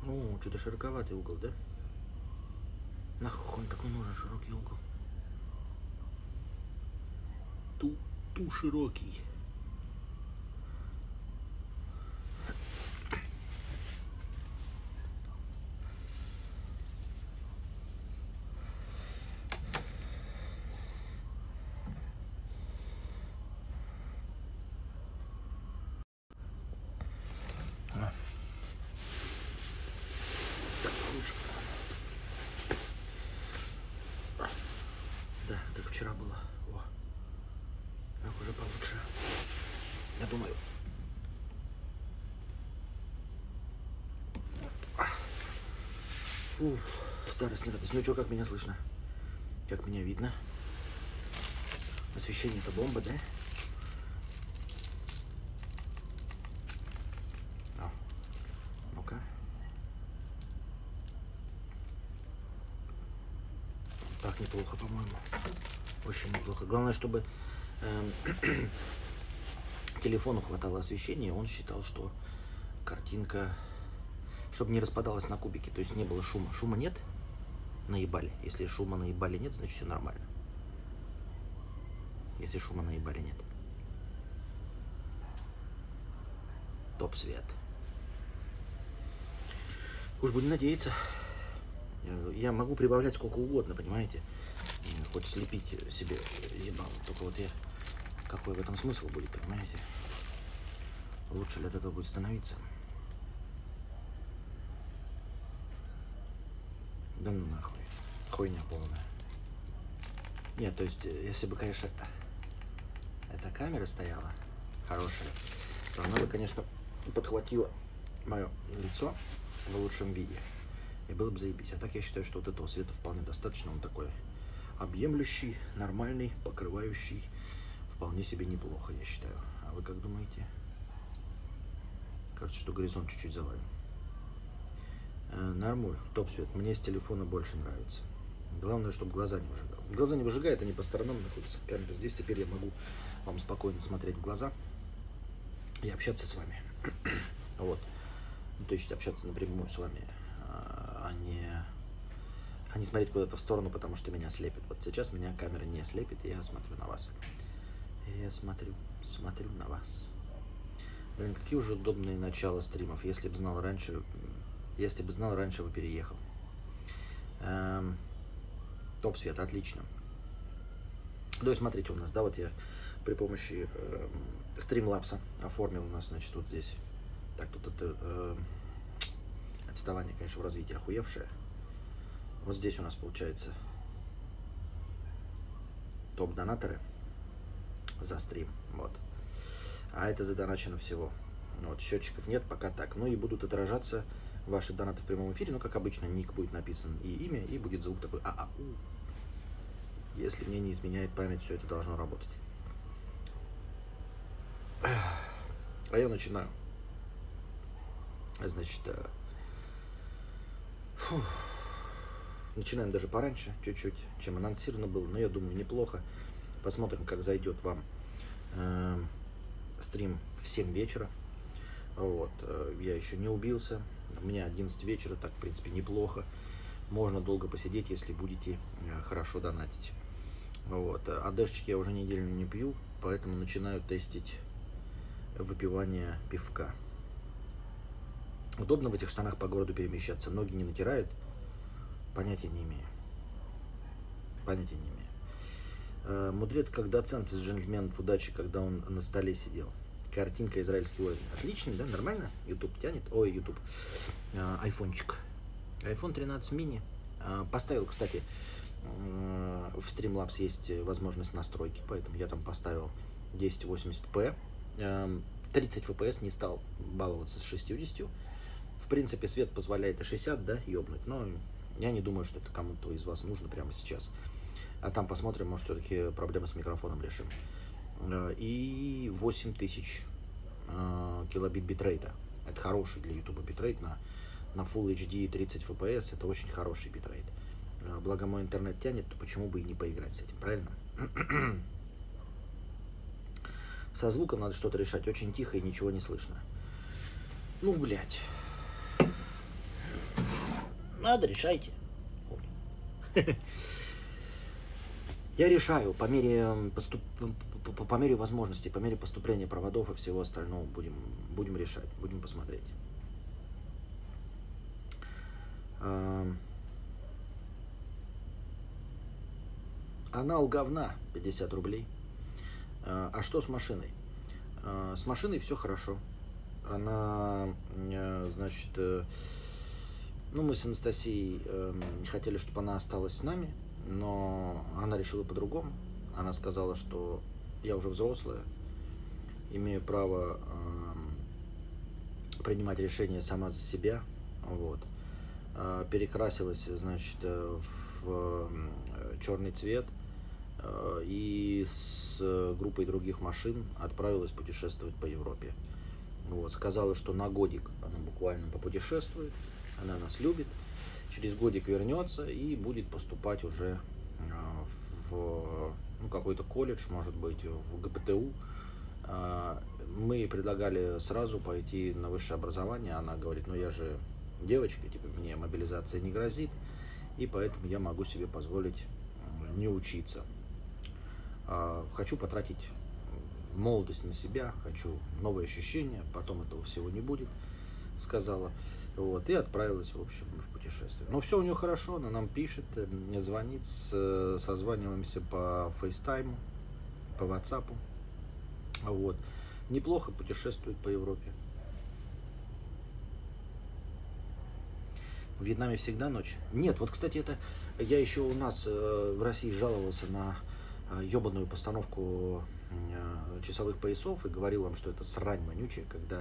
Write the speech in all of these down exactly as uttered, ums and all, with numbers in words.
О, что-то широковатый угол, да? Нахуй он такой нужен, широкий угол. Ту, ту широкий. Да, как вчера было. О, так уже получше. Я думаю. Уф, старость не радость. Ну что, как меня слышно? Как меня видно? Освещение-то бомба, да? О, ну-ка. Так неплохо, по-моему. Очень неплохо. Главное, чтобы э, телефону хватало освещения. Он считал, что картинка, чтобы не распадалась на кубики, то есть не было шума. Шума нет, наебали. Если шума наебали нет, значит все нормально. Если шума наебали нет. Топ свет. Уж будем надеяться. Я могу прибавлять сколько угодно, понимаете? Хоть слепить себе ебало. Только вот я... Какой в этом смысл будет, понимаете? Лучше ли от этого будет становиться? Да ну нахуй. Хуйня полная. Нет, то есть, если бы, конечно, эта камера стояла хорошая, то она бы, конечно, подхватила мое лицо в лучшем виде. И было бы заебись. А так я считаю, что вот этого света вполне достаточно. Он такой объемлющий, нормальный, покрывающий. Вполне себе неплохо, я считаю. А вы как думаете? Кажется, что горизонт чуть-чуть завален. Э, нормуль, топ-свет. Мне с телефона больше нравится. Главное, чтобы глаза не выжигал. Глаза не выжигает, они по сторонам находятся. Камера здесь. Теперь я могу вам спокойно смотреть в глаза и общаться с вами. Вот. Ну, то есть общаться напрямую с вами, а не, а не смотреть куда-то в сторону, потому что меня слепит. Вот сейчас меня камера не слепит, и я смотрю на вас. И я смотрю, смотрю на вас. Блин, какие уже удобные начала стримов. Если бы знал раньше, если бы знал раньше, бы переехал. Эм, топ свет, отлично. То есть смотрите, у нас, да, вот я при помощи э, стримлапса оформил у нас, значит, вот здесь. Так, тут это э, отставание, конечно, в развитии охуевшее. Вот здесь у нас получается топ-донаторы за стрим, вот. А это задоначено всего. Вот, счетчиков нет, пока так. Ну и будут отражаться ваши донаты в прямом эфире. Ну, как обычно, ник будет написан и имя, и будет звук такой а-а-у. Если мне не изменяет память, все это должно работать. А я начинаю. Значит, фу, начинаем даже пораньше, чуть-чуть, чем анонсировано было, но я думаю, неплохо. Посмотрим, как зайдет вам э, стрим в семь вечера. Вот, э, я еще не убился, у меня одиннадцать вечера, так, в принципе, неплохо. Можно долго посидеть, если будете э, хорошо донатить. Вот, АДшечки я уже неделю не пью, поэтому начинаю тестить выпивание пивка. Удобно в этих штанах по городу перемещаться, ноги не натирают? Понятия не имею. Понятия не имею. Э, мудрец как доцент из джентльменов удачи, когда он на столе сидел. Картинка израильский уровень. Отличный, да? Нормально? YouTube тянет. Ой, YouTube. Э, айфончик. айфон тринадцать мини. Э, поставил, кстати, э, в Streamlabs есть возможность настройки, поэтому я там поставил десять восемьдесят пэ. Э, тридцать эф пи эс, не стал баловаться с шестьюдесятью. В принципе, свет позволяет и шестьдесят, да, ёбнуть, но я не думаю, что это кому-то из вас нужно прямо сейчас. А там посмотрим, может, все-таки проблемы с микрофоном решим. И восемь тысяч э, килобит битрейта. Это хороший для YouTube битрейт на, на Full эйч ди тридцать эф пи эс. Это очень хороший битрейт. Благо мой интернет тянет, то почему бы и не поиграть с этим, правильно? Со звуком надо что-то решать. Очень тихо и ничего не слышно. Ну, блядь. Надо, решайте. Я решаю по мере, поступ... по, по мере возможностей, по мере поступления проводов и всего остального будем, будем решать, будем посмотреть. Анал говна, пятьдесят рублей. А что с машиной? С машиной все хорошо. Она, значит, ну, мы с Анастасией хотели, чтобы она осталась с нами, но она решила по-другому. Она сказала, что я уже взрослая, имею право принимать решения сама за себя. Вот. Перекрасилась, значит, в черный цвет и с группой других машин отправилась путешествовать по Европе. Вот. Сказала, что на годик она буквально попутешествует, она нас любит, через годик вернется и будет поступать уже в ну, какой-то колледж, может быть, в ГПТУ. Мы ей предлагали сразу пойти на высшее образование, она говорит, ну я же девочка, типа мне мобилизация не грозит, и поэтому я могу себе позволить не учиться. Хочу потратить молодость на себя, хочу новые ощущения, потом этого всего не будет, сказала. Вот, и отправилась, в общем, в путешествие. Но все у нее хорошо, она нам пишет, звонит, созваниваемся по фейстайму, по ватсапу. Вот. Неплохо путешествует по Европе. В Вьетнаме всегда ночь? Нет, вот, кстати, это я еще у нас в России жаловался на ебаную постановку часовых поясов и говорил вам, что это срань вонючая, когда,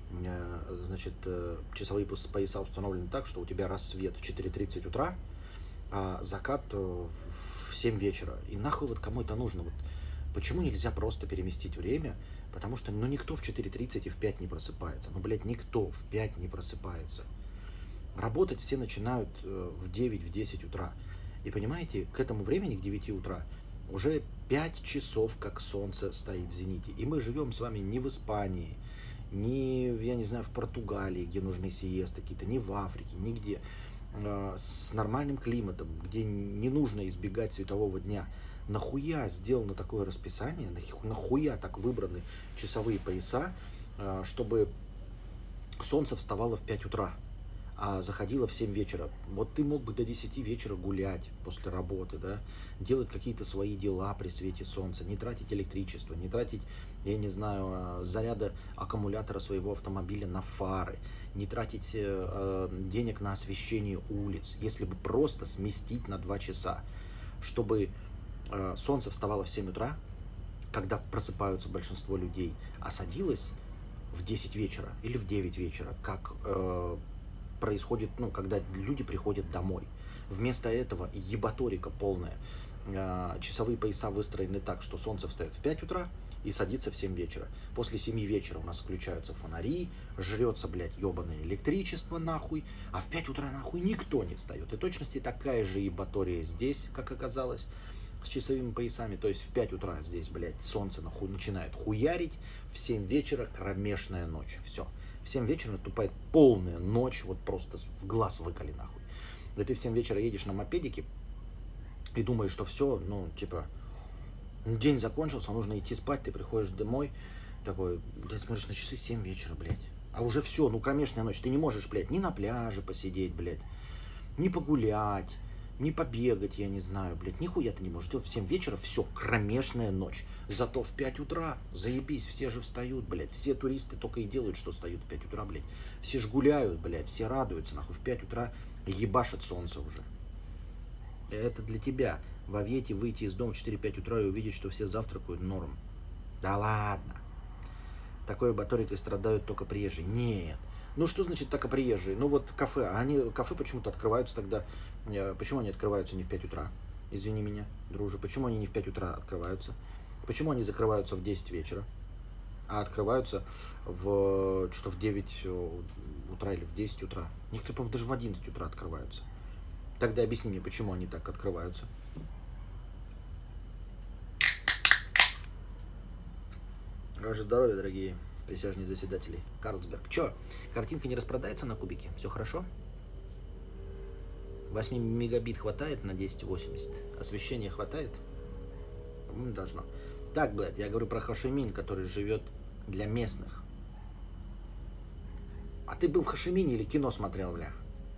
значит, часовые пояса установлены так, что у тебя рассвет в четыре тридцать утра, а закат в семь вечера. И нахуй вот кому это нужно? Вот почему нельзя просто переместить время? Потому что, ну, никто в четыре тридцать и в пять не просыпается. Ну, блядь, никто в пять не просыпается. Работать все начинают в девять, в десять утра. И понимаете, к этому времени, к девяти утра, уже пять часов, как солнце стоит в зените. И мы живем с вами не в Испании, не, я не знаю, в Португалии, где нужны сиесты какие-то, не в Африке, нигде. С нормальным климатом, где не нужно избегать светового дня. Нахуя сделано такое расписание, нахуя так выбраны часовые пояса, чтобы солнце вставало в пять утра, а заходило в семь вечера. Вот ты мог бы до десяти вечера гулять после работы, да, делать какие-то свои дела при свете солнца, не тратить электричество, не тратить, я не знаю, заряда аккумулятора своего автомобиля на фары, не тратить э, денег на освещение улиц, если бы просто сместить на два часа, чтобы э, солнце вставало в семь утра, когда просыпаются большинство людей, а садилось в десять вечера или в девять вечера, как э, происходит, ну, когда люди приходят домой. Вместо этого ебаторика полная. Часовые пояса выстроены так, что солнце встает в пять утра и садится в семь вечера. После семи вечера у нас включаются фонари, жрется, блядь, ебаное электричество нахуй, а в пять утра нахуй никто не встает. И точности такая же ебатория здесь, как оказалось, с часовыми поясами. То есть в пять утра здесь, блядь, солнце нахуй начинает хуярить, в семь вечера кромешная ночь. Все. В семь вечера наступает полная ночь, вот просто в глаз выколи нахуй. И ты в семь вечера едешь на мопедике и думаешь, что все, ну, типа, день закончился, нужно идти спать, ты приходишь домой, такой, ты смотришь на часы, семь вечера, блядь. А уже все, ну, кромешная ночь, ты не можешь, блядь, ни на пляже посидеть, блядь, ни погулять, ни побегать, я не знаю, блядь, нихуя ты не можешь делать. В семь вечера все, кромешная ночь. Зато в пять утра, заебись, все же встают, блядь, все туристы только и делают, что встают в пять утра, блядь. Все ж гуляют, блядь, все радуются, нахуй, в пять утра ебашит солнце уже. Это для тебя. В Авете выйти из дома в четыре-пять утра и увидеть, что все завтракают, норм. Да ладно. Такой баторикой страдают только приезжие. Нет. Ну что значит только приезжие? Ну вот кафе. Они, кафе почему-то открываются тогда. Почему они открываются не в пять утра? Извини меня, друже. Почему они не в пять утра открываются? Почему они закрываются в десять вечера? А открываются в, что в девять утра или в десять утра? Некоторые, по-моему, даже в одиннадцать утра открываются. Тогда объясни мне, почему они так открываются. Ваше здоровье, дорогие присяжные заседатели. Карлсберг. Че, картинка не распродается на кубики? Все хорошо? восемь мегабит хватает на десять восемьдесят? Освещения хватает? Не должно. Так, блядь, я говорю про Хошимин, который живет для местных. А ты был в Хошимине или кино смотрел, бля?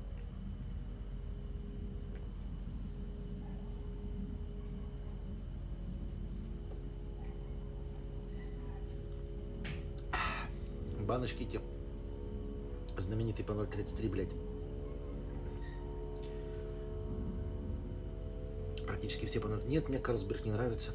Баночки те. Знаменитый по ноль тридцать три, блядь. Практически все по ноль. Нет, мне Карлсберг не нравится.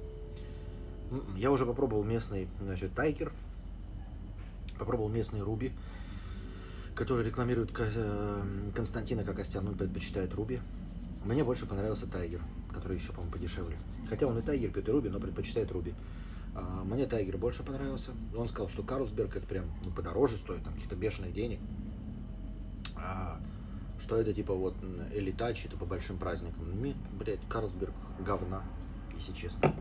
Я уже попробовал местный, значит, Тайгер. Попробовал местный Руби, который рекламирует Константина Кокостян. Он предпочитает Руби. Мне больше понравился Тайгер, который еще, по-моему, подешевле. Хотя он и Тайгер пьет, и Руби, но предпочитает Руби. Мне Тайгер больше понравился. Он сказал, что Карлсберг это прям ну, подороже стоит, там каких-то бешеных денег. А, что это типа вот элитач, это по большим праздникам. Мне, блядь, Карлсберг говна, если честно.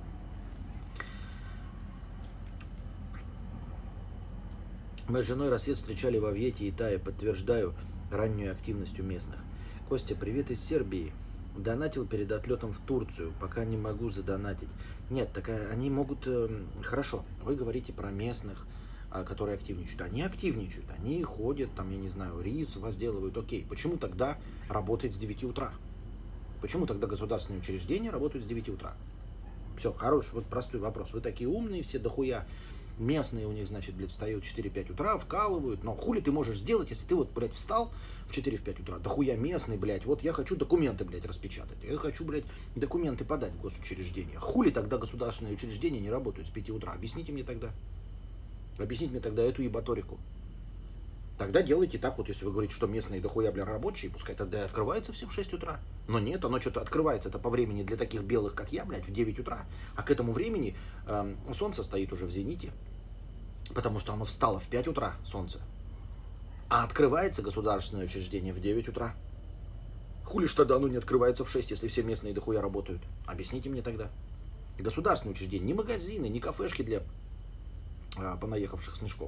Мы с женой рассвет встречали во Вьете и Тае. Подтверждаю раннюю активность у местных. Костя, привет из Сербии. Донатил перед отлетом в Турцию. Пока не могу задонатить. Нет, так они могут... Э, хорошо, вы говорите про местных, э, которые активничают. Они активничают, они ходят, там, я не знаю, рис возделывают. Окей, почему тогда работает с девяти утра? Почему тогда государственные учреждения работают с девяти утра? Все, хороший, вот простой вопрос. Вы такие умные все, дохуя. Местные у них, значит, блядь, встают в четыре-пять утра, вкалывают. Но хули ты можешь сделать, если ты вот, блядь, встал в четыре-пять утра? Дохуя местный, блядь. Вот я хочу документы, блядь, распечатать. Я хочу, блядь, документы подать в госучреждение. Хули тогда государственные учреждения не работают с пяти утра? Объясните мне тогда. Объясните мне тогда эту ебаторику. Тогда делайте так вот, если вы говорите, что местные дохуя, бля, рабочие, пускай тогда и открывается все в шесть утра. Но нет, оно что-то открывается, это по времени для таких белых, как я, блядь, в девять утра. А к этому времени э, солнце стоит уже в зените, потому что оно встало в пять утра, солнце. А открывается государственное учреждение в девять утра. Хули ж тогда оно не открывается в шесть, если все местные дохуя работают? Объясните мне тогда. Государственное учреждение, не магазины, не кафешки для э, понаехавших снежков.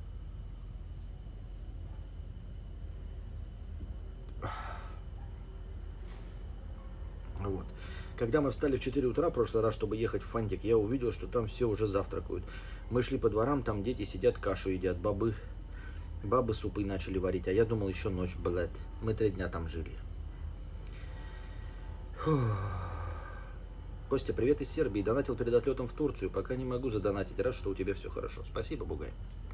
Вот. Когда мы встали в четыре утра в прошлый раз, чтобы ехать в Фантик, я увидел, что там все уже завтракают. Мы шли по дворам, там дети сидят, кашу едят, бабы, бабы супы начали варить, а я думал, еще ночь, блядь. Мы три дня там жили. Фух. Костя, привет из Сербии. Донатил перед отлетом в Турцию. Пока не могу задонатить. Рад, что у тебя все хорошо. Спасибо, Бугай.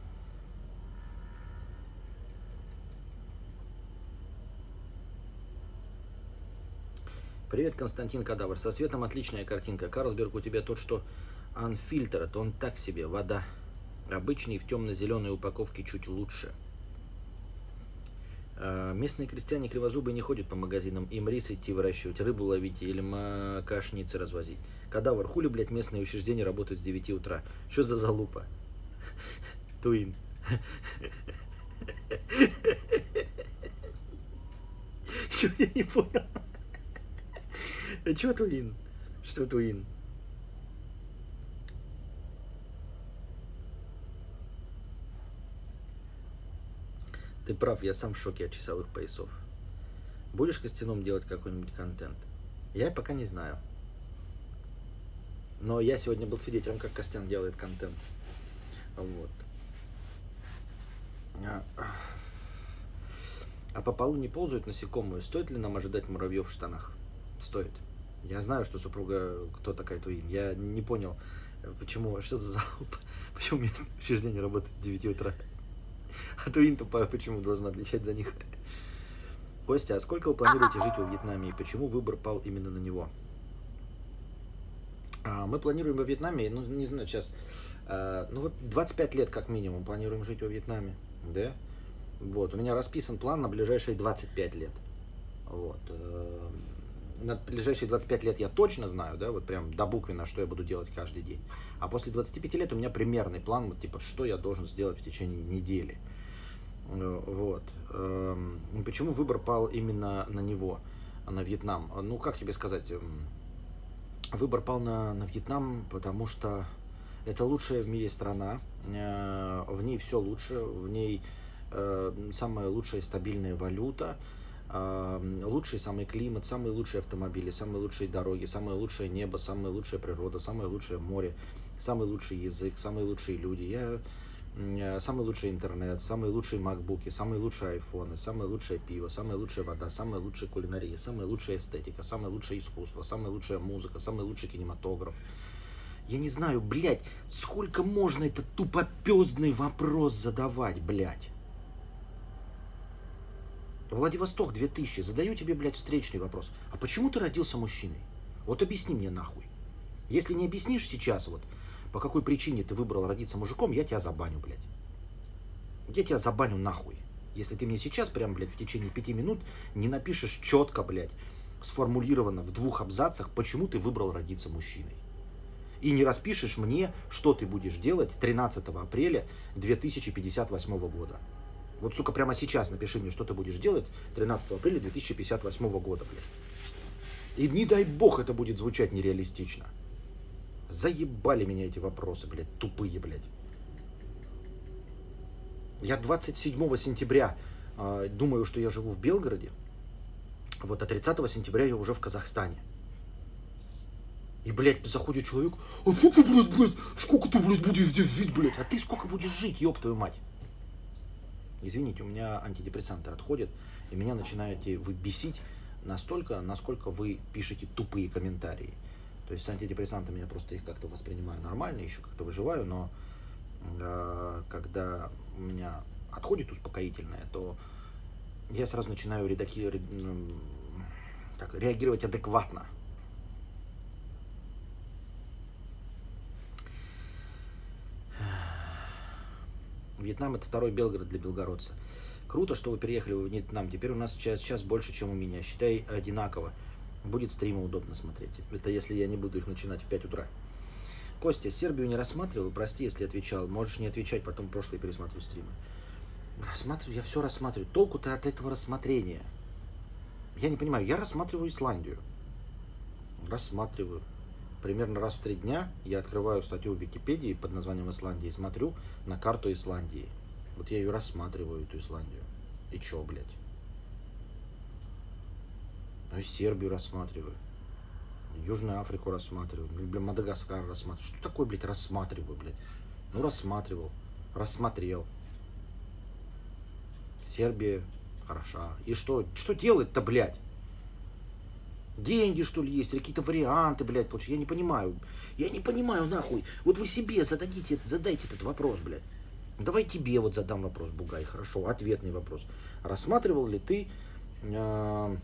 Привет, Константин Кадавр. Со светом отличная картинка. Карлсберг у тебя тот, что Unfiltered, он так себе, вода. Обычный в темно-зеленой упаковке чуть лучше. Местные крестьяне кривозубые не ходят по магазинам. Им рис идти выращивать, рыбу ловить или макашницы развозить. Кадавр, хули, блядь, местные учреждения работают с девяти утра. Что за залупа? Туин. Что, я не понял. А чё Туин? Что Туин? Ты прав, я сам в шоке от часовых поясов. Будешь Костяном делать какой-нибудь контент? Я пока не знаю. Но я сегодня был свидетелем, как Костян делает контент. Вот. А, а по полу не ползают насекомые. Стоит ли нам ожидать муравьев в штанах? Стоит. Я знаю, что супруга, кто такая Туин. Я не понял, почему, что за залуп, почему местное учреждение работает с девяти утра. А Туин тупая, почему должна отвечать за них? Костя, а сколько вы планируете жить во Вьетнаме и почему выбор пал именно на него? А, мы планируем во Вьетнаме, ну не знаю, сейчас, а, ну вот двадцать пять лет как минимум планируем жить во Вьетнаме, да? Вот, у меня расписан план на ближайшие двадцать пять лет. Вот. На ближайшие двадцать пять лет я точно знаю, да, вот прям до буквенно, что я буду делать каждый день. А после двадцати пяти лет у меня примерный план, вот, типа, что я должен сделать в течение недели. Вот. Почему выбор пал именно на него, на Вьетнам? Ну, как тебе сказать, выбор пал на, на Вьетнам, потому что это лучшая в мире страна, в ней все лучше, в ней самая лучшая стабильная валюта, Лучший самый климат, самые лучшие автомобили, самые лучшие дороги, самое лучшее небо, самая лучшая природа, самое лучшее море, самый лучший язык, самые лучшие люди. Я самый лучший интернет, самые лучшие макбуки, самые лучшие айфоны, самое лучшее пиво, самая лучшая вода, самая лучшая кулинария, самая лучшая эстетика, самое лучшее искусство, самая лучшая музыка, самый лучший кинематограф. Я не знаю, блядь, сколько можно этот тупопёздный вопрос задавать, блядь. Владивосток две тысячи. Задаю тебе, блядь, встречный вопрос. А почему ты родился мужчиной? Вот объясни мне нахуй. Если не объяснишь сейчас, вот, по какой причине ты выбрал родиться мужиком, я тебя забаню, блядь. Я тебя забаню нахуй. Если ты мне сейчас, прям, блядь, в течение пяти минут не напишешь четко, блядь, сформулировано в двух абзацах, почему ты выбрал родиться мужчиной. И не распишешь мне, что ты будешь делать тринадцатого апреля две тысячи пятьдесят восьмого года. Вот, сука, прямо сейчас напиши мне, что ты будешь делать тринадцатого апреля две тысячи пятьдесят восьмого года, блядь. И не дай бог это будет звучать нереалистично. Заебали меня эти вопросы, блядь, тупые, блядь. Я двадцать седьмого сентября э, думаю, что я живу в Белгороде. Вот, а тридцатого сентября я уже в Казахстане. И, блядь, заходит человек, а сколько, блядь, блядь, сколько ты, блядь, будешь здесь жить, блядь? А ты сколько будешь жить, ёб твою мать? Извините, у меня антидепрессанты отходят, и меня начинаете вы бесить настолько, насколько вы пишете тупые комментарии. То есть с антидепрессантами я просто их как-то воспринимаю нормально, еще как-то выживаю, но э, когда у меня отходит успокоительное, то я сразу начинаю редаки, ре, так, реагировать адекватно. Вьетнам — это второй Белгород для белгородца. Круто, что вы переехали в Вьетнам. Теперь у нас сейчас, сейчас больше, чем у меня. Считай, одинаково. Будет стримы удобно смотреть. Это если я не буду их начинать в пять утра. Костя, Сербию не рассматривал? Прости, если отвечал. Можешь не отвечать, потом прошлые пересматриваю стримы. Рассматриваю, я все рассматриваю. Толку-то от этого рассмотрения. Я не понимаю, я рассматриваю Исландию. Рассматриваю. Примерно раз в три дня я открываю статью в Википедии под названием Исландия и смотрю на карту Исландии. Вот я ее рассматриваю, эту Исландию. И чё, блядь? Ну и Сербию рассматриваю. Южную Африку рассматриваю. Блин, Мадагаскар рассматриваю. Что такое, блядь, рассматриваю, блядь? Ну, рассматривал. Рассмотрел. Сербия хороша. И что? Что делать-то, блядь? Деньги, что ли, есть, или какие-то варианты, блядь, потому что я не понимаю. Я не понимаю, нахуй. Вот вы себе зададите, задайте этот вопрос, блядь. Давай тебе вот задам вопрос, Бугай, хорошо, ответный вопрос. Рассматривал ли ты э,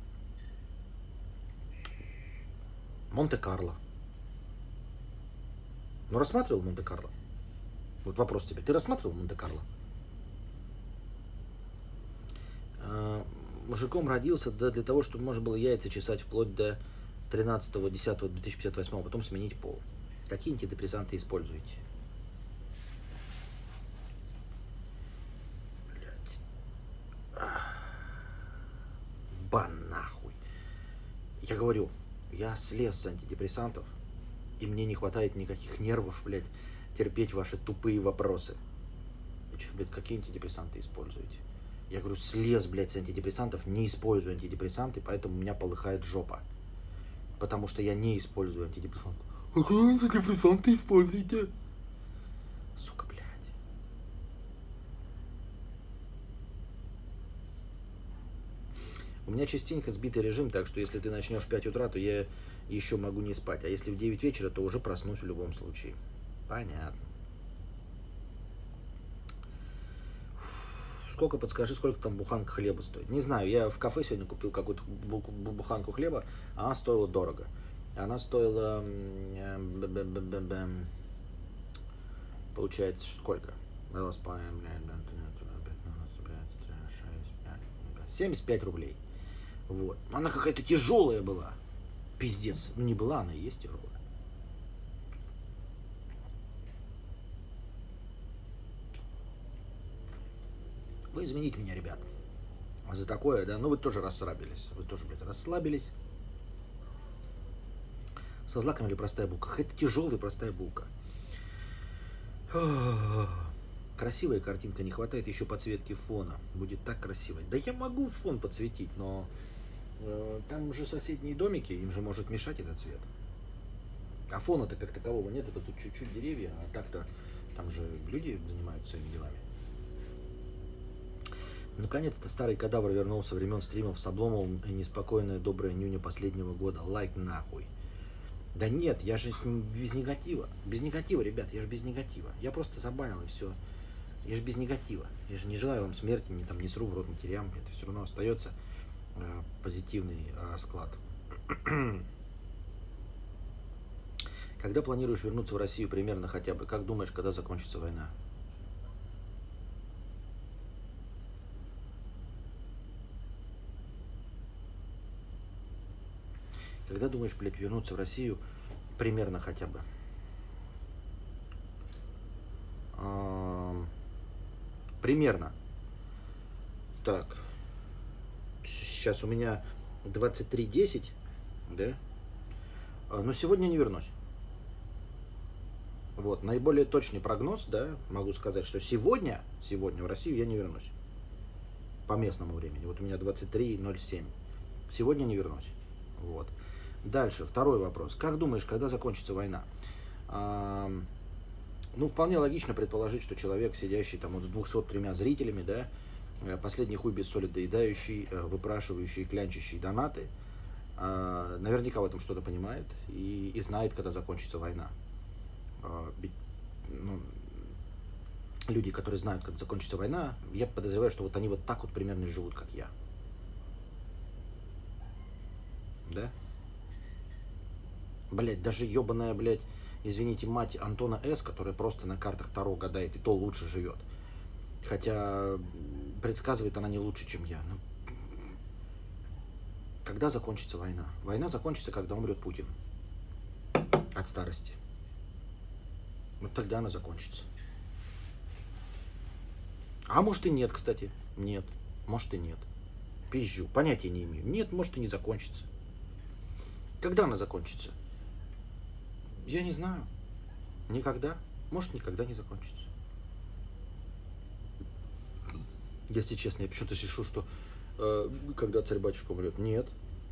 Монте-Карло? Ну, рассматривал Монте-Карло? Вот вопрос тебе. Ты рассматривал Монте-Карло? Э, мужиком родился, да, для того, чтобы можно было яйца чесать вплоть до тринадцатого десятого две тысячи пятьдесят восьмого, потом сменить пол. Какие антидепрессанты используете? Бан нахуй. Я говорю, я слез с антидепрессантов, и мне не хватает никаких нервов, блядь, терпеть ваши тупые вопросы. Вы что, блядь, какие антидепрессанты используете? Я говорю, слез, блядь, с антидепрессантов, не использую антидепрессанты, поэтому у меня полыхает жопа. Потому что я не использую антидепрессанты. А какие антидепрессанты используете? Сука, блядь. У меня частенько сбитый режим, так что если ты начнешь в пять утра, то я еще могу не спать. А если в девять вечера, то уже проснусь в любом случае. Понятно. Сколько, подскажи, сколько там буханка хлеба стоит? Не знаю, я в кафе сегодня купил какую-то буханку хлеба, а она стоила дорого. Она стоила, получается, сколько? семьдесят пять рублей. Вот. Она какая-то тяжелая была. Пиздец. Ну не была, она и есть тяжелая. Вы извините меня, ребят, за такое, да, ну вы тоже расслабились, вы тоже, блядь, расслабились. Со злаком или простая булка? Это тяжелая простая булка. Красивая картинка, не хватает еще подсветки фона. Будет так красиво. Да я могу фон подсветить, но э, там же соседние домики, им же может мешать этот цвет. А фона-то как такового нет, это тут чуть-чуть деревья, а так-то там же люди занимаются своими делами. Наконец-то старый кадавр вернулся времен стримов с Обломовым и неспокойная добрая нюня последнего года. Лайк нахуй. Да нет, я же с ним без негатива. Без негатива, ребят, я же без негатива. Я просто забанил и все. Я же без негатива. Я же не желаю вам смерти, не, там, не сру в рот матерям. Это все равно остается э, позитивный э, расклад. Когда планируешь вернуться в Россию примерно хотя бы? Как думаешь, когда закончится война? Когда думаешь, блядь, вернуться в Россию примерно хотя бы? А, примерно. Так. Сейчас у меня двадцать три десять, да? А, но сегодня не вернусь. Вот, наиболее точный прогноз, да, могу сказать, что сегодня, сегодня в Россию я не вернусь. По местному времени. Вот у меня двадцать три ноль семь. Сегодня не вернусь. Вот. Дальше, второй вопрос. Как думаешь, когда закончится война? А, ну, вполне логично предположить, что человек, сидящий там вот с двумястами тремя зрителями, да, последний хуй без соли доедающий, выпрашивающий, клянчащий донаты, а, наверняка в этом что-то понимает и, и знает, когда закончится война. А, ну, люди, которые знают, когда закончится война, я подозреваю, что вот они вот так вот примерно живут, как я. Да? Блять, даже ебаная, блядь, извините, мать Антона С., которая просто на картах Таро гадает, и то лучше живет. Хотя предсказывает она не лучше, чем я. Но... Когда закончится война? Война закончится, когда умрет Путин. От старости. Вот тогда она закончится. А может и нет, кстати. Нет. Может и нет. Пизжу. Понятия не имею. Нет, может и не закончится. Когда она закончится? Я не знаю. Никогда. Может, никогда не закончится. Если честно, я почему-то решу, что э, когда царь-батюшка умрет. Нет.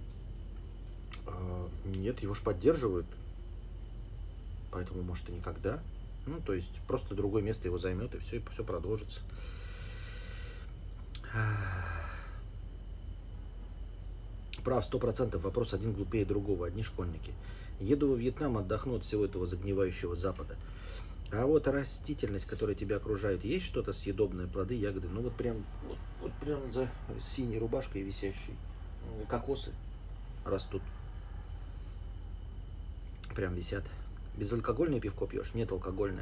Э, нет, его ж поддерживают. Поэтому, может, и никогда. Ну, то есть, просто другое место его займет, и все, и все продолжится. Прав, сто процентов. Вопрос один глупее другого. Одни школьники. Еду во Вьетнам, отдохну от всего этого загнивающего Запада. А вот растительность, которая тебя окружает, есть что-то съедобное, плоды, ягоды? Ну вот прям, вот, вот прям за синей рубашкой висящей. Кокосы растут. Прям висят. Безалкогольное пивко пьешь? Нет, алкогольное.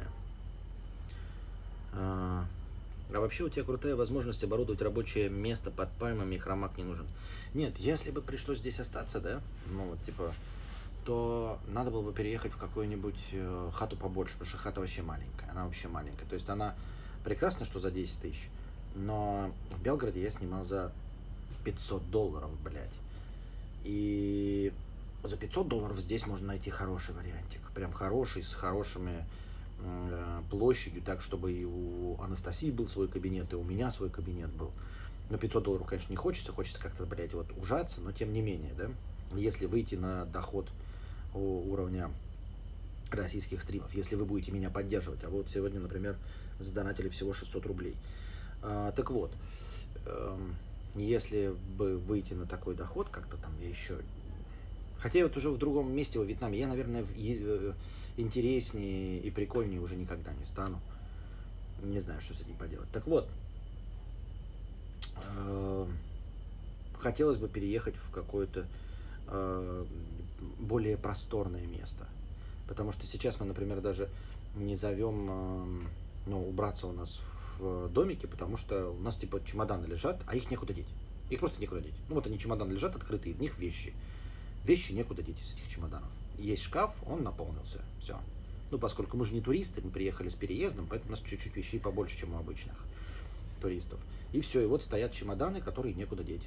А, а вообще у тебя крутая возможность оборудовать рабочее место под пальмами, и хромак не нужен. Нет, если бы пришлось здесь остаться, да, ну вот типа, то надо было бы переехать в какую-нибудь э, хату побольше, потому что хата вообще маленькая, она вообще маленькая. То есть она прекрасна, что за десять тысяч, но в Белгороде я снимал за пятьсот долларов, блядь. И за пятьсот долларов здесь можно найти хороший вариантик, прям хороший, с хорошими э, площадью, так, чтобы и у Анастасии был свой кабинет, и у меня свой кабинет был. На пятьсот долларов, конечно, не хочется, хочется как-то, блядь, вот ужаться, но тем не менее, да, если выйти на доход уровня российских стримов, если вы будете меня поддерживать, а вот сегодня, например, задонатили всего шестьсот рублей. А, так вот, э, если бы выйти на такой доход, как-то там я еще, хотя я вот уже в другом месте во Вьетнаме, я, наверное, интереснее и прикольнее уже никогда не стану, не знаю, что с этим поделать. Так вот, хотелось бы переехать в какое-то э, более просторное место. Потому что сейчас мы, например, даже не зовем э, ну, убраться у нас в домике, потому что у нас типа чемоданы лежат, а их некуда деть. Их просто некуда деть. Ну вот они, чемоданы лежат открытые, в них вещи. Вещи некуда деть из этих чемоданов. Есть шкаф, он наполнился. Все. Ну, поскольку мы же не туристы, мы приехали с переездом, поэтому у нас чуть-чуть вещей побольше, чем у обычных туристов. И все, и вот стоят чемоданы, которые некуда деть.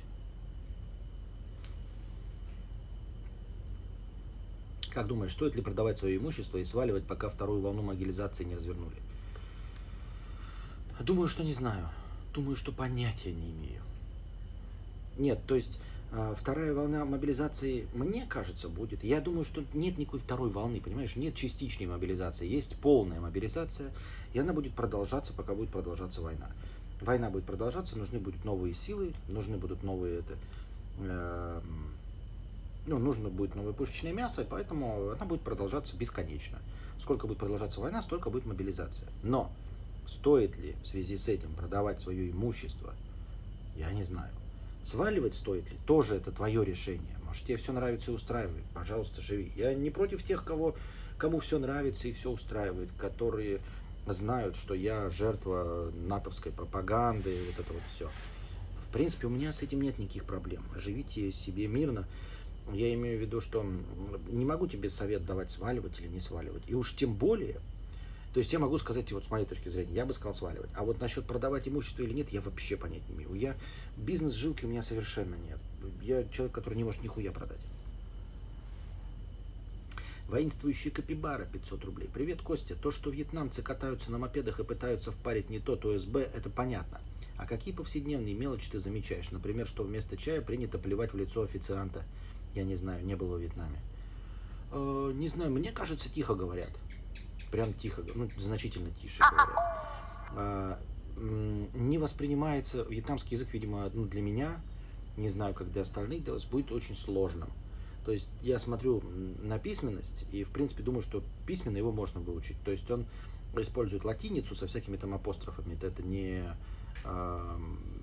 Как думаешь, стоит ли продавать свое имущество и сваливать, пока вторую волну могилизации не развернули? Думаю, что не знаю. Думаю, что понятия не имею. Нет, то есть а, вторая волна мобилизации, мне кажется, будет. Я думаю, что нет никакой второй волны, понимаешь? Нет частичной мобилизации, есть полная мобилизация, и она будет продолжаться, пока будет продолжаться война. Война будет продолжаться, нужны будут новые силы, нужны будут новые, это, э, ну, нужно будет новое пушечное мясо, поэтому она будет продолжаться бесконечно. Сколько будет продолжаться война, столько будет мобилизация. Но стоит ли в связи с этим продавать свое имущество, я не знаю. Сваливать стоит ли, тоже это твое решение. Может, тебе все нравится и устраивает, пожалуйста, живи. Я не против тех, кого, кому все нравится и все устраивает, которые знают, что я жертва натовской пропаганды, и вот это вот все. В принципе, у меня с этим нет никаких проблем. Живите себе мирно. Я имею в виду, что не могу тебе совет давать, сваливать или не сваливать. И уж тем более, то есть я могу сказать, вот с моей точки зрения, я бы сказал сваливать. А вот насчет продавать имущество или нет, я вообще понять не имею. Я, бизнес-жилки у меня совершенно нет. Я человек, который не может нихуя продать. Воинствующий капибара, пятьсот рублей. Привет, Костя. То, что вьетнамцы катаются на мопедах и пытаются впарить не тот ОСБ, это понятно. А какие повседневные мелочи ты замечаешь? Например, что вместо чая принято плевать в лицо официанта. Я не знаю, не было в Вьетнаме. Э, не знаю, мне кажется, тихо говорят. Прям тихо, ну, значительно тише говорят. А, не воспринимается, вьетнамский язык, видимо, ну, для меня, не знаю, как для остальных, будет очень сложным. То есть я смотрю на письменность и, в принципе, думаю, что письменно его можно выучить. То есть он использует латиницу со всякими там апострофами. Это не, а,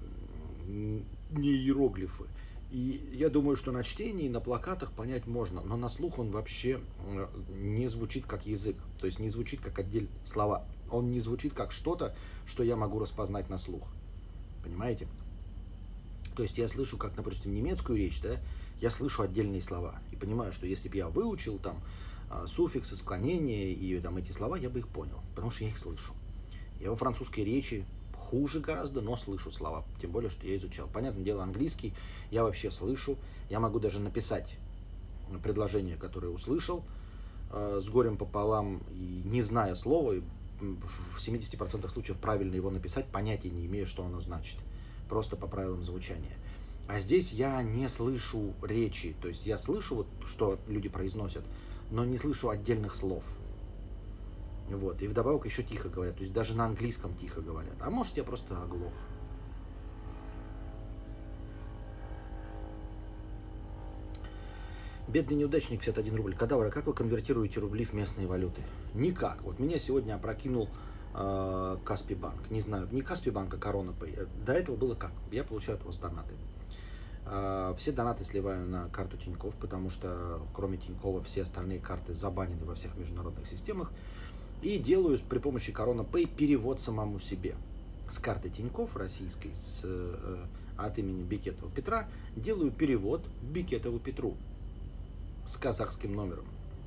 не иероглифы. И я думаю, что на чтении, на плакатах понять можно, но на слух он вообще не звучит как язык, то есть не звучит как отдельные слова. Он не звучит как что-то, что я могу распознать на слух. Понимаете? То есть я слышу, как, допустим, немецкую речь, да, я слышу отдельные слова. И понимаю, что если бы я выучил там суффиксы, склонения и там эти слова, я бы их понял, потому что я их слышу. Я во французской речи хуже гораздо, но слышу слова, тем более, что я изучал. Понятное дело, английский я вообще слышу, я могу даже написать предложение, которое услышал, э, с горем пополам, и не зная слова, и в семидесяти процентах случаев правильно его написать, понятия не имея, что оно значит, просто по правилам звучания. А здесь я не слышу речи, то есть я слышу, вот, что люди произносят, но не слышу отдельных слов. Вот. И вдобавок еще тихо говорят, то есть даже на английском тихо говорят. А может, я просто оглох. Бедный неудачник, пятьдесят один рубль. Кадавра, как вы конвертируете рубли в местные валюты? Никак. Вот меня сегодня опрокинул э, Каспий банк. Не знаю, не Каспий банк, а Корона Пэй. До этого было как? Я получаю от вас донаты. Э, все донаты сливаю на карту Тинькофф, потому что кроме Тинькова все остальные карты забанены во всех международных системах. И делаю при помощи Корона Пэй перевод самому себе. С карты Тинькофф российской, с, э, от имени Бекетова Петра, делаю перевод Бекетову Петру с казахским номером.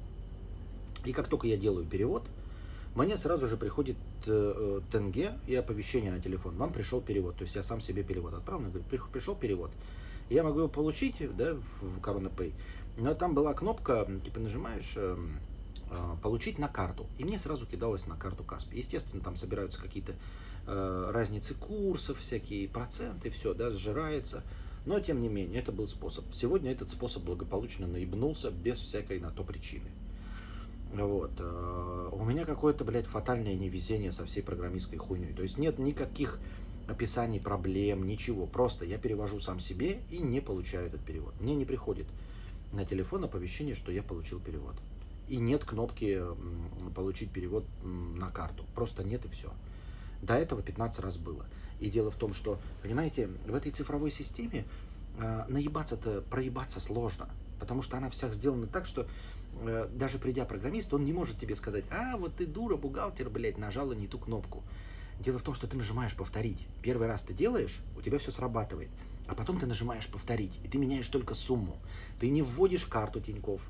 И как только я делаю перевод, мне сразу же приходит э, тенге и оповещение на телефон. Вам пришел перевод. То есть я сам себе перевод отправил. Говорю, пришел перевод. Я могу его получить, да, в Корона Пэй. Но там была кнопка, типа нажимаешь... Э, получить на карту. И мне сразу кидалось на карту Каспий. Естественно, там собираются какие-то э, разницы курсов, всякие проценты, все, да, сжирается. Но, тем не менее, это был способ. Сегодня этот способ благополучно наебнулся без всякой на то причины. Вот. Э, у меня какое-то, блядь, фатальное невезение со всей программистской хуйней. То есть нет никаких описаний проблем, ничего. Просто я перевожу сам себе и не получаю этот перевод. Мне не приходит на телефон оповещение, что я получил перевод. И нет кнопки получить перевод на карту. Просто нет и все. До этого пятнадцать раз было. И дело в том, что, понимаете, в этой цифровой системе э, наебаться-то, проебаться сложно. Потому что она вся сделана так, что э, даже придя программист, он не может тебе сказать: а, вот ты дура, бухгалтер, блядь, нажала не ту кнопку. Дело в том, что ты нажимаешь повторить. Первый раз ты делаешь, у тебя все срабатывает. А потом ты нажимаешь повторить. И ты меняешь только сумму. Ты не вводишь карту Тинькофф.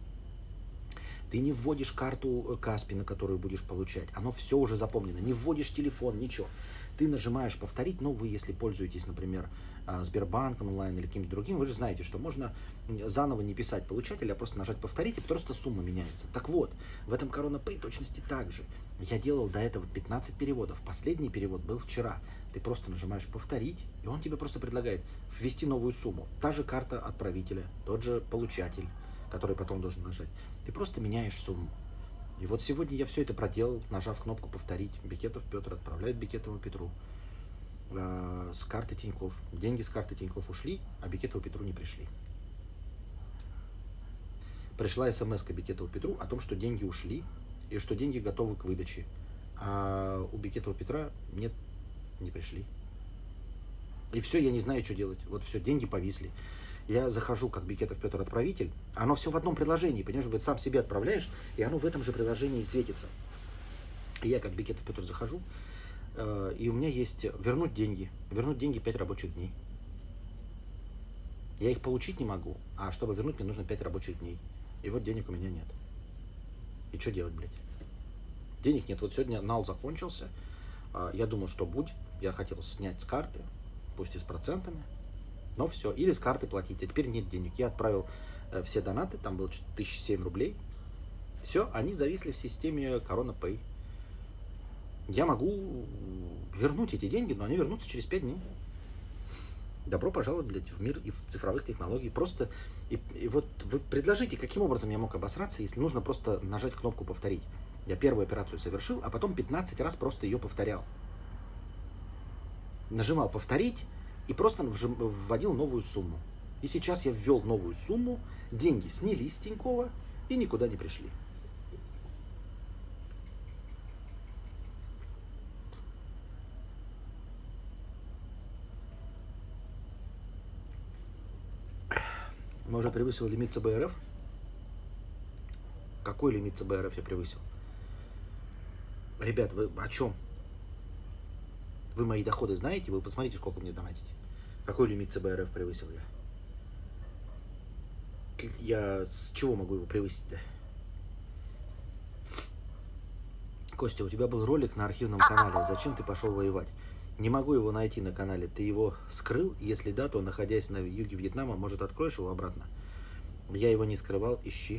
Ты не вводишь карту Каспий, на которую будешь получать. Оно все уже запомнено. Не вводишь телефон, ничего. Ты нажимаешь повторить. Но вы, если пользуетесь, например, Сбербанком онлайн или каким-то другим, вы же знаете, что можно заново не писать получателя, а просто нажать повторить, и просто сумма меняется. Так вот, в этом Корона Пэй точности так же. Я делал до этого пятнадцать переводов. Последний перевод был вчера. Ты просто нажимаешь «Повторить», и он тебе просто предлагает ввести новую сумму. Та же карта отправителя, тот же получатель, который потом должен нажать. Ты просто меняешь сумму. И вот сегодня я все это проделал, нажав кнопку «Повторить». Бекетов Петр отправляет Бекетову Петру э, с карты Тинькофф. Деньги с карты Тинькофф ушли, а Бекетову Петру не пришли. Пришла смс-ка Бекетову Петру о том, что деньги ушли и что деньги готовы к выдаче. А у Бекетова Петра нет, не пришли. И все, я не знаю, что делать. Вот все, деньги повисли. Я захожу, как Бекетов Петр отправитель. Оно все в одном приложении, понимаешь? Вот сам себе отправляешь, и оно в этом же приложении светится. И я, как Бекетов Петр, захожу, э, и у меня есть вернуть деньги. Вернуть деньги пять рабочих дней. Я их получить не могу, а чтобы вернуть, мне нужно пять рабочих дней. И вот денег у меня нет. И что делать, блядь? Денег нет. Вот сегодня нал закончился. Я думал, что будет. Я хотел снять с карты, пусть и с процентами. Но все. Или с карты платить. А теперь нет денег. Я отправил все донаты. Там было тысяча семь рублей. Все, они зависли в системе Corona Pay. Я могу вернуть эти деньги, но они вернутся через пять дней. Добро пожаловать, блядь, в мир и в цифровых технологий. Просто, и, и вот вы предложите, каким образом я мог обосраться, если нужно просто нажать кнопку «Повторить». Я первую операцию совершил, а потом пятнадцать раз просто ее повторял. Нажимал «Повторить» и просто вводил новую сумму. И сейчас я ввел новую сумму, деньги снялись с Тинькова и никуда не пришли. Мы уже превысил лимит цэ бэ эр эф. Какой лимит цэ бэ эр эф я превысил? Ребят, вы о чем? Вы мои доходы знаете? Вы посмотрите, сколько мне донатите. Какой лимит цэ бэ эр эф превысил я? Я с чего могу его превысить-то? Костя, у тебя был ролик на архивном канале. Зачем ты пошел воевать? Не могу его найти на канале. Ты его скрыл? Если да, то, находясь на юге Вьетнама, может, откроешь его обратно? Я его не скрывал, ищи.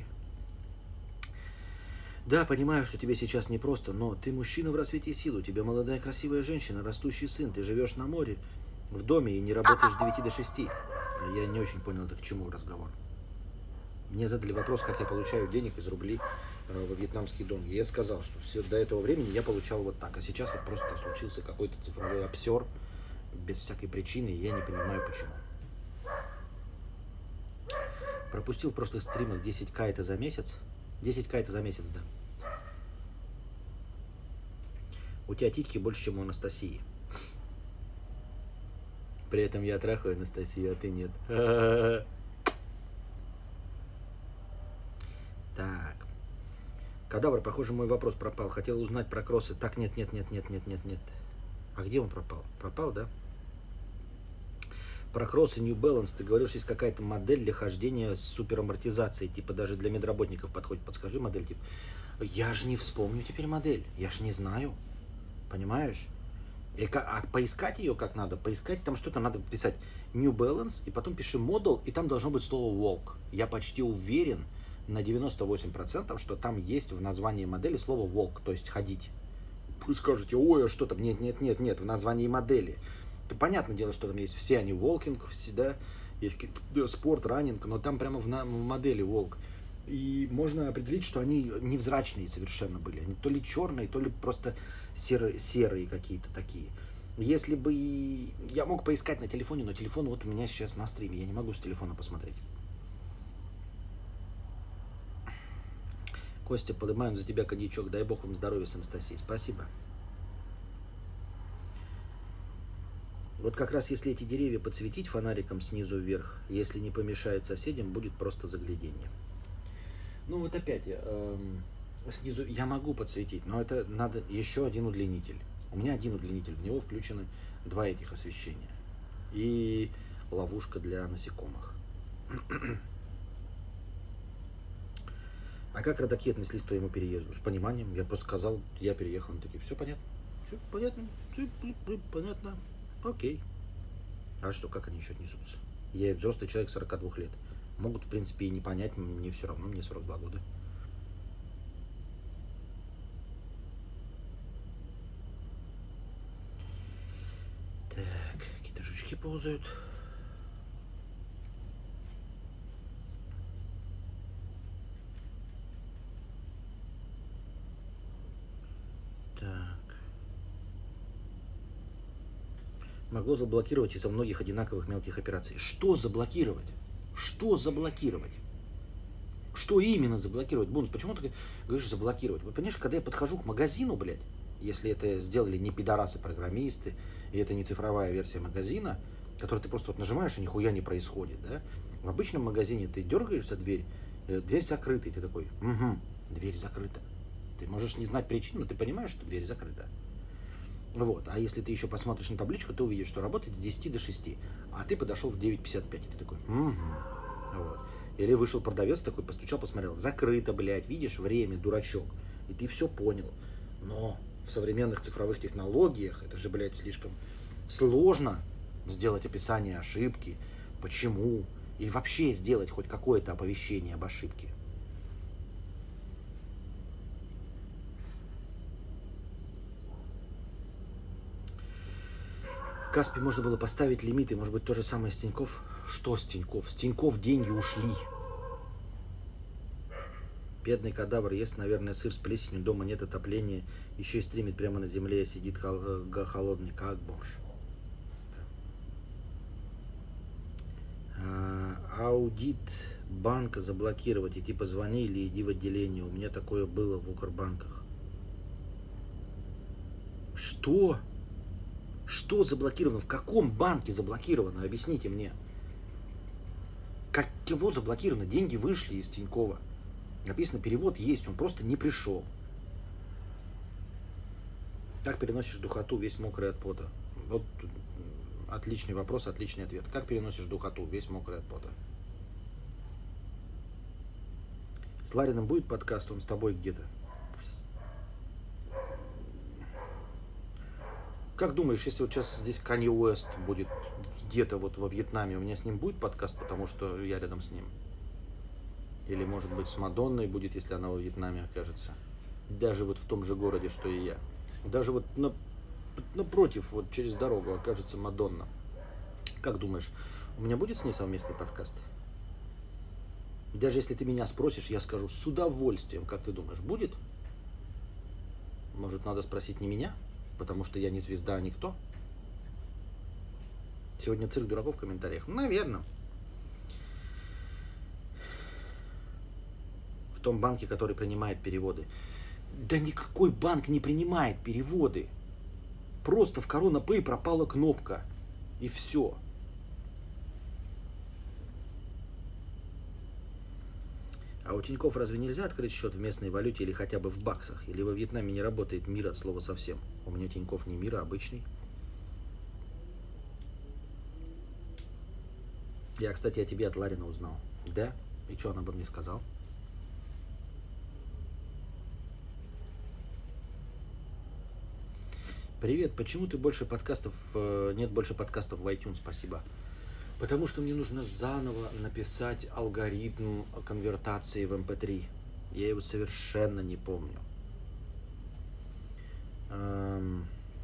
Да, понимаю, что тебе сейчас непросто, но ты мужчина в расцвете сил. У тебя молодая красивая женщина, растущий сын. Ты живешь на море, в доме и не работаешь с девяти до шести. Я не очень понял, это к чему разговор. Мне задали вопрос, как я получаю денег из рублей во вьетнамский дом. Я сказал, что все до этого времени я получал вот так. А сейчас вот просто случился какой-то цифровой обсер без всякой причины, и я не понимаю почему. Пропустил в прошлых стримах десять ка это за месяц. десять ка это за месяц, да. У тебя титьки больше, чем у Анастасии. При этом я трахаю Анастасию, а ты нет. Так. Кадавр, похоже, мой вопрос пропал. Хотел узнать про кроссы. Так, нет, нет, нет, нет, нет, нет, нет. А где он пропал? Пропал, да? Про кроссы New Balance ты говоришь, есть какая-то модель для хождения с суперамортизацией. Типа даже для медработников подходит. Подскажи модель. Типа. Я же не вспомню теперь модель. Я же не знаю. Понимаешь? И, а поискать ее как надо? Поискать там что-то надо писать New Balance, и потом пиши Model, и там должно быть слово Walk. Я почти уверен на девяносто восемь процентов, что там есть в названии модели слово walk, то есть ходить. Вы скажете, ой, а что там? Нет, нет, нет, нет, в названии модели. Это понятное дело, что там есть все они walking, все, да, есть спорт, раннинг, но там прямо в, на, в модели walk. И можно определить, что они невзрачные совершенно были. Они то ли черные, то ли просто серые, серые какие-то такие. Если бы я мог поискать на телефоне, но телефон вот у меня сейчас на стриме, я не могу с телефона посмотреть. Костя, поднимаем за тебя коньячок. Дай бог вам здоровья с Анастасией. Спасибо. Вот как раз если эти деревья подсветить фонариком снизу вверх, если не помешает соседям, будет просто загляденье. Ну вот опять, э, снизу я могу подсветить, но это надо еще один удлинитель. У меня один удлинитель, в него включены два этих освещения. И ловушка для насекомых. А как родаки отнеслись к твоему переезду? С пониманием. Я просто сказал, я переехал. Они такие, все понятно. Все понятно. Все понятно. Окей. А что, как они еще отнесутся? Я взрослый человек сорока двух лет. Могут, в принципе, и не понять. Мне все равно, мне сорок два года. Птички ползают. Так. Могло заблокировать из-за многих одинаковых мелких операций. Что заблокировать? Что заблокировать? Что именно заблокировать? Бунс, почему ты говоришь заблокировать? Вы понимаешь, когда я подхожу к магазину, блядь, если это сделали не пидорасы-программисты, и это не цифровая версия магазина, которую ты просто вот нажимаешь, и нихуя не происходит, да? В обычном магазине ты дергаешь за дверь, дверь закрыта, и ты такой, угу, дверь закрыта. Ты можешь не знать причину, но ты понимаешь, что дверь закрыта. Вот, а если ты еще посмотришь на табличку, ты увидишь, что работает с десяти до шести, а ты подошел в девять пятьдесят пять, и ты такой, угу, вот. Или вышел продавец такой, постучал, посмотрел, закрыто, блядь, видишь, время, дурачок, и ты все понял. Но в современных цифровых технологиях, это же, блядь, слишком сложно сделать описание ошибки, почему, или вообще сделать хоть какое-то оповещение об ошибке. В Каспи можно было поставить лимиты, может быть, то же самое с Тинькофф. Что с Тинькофф? С Тинькофф деньги ушли. Бедный кадавр ест, наверное, сыр с плесенью, дома нет отопления, еще и стримит прямо на земле, сидит холодный, как бомж. Аудит банка заблокировать, и типа звони или иди в отделение. У меня такое было в Укрбанках. Что? Что заблокировано? В каком банке заблокировано? Объясните мне. Как его заблокировано? Деньги вышли из Тинькова. Написано, перевод есть, он просто не пришел. Как переносишь духоту, весь мокрый от пота? Вот отличный вопрос, отличный ответ. Как переносишь духоту, весь мокрый от пота? С Лариным будет подкаст, он с тобой где-то? Как думаешь, если вот сейчас здесь Канье Уэст будет где-то вот во Вьетнаме, у меня с ним будет подкаст, потому что я рядом с ним? Или, может быть, с Мадонной будет, если она во Вьетнаме окажется? Даже вот в том же городе, что и я. Даже вот на, напротив, вот через дорогу окажется Мадонна. Как думаешь, у меня будет с ней совместный подкаст? Даже если ты меня спросишь, я скажу с удовольствием. Как ты думаешь, будет? Может, надо спросить не меня? Потому что я не звезда, а никто. Сегодня цирк дураков в комментариях. Наверное. В том банке, который принимает переводы. Да никакой банк не принимает переводы. Просто в Corona Pay пропала кнопка. И все. А у Тинькофф разве нельзя открыть счет в местной валюте или хотя бы в баксах? Или во Вьетнаме не работает мир от слова совсем? У меня Тинькофф не мир, а обычный. Я, кстати, о тебе от Ларина узнал. Да? И что он обо мне сказал? Привет, почему ты больше подкастов, нет больше подкастов в iTunes? Спасибо. Потому что мне нужно заново написать алгоритм конвертации в эм пэ три. Я его совершенно не помню. Эм...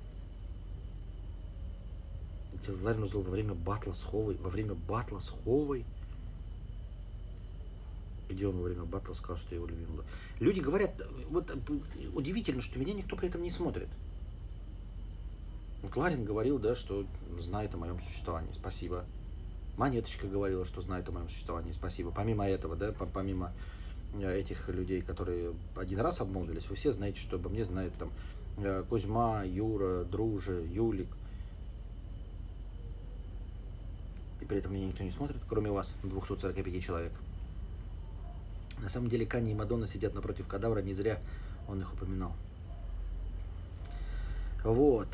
Ларин узнал во время батла с Ховой. Во время батла с Ховой? Где он во время батла сказал, что его любимый? Люди говорят, вот удивительно, что меня никто при этом не смотрит. Вот Ларин говорил, да, что знает о моем существовании. Спасибо. Монеточка говорила, что знает о моем существовании. Спасибо. Помимо этого, да, помимо этих людей, которые один раз обмолвились, вы все знаете, что обо мне знает там Кузьма, Юра, Дружа, Юлик. И при этом меня никто не смотрит, кроме вас, двухсот сорока пяти человек. На самом деле Канье и Мадонна сидят напротив кадавра, не зря он их упоминал. Вот.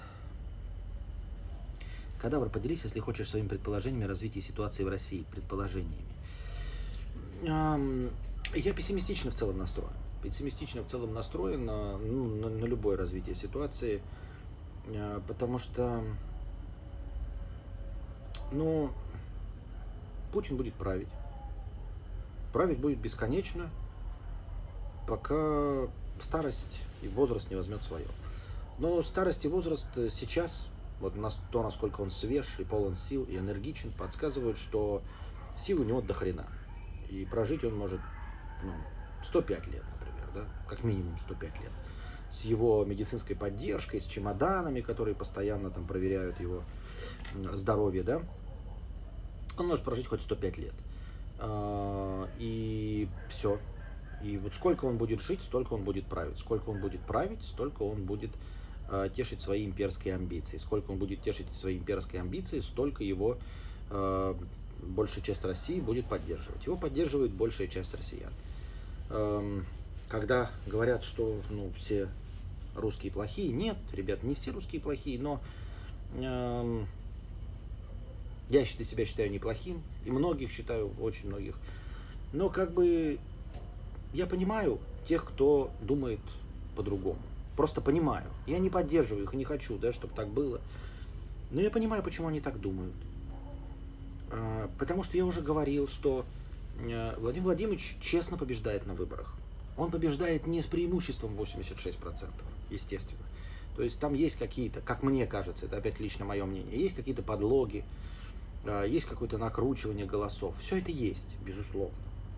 Кадавр, поделись, если хочешь, своими предположениями о развитии ситуации в России. Предположениями. Я пессимистично в целом настроен. Пессимистично в целом настроен на, ну, на, на любое развитие ситуации. Потому что, ну, Путин будет править. Править будет бесконечно, пока старость и возраст не возьмет свое. Но старость и возраст сейчас вот то, насколько он свеж и полон сил и энергичен, подсказывает, что сил у него до хрена. И прожить он может, ну, сто пять лет, например, да? Как минимум сто пять лет. С его медицинской поддержкой, с чемоданами, которые постоянно там проверяют его здоровье, да? Он может прожить хоть сто пять лет. И все. И вот сколько он будет жить, столько он будет править. Сколько он будет править, столько он будет э, тешить свои имперские амбиции. Сколько он будет тешить свои имперские амбиции, столько его э, большая часть России будет поддерживать. Его поддерживает большая часть россиян. Эм, когда говорят, что ну, все русские плохие, нет, ребят, не все русские плохие, но эм, я считаю, себя считаю неплохим, и многих считаю, очень многих. Но как бы я понимаю тех, кто думает по-другому. Просто понимаю. Я не поддерживаю их, не хочу, да, чтобы так было. Но я понимаю, почему они так думают. Потому что я уже говорил, что Владимир Владимирович честно побеждает на выборах. Он побеждает не с преимуществом восемьдесят шесть процентов, естественно. То есть там есть какие-то, как мне кажется, это опять лично мое мнение, есть какие-то подлоги, есть какое-то накручивание голосов. Все это есть, безусловно.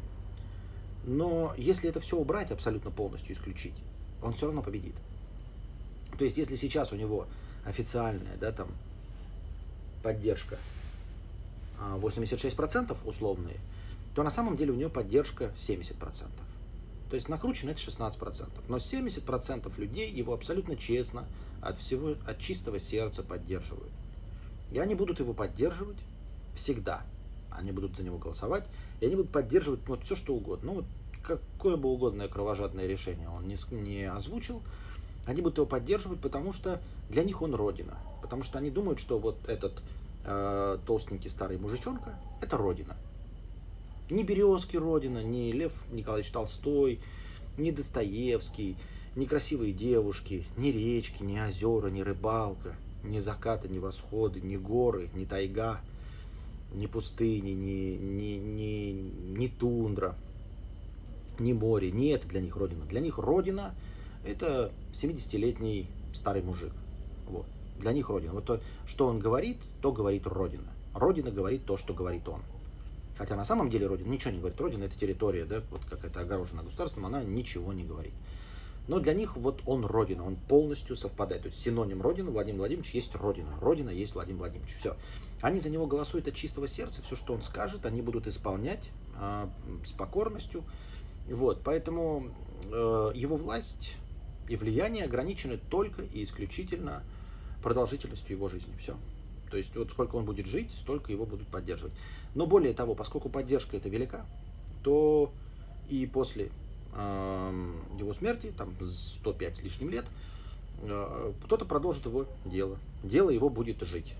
Но если это все убрать, абсолютно полностью исключить, он все равно победит. То есть если сейчас у него официальная, да, там, поддержка восемьдесят шесть процентов условные, то на самом деле у него поддержка семьдесят процентов. То есть накручено это шестнадцать процентов. Но семьдесят процентов людей его абсолютно честно, от всего, от чистого сердца поддерживают. И они будут его поддерживать всегда. Они будут за него голосовать, и они будут поддерживать вот все, что угодно. Ну, вот какое бы угодное кровожадное решение он не, не озвучил, они будут его поддерживать, потому что для них он родина. Потому что они думают, что вот этот э, толстенький старый мужичонка – это родина. Ни Березки родина, ни Лев Николаевич Толстой, ни Достоевский, ни красивые девушки, ни речки, ни озера, ни рыбалка, ни закаты, ни восходы, ни горы, ни тайга, ни пустыни, ни, ни, ни, ни тундра, ни море. Не это для них родина. Для них родина – это семидесятилетний старый мужик. Вот. Для них родина. Вот то, что он говорит, то говорит родина. Родина говорит то, что говорит он. Хотя на самом деле родина ничего не говорит. Родина – это территория, да, вот какая-то огорожена государством, она ничего не говорит. Но для них вот он родина, он полностью совпадает. То есть синоним родина, Владимир Владимирович есть родина. Родина есть Владимир Владимирович. Все. Они за него голосуют от чистого сердца, все, что он скажет, они будут исполнять э, с покорностью. Вот. Поэтому э, его власть и влияние ограничены только и исключительно продолжительностью его жизни. Все. То есть вот сколько он будет жить, столько его будут поддерживать. Но более того, поскольку поддержка эта велика, то и после э, его смерти, там сто пять лишним лет, э, кто-то продолжит его дело. Дело его будет жить.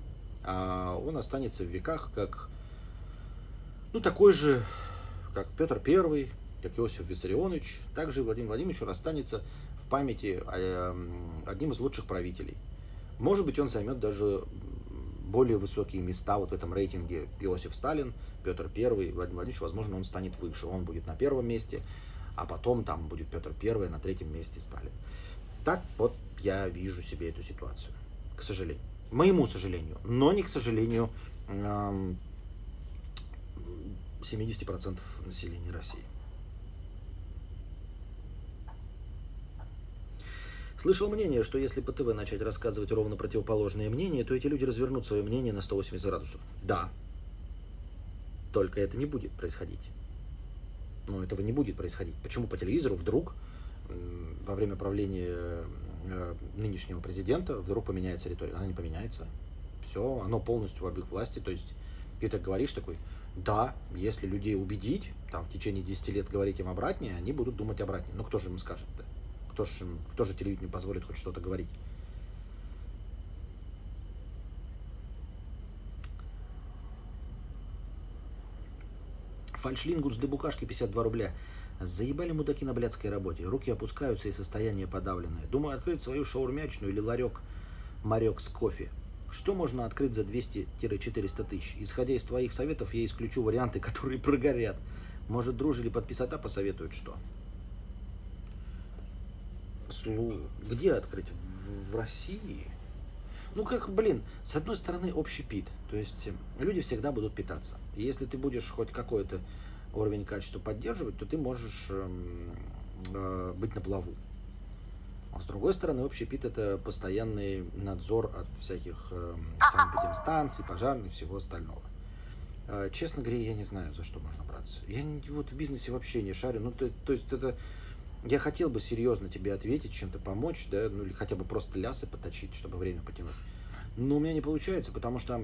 А он останется в веках как, ну, такой же, как Петр Первый, как Иосиф Виссарионович. Также Владимир Владимирович останется в памяти одним из лучших правителей. Может быть, он займет даже более высокие места вот в этом рейтинге. Иосиф Сталин, Петр Первый, Владимир Владимирович, возможно, он станет выше. Он будет на первом месте, а потом там будет Петр Первый, а на третьем месте Сталин. Так вот я вижу себе эту ситуацию, к сожалению. Моему сожалению, но не к сожалению семидесяти процентов населения России. Слышал мнение, что если по ТВ начать рассказывать ровно противоположные мнения, то эти люди развернут свое мнение на сто восемьдесят градусов. Да, только это не будет происходить. Но этого не будет происходить. Почему по телевизору вдруг во время правления нынешнего президента вдруг поменяется риторика? Она не поменяется. Все, оно полностью в их власти. То есть ты так говоришь такой, да, если людей убедить, там в течение десяти лет говорить им обратнее, они будут думать обратнее. Но кто же им скажет-то? Кто же, кто же телевидению позволит хоть что-то говорить? Фальшлингус для букашки пятьдесят два рубля. Заебали мудаки на блядской работе. Руки опускаются и состояние подавленное. Думаю открыть свою шаурмячную или ларек марек с кофе. Что можно открыть за двести — четыреста тысяч? Исходя из твоих советов, я исключу варианты, которые прогорят. Может, дружи или подписота посоветуют что? Слу... Где открыть? В, в России? Ну, как, блин, с одной стороны, общепит. То есть люди всегда будут питаться. И если ты будешь хоть какой-то уровень качества поддерживать, то ты можешь эм, э, быть на плаву. А с другой стороны, общепит — это постоянный надзор от всяких э, санэпидемстанций, пожарных, всего остального. Э, честно говоря, я не знаю, за что можно браться. Я не, вот в бизнесе вообще не шарю. Ну, то, то есть это... Я хотел бы серьезно тебе ответить, чем-то помочь, да, ну или хотя бы просто лясы поточить, чтобы время потянуть. Но у меня не получается, потому что,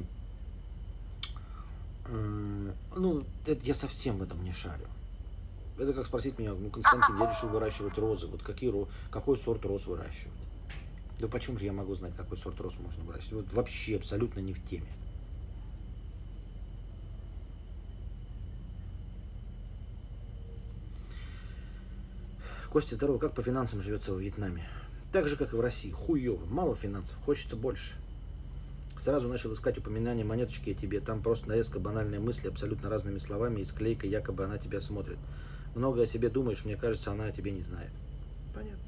э, ну, это я совсем в этом не шарю. Это как спросить меня: ну, Константин, я решил выращивать розы, вот какие, какой сорт роз выращивать? Да почему же я могу знать, какой сорт роз можно выращивать? Вот вообще абсолютно не в теме. Костя, здорово, как по финансам живется во Вьетнаме? Так же, как и в России, хуёво, мало финансов, хочется больше. Сразу начал искать упоминания монеточки о тебе, там просто нарезка банальные мысли абсолютно разными словами и склейка, якобы она тебя смотрит. Много о себе думаешь, мне кажется, она о тебе не знает. Понятно.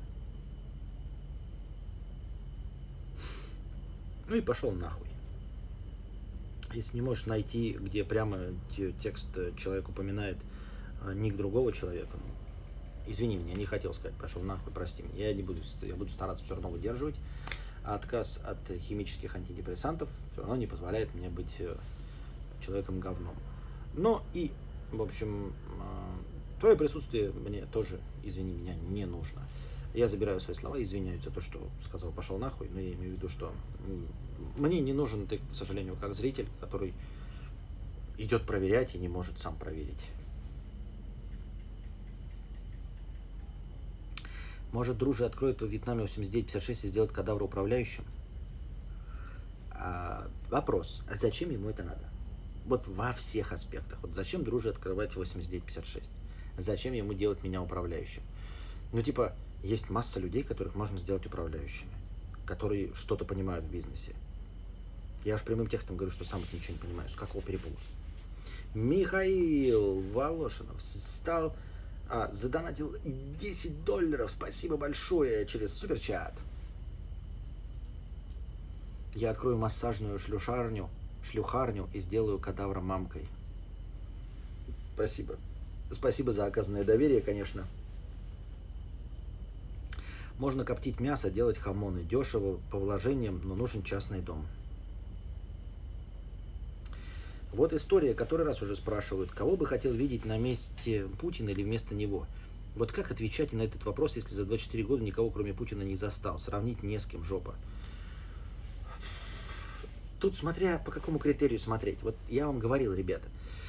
Ну и пошел нахуй. Если не можешь найти, где прямо текст человек упоминает ник другого человека, ну, извини меня, не хотел сказать, пошел нахуй, прости меня. Я не буду, я буду стараться все равно выдерживать. А отказ от химических антидепрессантов все равно не позволяет мне быть человеком говном. Но и, в общем, твое присутствие мне тоже, извини меня, не нужно. Я забираю свои слова, извиняюсь за то, что сказал пошел нахуй, но я имею в виду, что мне не нужен ты, к сожалению, как зритель, который идет проверять и не может сам проверить. Может, Друже откроет в Вьетнаме восемьдесят девять пятьдесят шесть и сделает кадавра управляющим? А, вопрос, а зачем ему это надо? Вот во всех аспектах. Вот зачем Друже открывать восемьдесят девять пятьдесят шесть? Зачем ему делать меня управляющим? Ну, типа, есть масса людей, которых можно сделать управляющими, которые что-то понимают в бизнесе. Я аж прямым текстом говорю, что сам ничего не понимаю. С какого перепуга? Михаил Волошинов стал... А, задонатил десять долларов. Спасибо большое через суперчат. Я открою массажную шлюшарню, шлюхарню и сделаю кадавра мамкой. Спасибо. Спасибо за оказанное доверие, конечно. Можно коптить мясо, делать хамоны. Дешево, по вложениям, но нужен частный дом. Вот история, который раз уже спрашивают, кого бы хотел видеть на месте Путина или вместо него. Вот как отвечать на этот вопрос, если за двадцать четыре года никого кроме Путина не застал? Сравнить не с кем, жопа. Тут смотря по какому критерию смотреть. Вот я вам говорил, ребята,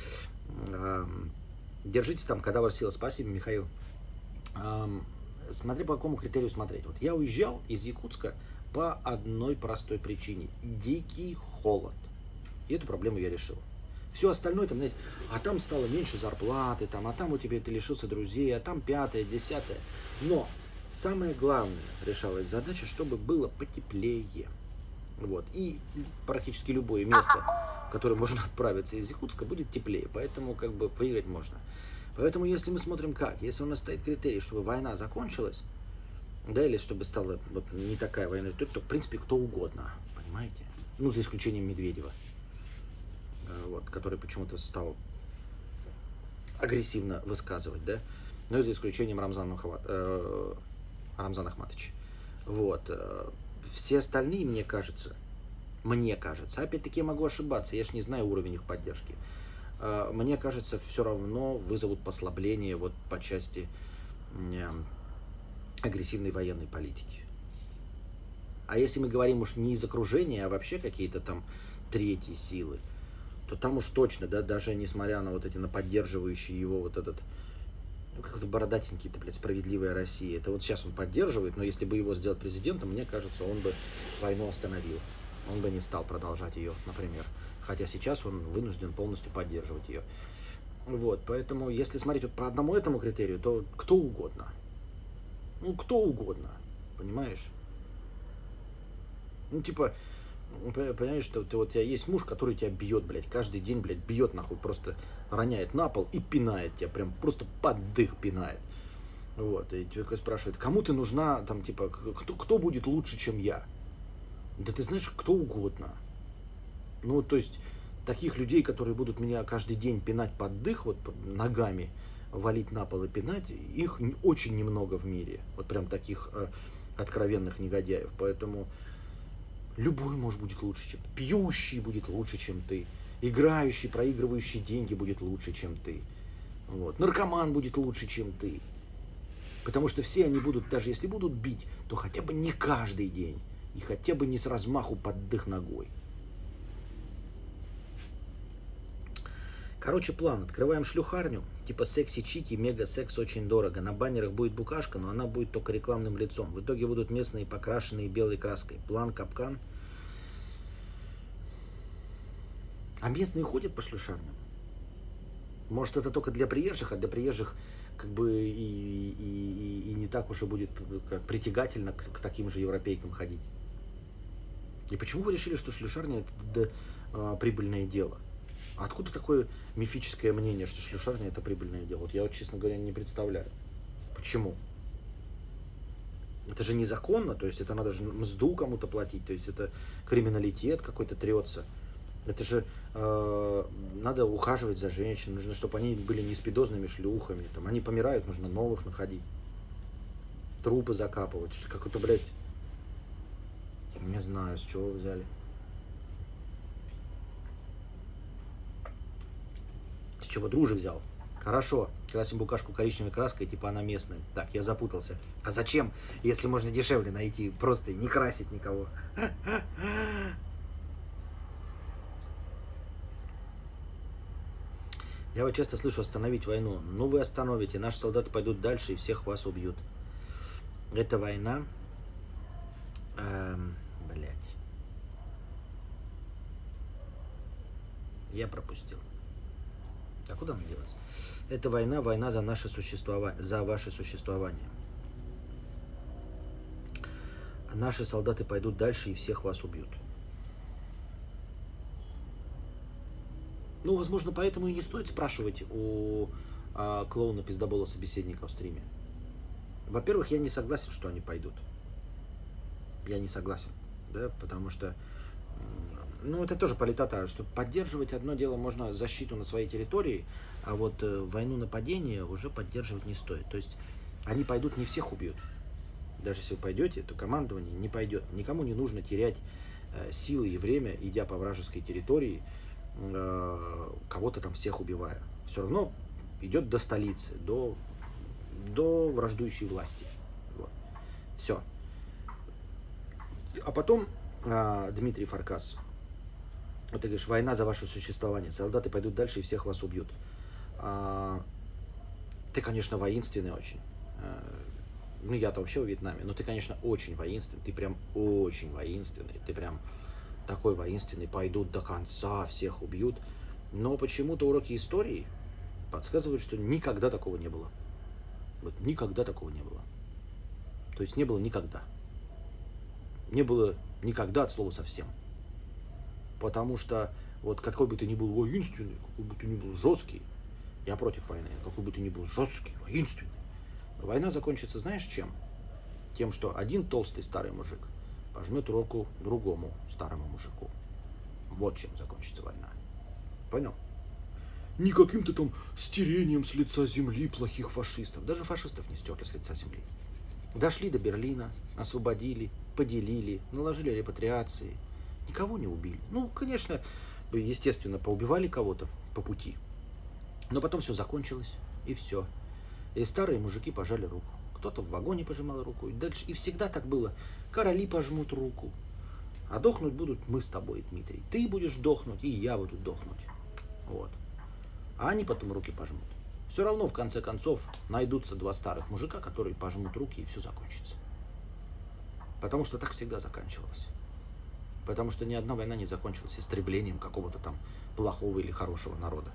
держитесь там, кадавр сила. Спасибо, Михаил. Смотря по какому критерию смотреть. Вот я уезжал из Якутска по одной простой причине. Дикий холод. И эту проблему я решил. Все остальное, там, знаете, а там стало меньше зарплаты, там, а там у тебя ты лишился друзей, а там пятое, десятое. Но самое главное решалась задача, чтобы было потеплее. Вот. И практически любое место, в которое можно отправиться из Якутска, будет теплее. Поэтому как бы выиграть можно. Поэтому если мы смотрим как, если у нас стоит критерий, чтобы война закончилась, да, или чтобы стала вот не такая война, то, то в принципе кто угодно, понимаете? Ну, за исключением Медведева. Вот, который почему-то стал агрессивно высказывать, да, но за исключением Рамзана, Ахмат, э, Рамзана Ахматовича. Вот. Все остальные, мне кажется, мне кажется, опять-таки я могу ошибаться, я ж не знаю уровень их поддержки, э, мне кажется, все равно вызовут послабление вот по части э, агрессивной военной политики. А если мы говорим уж не из окружения, а вообще какие-то там третьи силы, то там уж точно, да, даже несмотря на вот эти, на поддерживающие его вот этот, ну, как-то бородатенький-то, блядь, справедливая Россия. Это вот сейчас он поддерживает, но если бы его сделать президентом, мне кажется, он бы войну остановил. Он бы не стал продолжать ее, например. Хотя сейчас он вынужден полностью поддерживать ее. Вот, поэтому, если смотреть вот по одному этому критерию, то кто угодно. Ну, кто угодно, понимаешь? Ну, типа... Понимаешь, что ты, вот у тебя есть муж, который тебя бьет, блядь, каждый день, блядь, бьет нахуй, просто роняет на пол и пинает тебя, прям просто под дых пинает. Вот, и человек спрашивает, кому ты нужна, там, типа, кто, кто будет лучше, чем я? Да ты знаешь, кто угодно. Ну, то есть, таких людей, которые будут меня каждый день пинать под дых, вот ногами, валить на пол и пинать, их очень немного в мире. Вот прям таких э, откровенных негодяев. Поэтому любой, может, будет лучше, чем ты. Пьющий будет лучше, чем ты. Играющий, проигрывающий деньги будет лучше, чем ты. Вот. Наркоман будет лучше, чем ты. Потому что все они будут, даже если будут бить, то хотя бы не каждый день. И хотя бы не с размаху под дых ногой. Короче, план. Открываем шлюхарню. Типа секси-чики, мега-секс очень дорого. На баннерах будет букашка, но она будет только рекламным лицом. В итоге будут местные, покрашенные белой краской. План, капкан. А местные ходят по шлюшарням? Может, это только для приезжих, а для приезжих как бы и, и, и, и не так уж и будет как притягательно к, к таким же европейкам ходить. И почему вы решили, что шлюшарня это да, а, прибыльное дело? А откуда такое мифическое мнение, что шлюшарня это прибыльное дело? Вот я вот, честно говоря, не представляю. Почему? Это же незаконно, то есть это надо же мзду кому-то платить, то есть это криминалитет какой-то трется. Это же э, надо ухаживать за женщинами, нужно, чтобы они были не спидозными шлюхами. Там, они помирают, нужно новых находить. Трупы закапывать. Какой-то, блядь, не знаю, с чего вы взяли. С чего дружи взял? Хорошо, красим букашку коричневой краской, типа она местная. Так, я запутался. А зачем, если можно дешевле найти, просто не красить никого? Я вот часто слышу остановить войну. Ну вы остановите, наши солдаты пойдут дальше и всех вас убьют. Это война. Эм, блять. Я пропустил. А куда мне делать? Это война, война за наше существование, за ваше существование. Наши солдаты пойдут дальше и всех вас убьют. Ну, возможно, поэтому и не стоит спрашивать у а, клоуна пиздобола собеседника в стриме. Во-первых, я не согласен, что они пойдут. Я не согласен, да, потому что, ну, это тоже политота, что поддерживать одно дело можно защиту на своей территории, а вот э, войну нападения уже поддерживать не стоит. То есть они пойдут, не всех убьют. Даже если вы пойдете, то командование не пойдет. Никому не нужно терять э, силы и время, идя по вражеской территории, кого-то там всех убивая. Все равно идет до столицы, до, до враждующей власти. Вот. Все. А потом а, Дмитрий Фаркас. Вот ты говоришь, война за ваше существование. Солдаты пойдут дальше и всех вас убьют. А, ты, конечно, воинственный очень. А, ну, я-то вообще в Вьетнаме. Но ты, конечно, очень воинственный. Ты прям очень воинственный. Ты прям такой воинственный, пойдут до конца, всех убьют. Но почему-то уроки истории подсказывают, что никогда такого не было. Вот никогда такого не было. То есть не было никогда. Не было никогда от слова совсем. Потому что вот какой бы ты ни был воинственный, какой бы ты ни был жесткий, я против войны, какой бы ты ни был жесткий, воинственный, война закончится знаешь чем? Тем, что один толстый старый мужик пожмет руку другому старому мужику. Вот чем закончится война. Понял? Не каким-то там стерением с лица земли плохих фашистов. Даже фашистов не стерли с лица земли. Дошли до Берлина, освободили, поделили, наложили репатриации. Никого не убили. Ну, конечно, естественно, поубивали кого-то по пути. Но потом все закончилось, и все. И старые мужики пожали руку. Кто-то в вагоне пожимал руку. И дальше. И всегда так было. Короли пожмут руку. А дохнуть будут мы с тобой, Дмитрий. Ты будешь дохнуть, и я буду дохнуть. Вот. А они потом руки пожмут. Все равно, в конце концов, найдутся два старых мужика, которые пожмут руки, и все закончится. Потому что так всегда заканчивалось. Потому что ни одна война не закончилась истреблением какого-то там плохого или хорошего народа.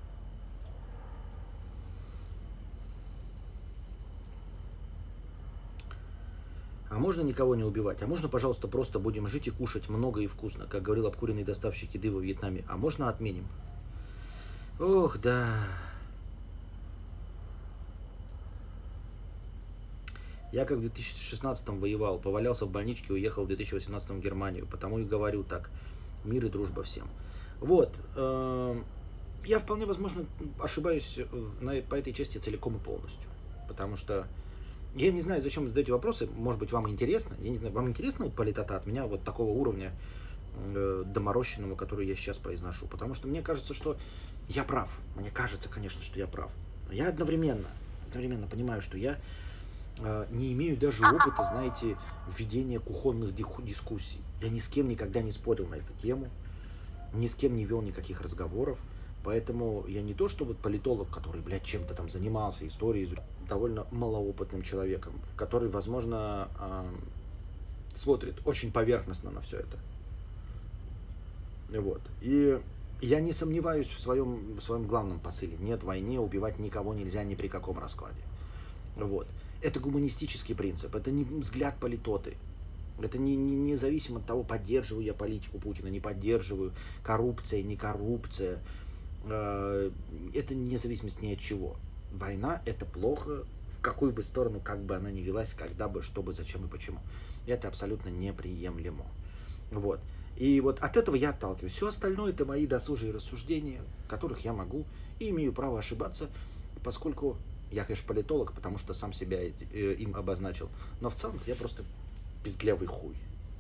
А можно никого не убивать? А можно, пожалуйста, просто будем жить и кушать много и вкусно, как говорил обкуренный доставщик еды во Вьетнаме? А можно отменим? Ох, да. Я как в две тысячи шестнадцатом воевал, повалялся в больничке, уехал в две тысячи восемнадцатом в Германию, потому и говорю так. Мир и дружба всем. Вот. Э, я вполне возможно ошибаюсь на, по этой части целиком и полностью. Потому что я не знаю, зачем вы задаете вопросы, может быть, вам интересно. Я не знаю, вам интересно вот политота от меня вот такого уровня э, доморощенного, который я сейчас произношу. Потому что мне кажется, что я прав. Мне кажется, конечно, что я прав. Но я одновременно, одновременно понимаю, что я не имею даже опыта, знаете, введения кухонных дискуссий. Я ни с кем никогда не спорил на эту тему, ни с кем не вел никаких разговоров. Поэтому я не то, что вот политолог, который, блядь, чем-то там занимался, историей, довольно малоопытным человеком, который, возможно, смотрит очень поверхностно на все это. Вот. И я не сомневаюсь в своем, в своем главном посыле. Нет, в войне убивать никого нельзя ни при каком раскладе. Вот. Это гуманистический принцип, это не взгляд политоты. Это не, не, независимо от того, поддерживаю я политику Путина, не поддерживаю, коррупция, не коррупция. Это независимость ни от чего. Война — это плохо, в какую бы сторону, как бы она ни велась, когда бы, что бы, зачем и почему. Это абсолютно неприемлемо. Вот. И вот от этого я отталкиваюсь. Все остальное — это мои досужие рассуждения, которых я могу и имею право ошибаться, поскольку я, конечно, политолог, потому что сам себя им обозначил. Но в целом я просто пиздлявый хуй.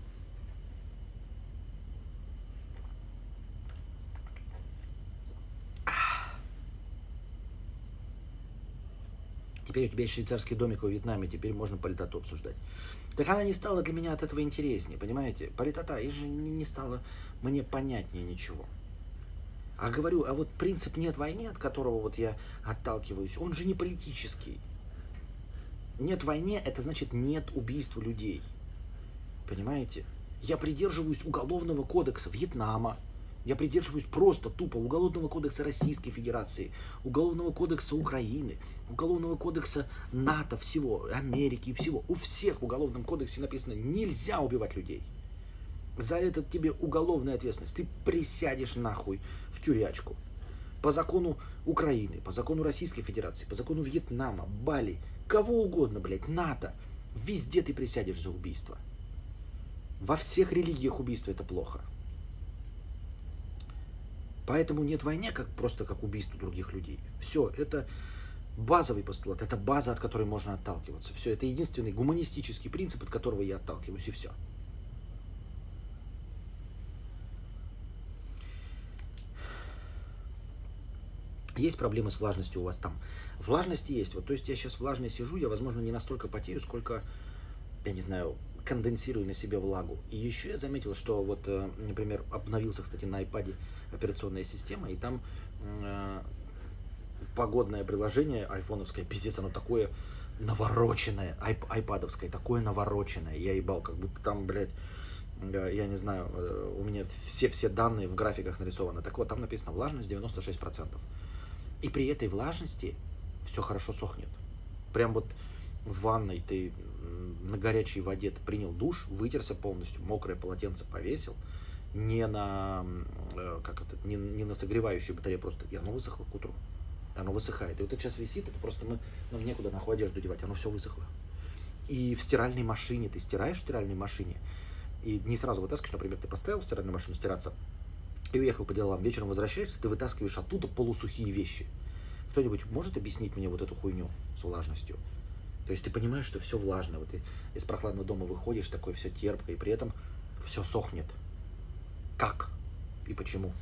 Теперь у тебя есть швейцарский домик во Вьетнаме, теперь можно политоту обсуждать. Так она не стала для меня от этого интереснее, понимаете? Политота и же не стала мне понятнее ничего. А говорю, а вот принцип «нет войны», от которого вот я отталкиваюсь, он же не политический. Нет войны — это значит нет убийства людей. Понимаете? Я придерживаюсь Уголовного кодекса Вьетнама. Я придерживаюсь просто тупо Уголовного кодекса Российской Федерации, Уголовного кодекса Украины, Уголовного кодекса НАТО всего, Америки всего. У всех в Уголовном кодексе написано: нельзя убивать людей. За это тебе уголовная ответственность. Ты присядешь нахуй в тюрячку. По закону Украины, по закону Российской Федерации, по закону Вьетнама, Бали, кого угодно, блядь, НАТО. Везде ты присядешь за убийство. Во всех религиях убийство — это плохо. Поэтому нет войны как просто как убийство других людей. Все, это базовый постулат, это база, от которой можно отталкиваться. Все, это единственный гуманистический принцип, от которого я отталкиваюсь, и все. Есть проблемы с влажностью у вас там? Влажность есть. Вот, то есть я сейчас влажно сижу, я, возможно, не настолько потею, сколько, я не знаю, конденсирую на себе влагу. И еще я заметил, что вот, например, обновился, кстати, на iPad операционная система, и там э, погодное приложение айфоновское, пиздец, оно такое навороченное, айп, айпадовское, такое навороченное. Я ебал, как будто там, блядь, я не знаю, у меня все-все данные в графиках нарисованы. Так вот, там написано влажность девяносто шесть процентов. И при этой влажности все хорошо сохнет. Прям вот в ванной ты на горячей воде ты принял душ, вытерся полностью, мокрое полотенце повесил, не на, как это, не, не на согревающей батарее, просто и оно высохло к утру. Оно высыхает. И вот это сейчас висит, это просто мы, нам некуда нахуй одежду девать, оно все высохло. И в стиральной машине, ты стираешь в стиральной машине, и не сразу вытаскиваешь, например, ты поставил в стиральную машину стираться, и уехал по делам, вечером возвращаешься, ты вытаскиваешь оттуда полусухие вещи. Кто-нибудь может объяснить мне вот эту хуйню с влажностью? То есть ты понимаешь, что все влажно, вот ты из прохладного дома выходишь, такое все терпкое, и при этом все сохнет. Как и почему?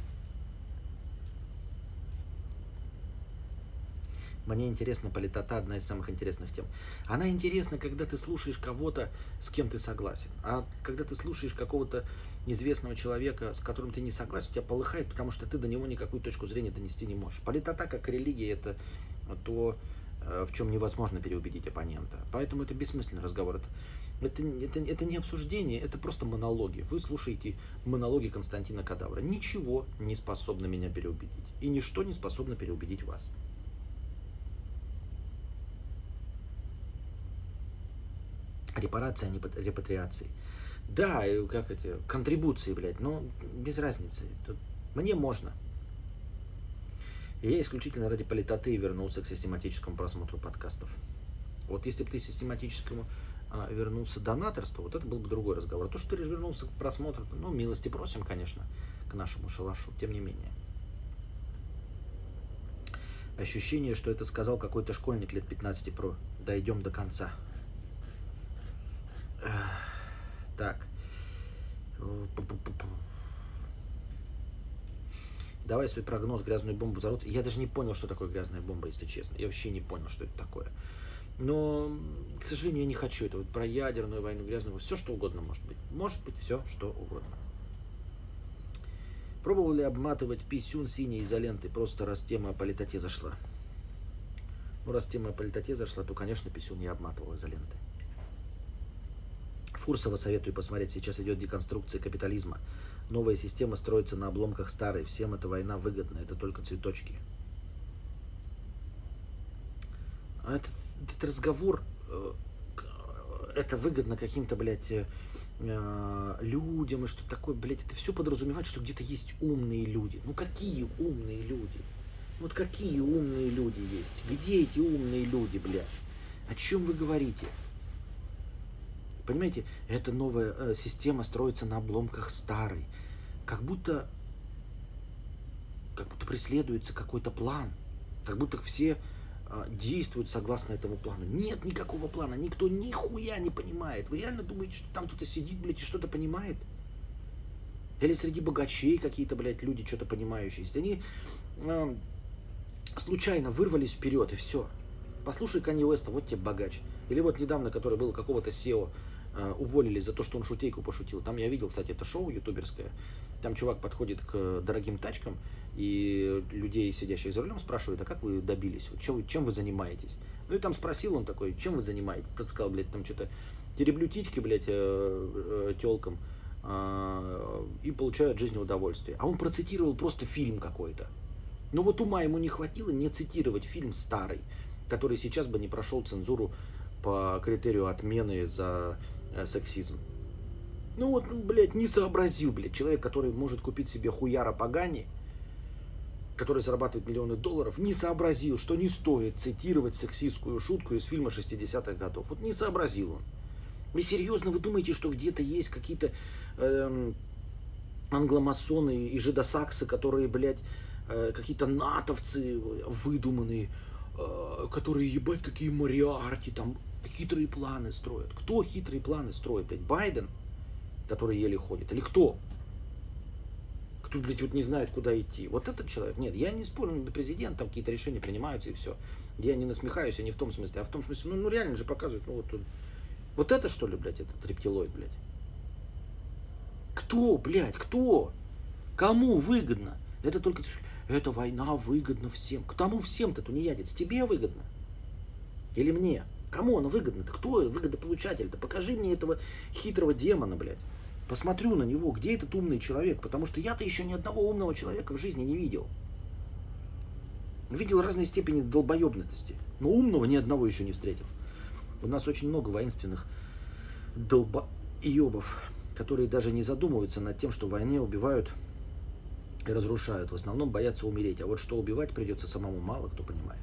Мне интересна политота, одна из самых интересных тем. Она интересна, когда ты слушаешь кого-то, с кем ты согласен. А когда ты слушаешь какого-то известного человека, с которым ты не согласен, у тебя полыхает, потому что ты до него никакую точку зрения донести не можешь. Политота, как религия, это то, в чем невозможно переубедить оппонента. Поэтому это бессмысленный разговор. Это, это, это, это не обсуждение, это просто монологи. Вы слушаете монологи Константина Кадавра. Ничего не способно меня переубедить. И ничто не способно переубедить вас. Репарация, а не репатриации. Да, как эти, контрибуции, блядь, но без разницы. Тут мне можно. И я исключительно ради политоты вернулся к систематическому просмотру подкастов. Вот если бы ты систематическому а, вернулся донаторству, вот это был бы другой разговор. А то, что ты вернулся к просмотру, ну, милости просим, конечно, к нашему шалашу, тем не менее. Ощущение, что это сказал какой-то школьник лет пятнадцати про «дойдем до конца». Так. Давай свой прогноз, грязную бомбу взорвут. Я даже не понял, что такое грязная бомба, если честно. Я вообще не понял, что это такое. Но, к сожалению, я не хочу это. Вот про ядерную войну, грязную, все что угодно может быть. Может быть все что угодно. Пробовал ли обматывать писюн синей изолентой, просто раз тема о политоте зашла? Ну, раз тема о политоте зашла, то, конечно, писюн я обматывал изолентой. Фурсова советую посмотреть. Сейчас идет деконструкция капитализма. Новая система строится на обломках старой. Всем эта война выгодна. Это только цветочки. А этот, этот разговор, это выгодно каким-то, блядь, людям и что такое, блядь, это все подразумевает, что где-то есть умные люди. Ну какие умные люди? Вот какие умные люди есть? Где эти умные люди, блядь? О чем вы говорите? Понимаете, эта новая э, система строится на обломках старой. Как будто, как будто преследуется какой-то план. Как будто все э, действуют согласно этому плану. Нет никакого плана. Никто нихуя не понимает. Вы реально думаете, что там кто-то сидит, блядь, и что-то понимает? Или среди богачей какие-то, блядь, люди что-то понимающие есть? Они э, случайно вырвались вперед, и все. Послушай Канье Уэста, вот тебе богач. Или вот недавно, который был какого-то сео, уволили за то, что он шутейку пошутил. Там я видел, кстати, это шоу ютуберское. Там чувак подходит к дорогим тачкам и людей, сидящих за рулем, спрашивает, а как вы добились? Чем вы, чем вы занимаетесь? Ну и там спросил он такой, чем вы занимаетесь? Тот сказал, блядь, там что-то тереблю титьки, блядь, телкам и получаю от жизни удовольствие. А он процитировал просто фильм какой-то. Но вот ума ему не хватило не цитировать фильм старый, который сейчас бы не прошел цензуру по критерию отмены за сексизм. Ну вот, блядь, не сообразил, блядь, человек, который может купить себе хуяра Пагани, который зарабатывает миллионы долларов, не сообразил, что не стоит цитировать сексистскую шутку из фильма шестидесятых годов. Вот не сообразил он. Вы серьезно, вы думаете, что где-то есть какие-то эм, англомасоны и жидосаксы, которые, блядь, э, какие-то натовцы выдуманные, э, которые, ебать, какие Мориарти, там, хитрые планы строят. Кто хитрые планы строит, блядь? Байден, который еле ходит? Или кто? Кто, блядь, вот не знает, куда идти? Вот этот человек? Нет, я не спорю, президент, там какие-то решения принимаются и все. Я не насмехаюсь, я не в том смысле, а в том смысле, ну, ну реально же показывают, ну вот, вот это что ли, блядь, этот рептилоид, блядь? Кто, блядь, кто? Кому выгодно? Это только, эта война выгодна всем. К тому всем-то тунеядец, тебе выгодно? Или мне? Кому оно выгодно? Ты кто выгодополучатель-то? Покажи мне этого хитрого демона, блядь. Посмотрю на него, где этот умный человек. Потому что я-то еще ни одного умного человека в жизни не видел. Видел разные степени долбоебности. Но умного ни одного еще не встретил. У нас очень много воинственных долбоебов, которые даже не задумываются над тем, что в войне убивают и разрушают. В основном боятся умереть. А вот что убивать придется самому, мало кто понимает.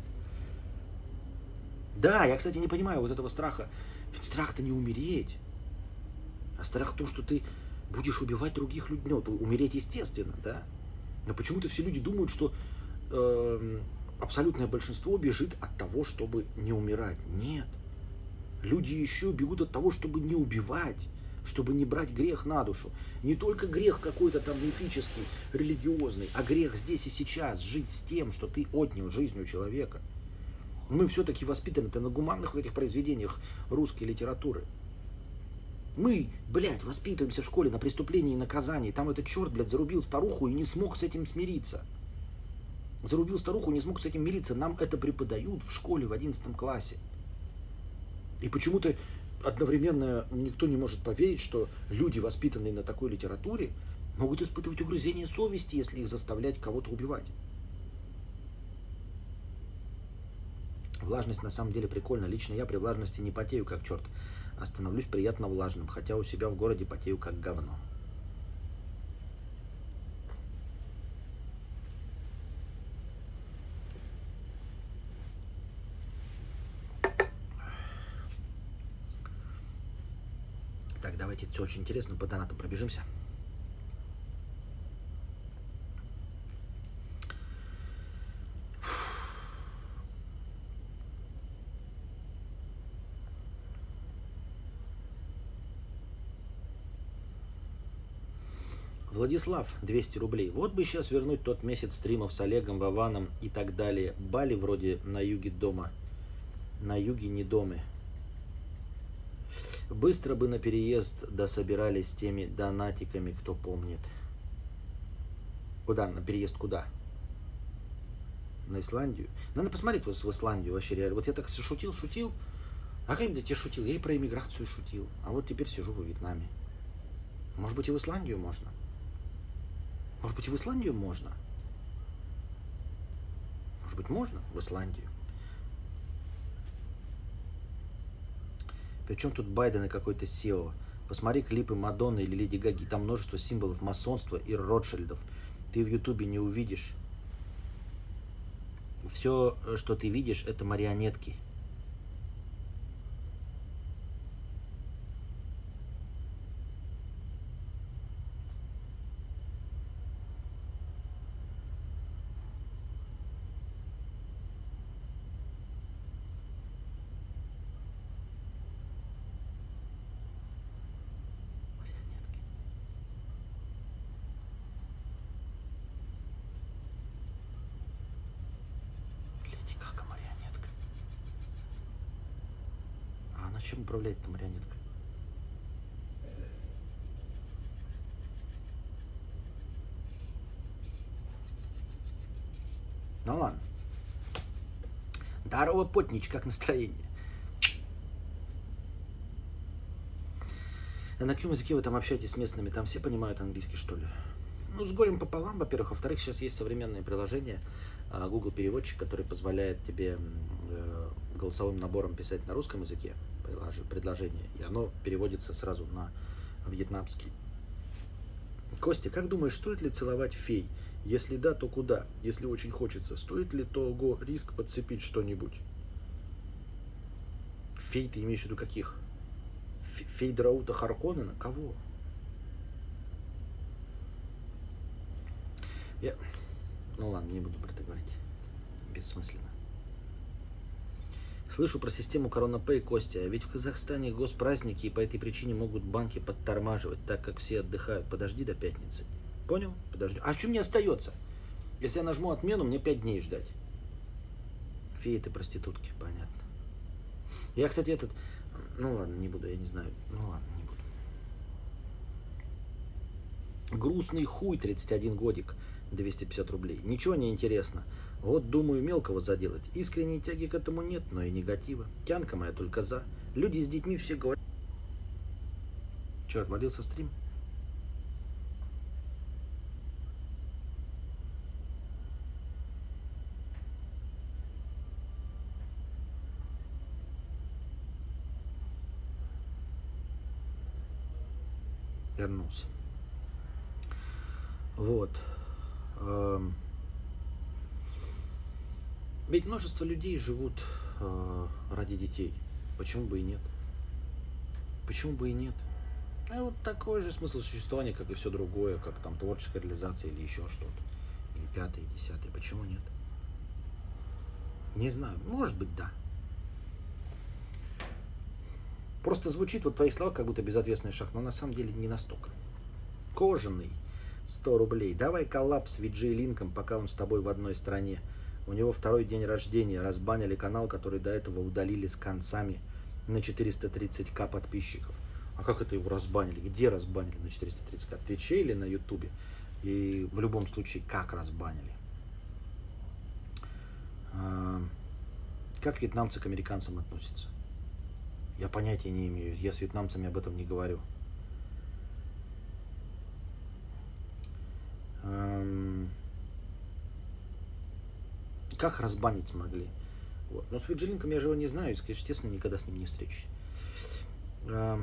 Да, я, кстати, не понимаю вот этого страха. Ведь страх-то не умереть. А страх в том, что ты будешь убивать других людей. Ну, умереть естественно, да. Но почему-то все люди думают, что э, абсолютное большинство бежит от того, чтобы не умирать. Нет. Люди еще бегут от того, чтобы не убивать, чтобы не брать грех на душу. Не только грех какой-то там мифический, религиозный, а грех здесь и сейчас. Жить с тем, что ты отнял жизнь у человека. Мы все-таки воспитаны-то на гуманных в этих произведениях русской литературы. Мы, блядь, воспитываемся в школе на преступлении и наказании. Там этот черт, блядь, зарубил старуху и не смог с этим смириться. Зарубил старуху и не смог с этим мириться. Нам это преподают в школе в одиннадцатом классе. И почему-то одновременно никто не может поверить, что люди, воспитанные на такой литературе, могут испытывать угрызение совести, если их заставлять кого-то убивать. Влажность на самом деле прикольно. Лично я при влажности не потею как черт, а становлюсь приятно влажным, хотя у себя в городе потею как говно. Так, давайте, это очень интересно, по донатам пробежимся. Владислав, двести рублей. Вот бы сейчас вернуть тот месяц стримов с Олегом, Вованом и так далее. Бали вроде на юге дома. На юге не дома. Быстро бы на переезд дособирались с теми донатиками, кто помнит. Куда? На переезд куда? На Исландию? Надо посмотреть вот в Исландию вообще реально. Вот я так шутил, шутил. А как я тебе шутил? Я и про иммиграцию шутил. А вот теперь сижу во Вьетнаме. Может быть и в Исландию можно? Может быть и в Исландию можно? Может быть можно в Исландию? Причем тут Байден и какой-то сео? Посмотри клипы Мадонны или Леди Гаги. Там множество символов масонства и Ротшильдов. Ты в Ютубе не увидишь. Все, что ты видишь, это марионетки. Чем управляет эта марионетка? Ну ладно. Здорово, потнич, как настроение? А на каком языке вы там общаетесь с местными? Там все понимают английский, что ли? Ну, с горем пополам, во-первых. Во-вторых, сейчас есть современные приложения, Google переводчик, который позволяет тебе голосовым набором писать на русском языке предложение, и оно переводится сразу на вьетнамский. Костя, как думаешь, стоит ли целовать фей? Если да, то куда? Если очень хочется, стоит ли того риск подцепить что-нибудь? Фей ты имеешь в виду каких? Фей Драута Харконнена? Кого? Я... Ну ладно, не буду про это говорить. Бессмысленно. Слышу про систему Корона-Пэй, Костя, ведь в Казахстане госпраздники, и по этой причине могут банки подтормаживать, так как все отдыхают. Подожди до пятницы. Понял? Подожди. А что мне остается? Если я нажму отмену, мне пять дней ждать. Феи ты проститутки, понятно. Я, кстати, этот... Ну ладно, не буду, я не знаю. Ну ладно, не буду. Грустный хуй, тридцать один годик, двести пятьдесят рублей. Ничего не интересно. Вот думаю мелкого заделать. Искренней тяги к этому нет, но и негатива. Тянка моя только за. Люди с детьми все говорят. Че, отвалился стрим? Вернулся. Вот. Эм... Ведь множество людей живут э, ради детей. Почему бы и нет? Почему бы и нет? А вот такой же смысл существования, как и все другое, как там творческая реализация или еще что-то. Или пятое, десятое. Почему нет? Не знаю. Может быть, да. Просто звучит вот в твоих словах, как будто безответственный шаг, но на самом деле не настолько. Кожаный. сто рублей. Давай коллаб с ви джей Линком, пока он с тобой в одной стране. У него второй день рождения. Разбанили канал, который до этого удалили с концами на четыреста тридцать тысяч подписчиков. А как это его разбанили? Где разбанили на четыреста тридцать тысяч? В Твиче или на Ютубе? И в любом случае, как разбанили? А, как вьетнамцы к американцам относятся? Я понятия не имею. Я с вьетнамцами об этом не говорю. Как разбанить смогли? Вот. Но с Виджилинком я же его не знаю, и, естественно, никогда с ним не встречусь. А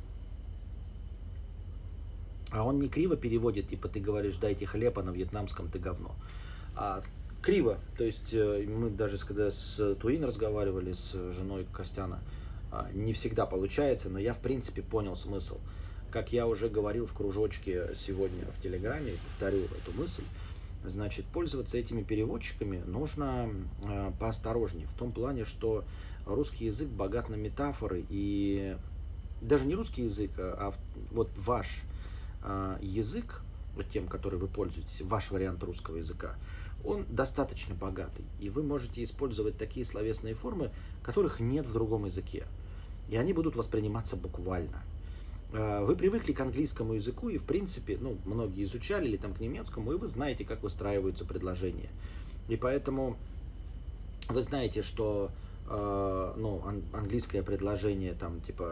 он не криво переводит, типа ты говоришь, дайте хлеб, а на вьетнамском ты говно. А криво, то есть мы даже когда с Туин разговаривали, с женой Костяна, Не всегда получается, но я, в принципе, понял смысл. Как я уже говорил в кружочке сегодня в Телеграме, повторю эту мысль, значит, пользоваться этими переводчиками нужно э, поосторожнее. В том плане, что русский язык богат на метафоры, и даже не русский язык, а вот ваш э, язык, вот тем, который вы пользуетесь, ваш вариант русского языка, он достаточно богатый. И вы можете использовать такие словесные формы, которых нет в другом языке. И они будут восприниматься буквально. Вы привыкли к английскому языку и, в принципе, ну, многие изучали или там к немецкому, и вы знаете, как выстраиваются предложения. И поэтому вы знаете, что э, ну, ан- английское предложение, там, типа,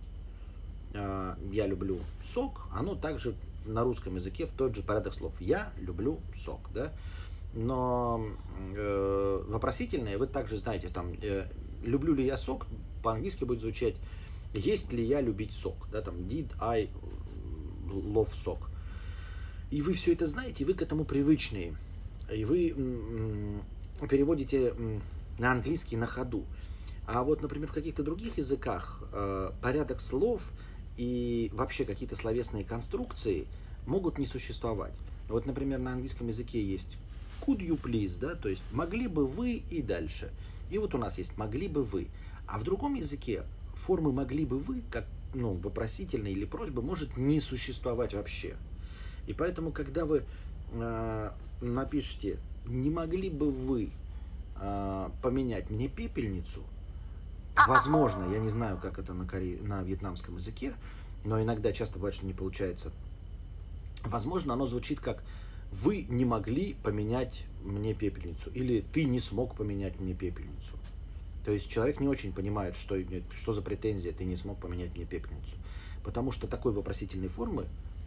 э, я люблю сок, оно также на русском языке в тот же порядок слов. Я люблю сок, да? Но э, вопросительное вы также знаете, там, э, люблю ли я сок, по-английски будет звучать есть ли я любить сок, да, там, did I love сок. И вы все это знаете, и вы к этому привычные. И вы м- м- переводите м- на английский на ходу. А вот, например, в каких-то других языках э, порядок слов и вообще какие-то словесные конструкции могут не существовать. Вот, например, на английском языке есть could you please, да, то есть могли бы вы и дальше. И вот у нас есть могли бы вы. А в другом языке формы могли бы вы, как, ну, вопросительные или просьбы, может не существовать вообще. И поэтому, когда вы э, напишите, не могли бы вы э, поменять мне пепельницу, возможно, я не знаю, как это на, коре... на вьетнамском языке, но иногда часто бывает, что не получается. Возможно, оно звучит как вы не могли поменять мне пепельницу, или ты не смог поменять мне пепельницу. То есть человек не очень понимает, что, что за претензия, ты не смог поменять мне пепельницу. Потому что такой вопросительной формы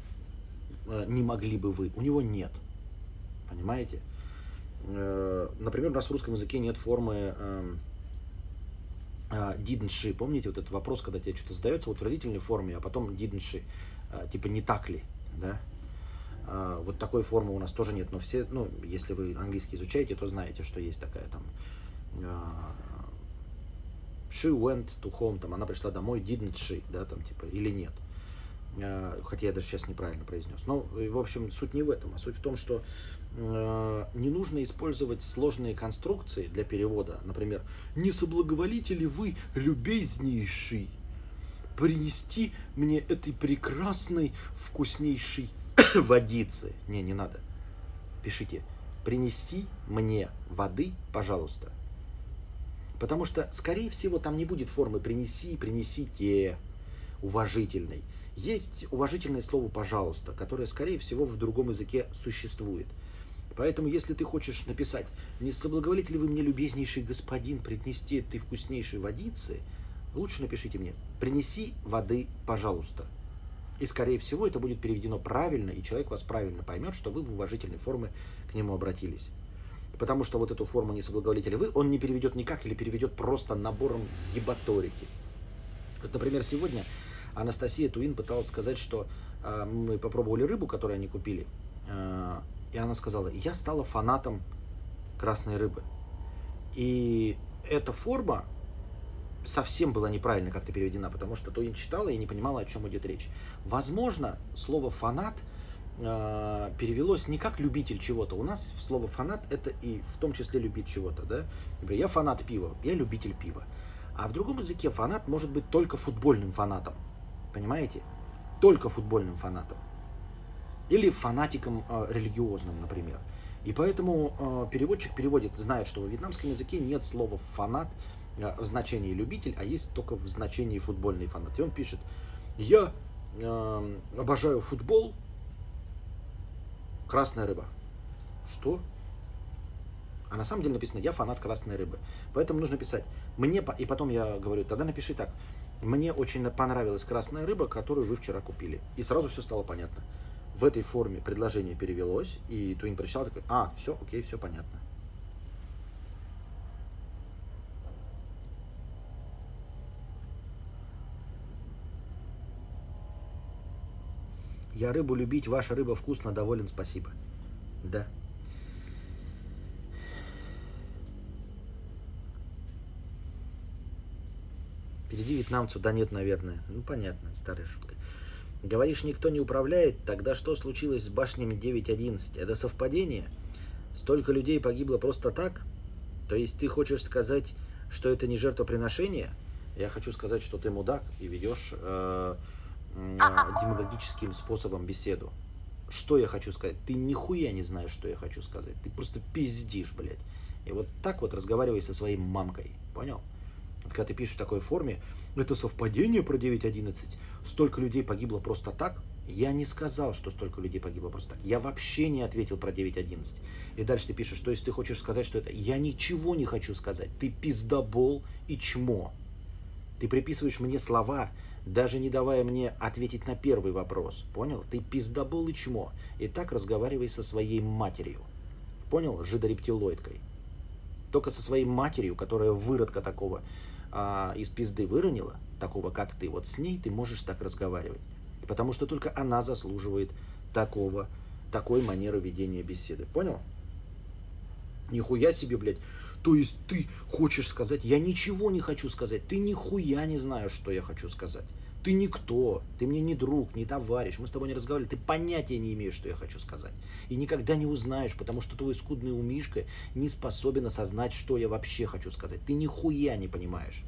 э, не могли бы вы, у него нет. Понимаете? Э, например, у нас в русском языке нет формы э, э, didn't she. Помните вот этот вопрос, когда тебе что-то задается в утвердительной форме, а потом didn't she. Э, типа не так ли, да? Э, вот такой формы у нас тоже нет. Но все, ну, если вы английский изучаете, то знаете, что есть такая там... Э, she went to home, там, она пришла домой, didn't she, да, там, типа, или нет. Э, хотя я даже сейчас неправильно произнес. Но, в общем, суть не в этом, а суть в том, что э, не нужно использовать сложные конструкции для перевода. Например, не соблаговолите ли вы, любезнейший, принести мне этой прекрасной, вкуснейшей водицы? Не, не надо. Пишите, принести мне воды, пожалуйста. Потому что, скорее всего, там не будет формы «принеси», «принесите», уважительной. Есть уважительное слово «пожалуйста», которое, скорее всего, в другом языке существует. Поэтому, если ты хочешь написать «не соблаговолите ли вы мне, любезнейший господин, принести этой вкуснейшей водицы», лучше напишите мне «принеси воды, пожалуйста». И, скорее всего, это будет переведено правильно, и человек вас правильно поймет, что вы в уважительной форме к нему обратились. Потому что вот эту форму «не соблаговолите ли вы» он не переведет никак или переведет просто набором ебаторики. Вот, например, сегодня Анастасия Туин пыталась сказать, что э, мы попробовали рыбу, которую они купили, э, и она сказала, я стала фанатом красной рыбы. И эта форма совсем была неправильно как-то переведена, потому что Туин читала и не понимала, о чем идет речь. Возможно, слово «фанат» перевелось не как любитель чего-то. У нас слово фанат это и в том числе любить чего-то, да? Например, я фанат пива, я любитель пива. А в другом языке фанат может быть только футбольным фанатом. Понимаете? Только футбольным фанатом. Или фанатиком э, религиозным, например. И поэтому э, переводчик переводит, знает, что в вьетнамском языке нет слова фанат э, в значении любитель, а есть только в значении футбольный фанат. И он пишет, я э, обожаю футбол, красная рыба. Что? А на самом деле написано, я фанат красной рыбы. Поэтому нужно писать, мне, и потом я говорю, тогда напиши так, мне очень понравилась красная рыба, которую вы вчера купили. И сразу все стало понятно. В этой форме предложение перевелось, и Туин прочитал, такой, а, все, окей, все понятно. Я рыбу любить, ваша рыба вкусно, доволен, спасибо. Да. Впереди вьетнамцу, да нет, наверное. Ну, понятно, старая шутка. Говоришь, никто не управляет, тогда что случилось с башнями девять одиннадцать? Это совпадение? Столько людей погибло просто так? То есть ты хочешь сказать, что это не жертвоприношение? Я хочу сказать, что ты мудак и ведешь э, э, демагогическим способом беседу. Что я хочу сказать? Ты нихуя не знаешь, что я хочу сказать. Ты просто пиздишь, блядь. И вот так вот разговаривай со своей мамкой. Понял? Вот когда ты пишешь в такой форме, это совпадение про девять одиннадцать, столько людей погибло просто так. Я не сказал, что столько людей погибло просто так. Я вообще не ответил про девять одиннадцать. И дальше ты пишешь, то есть ты хочешь сказать, что это... Я ничего не хочу сказать. Ты пиздобол и чмо. Ты приписываешь мне слова, даже не давая мне ответить на первый вопрос. Понял? Ты пиздобол и чмо. И так разговаривай со своей матерью. Понял? Жидорептилоидкой. Только со своей матерью, которая выродка такого а, из пизды выронила, такого как ты, вот с ней ты можешь так разговаривать. Потому что только она заслуживает такого, такой манеры ведения беседы. Понял? Нихуя себе, блядь. То есть ты хочешь сказать, я ничего не хочу сказать, ты нихуя не знаешь, что я хочу сказать. Ты никто, ты мне не друг, не товарищ, мы с тобой не разговаривали, ты понятия не имеешь, что я хочу сказать. И никогда не узнаешь, потому что твой скудный умишка не способен осознать, что я вообще хочу сказать. Ты нихуя не понимаешь.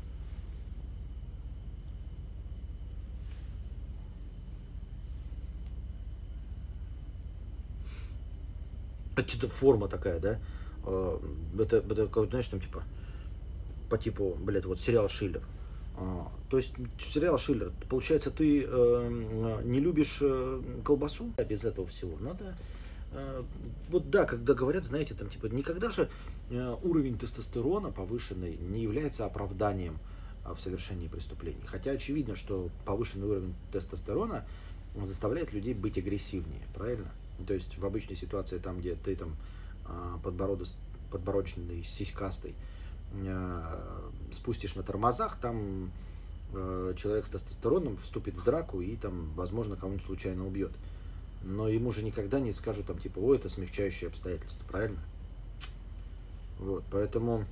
Это что-то форма такая, да? Это, это знаешь, там типа, по типу, блядь, вот сериал «Шиллер». То есть сериал «Шиллер», получается, ты э, не любишь э, колбасу без этого всего. Надо, э, вот да, когда говорят, знаете, там типа, никогда же э, уровень тестостерона повышенный не является оправданием в совершении преступлений. Хотя очевидно, что повышенный уровень тестостерона заставляет людей быть агрессивнее, правильно? То есть в обычной ситуации, там, где ты там подбородочный, сиськастый, спустишь на тормозах, там э, человек с тестостероном вступит в драку и там, возможно, кого-нибудь случайно убьет. Но ему же никогда не скажут там типа, ой, это смягчающие обстоятельства, правильно? Вот, поэтому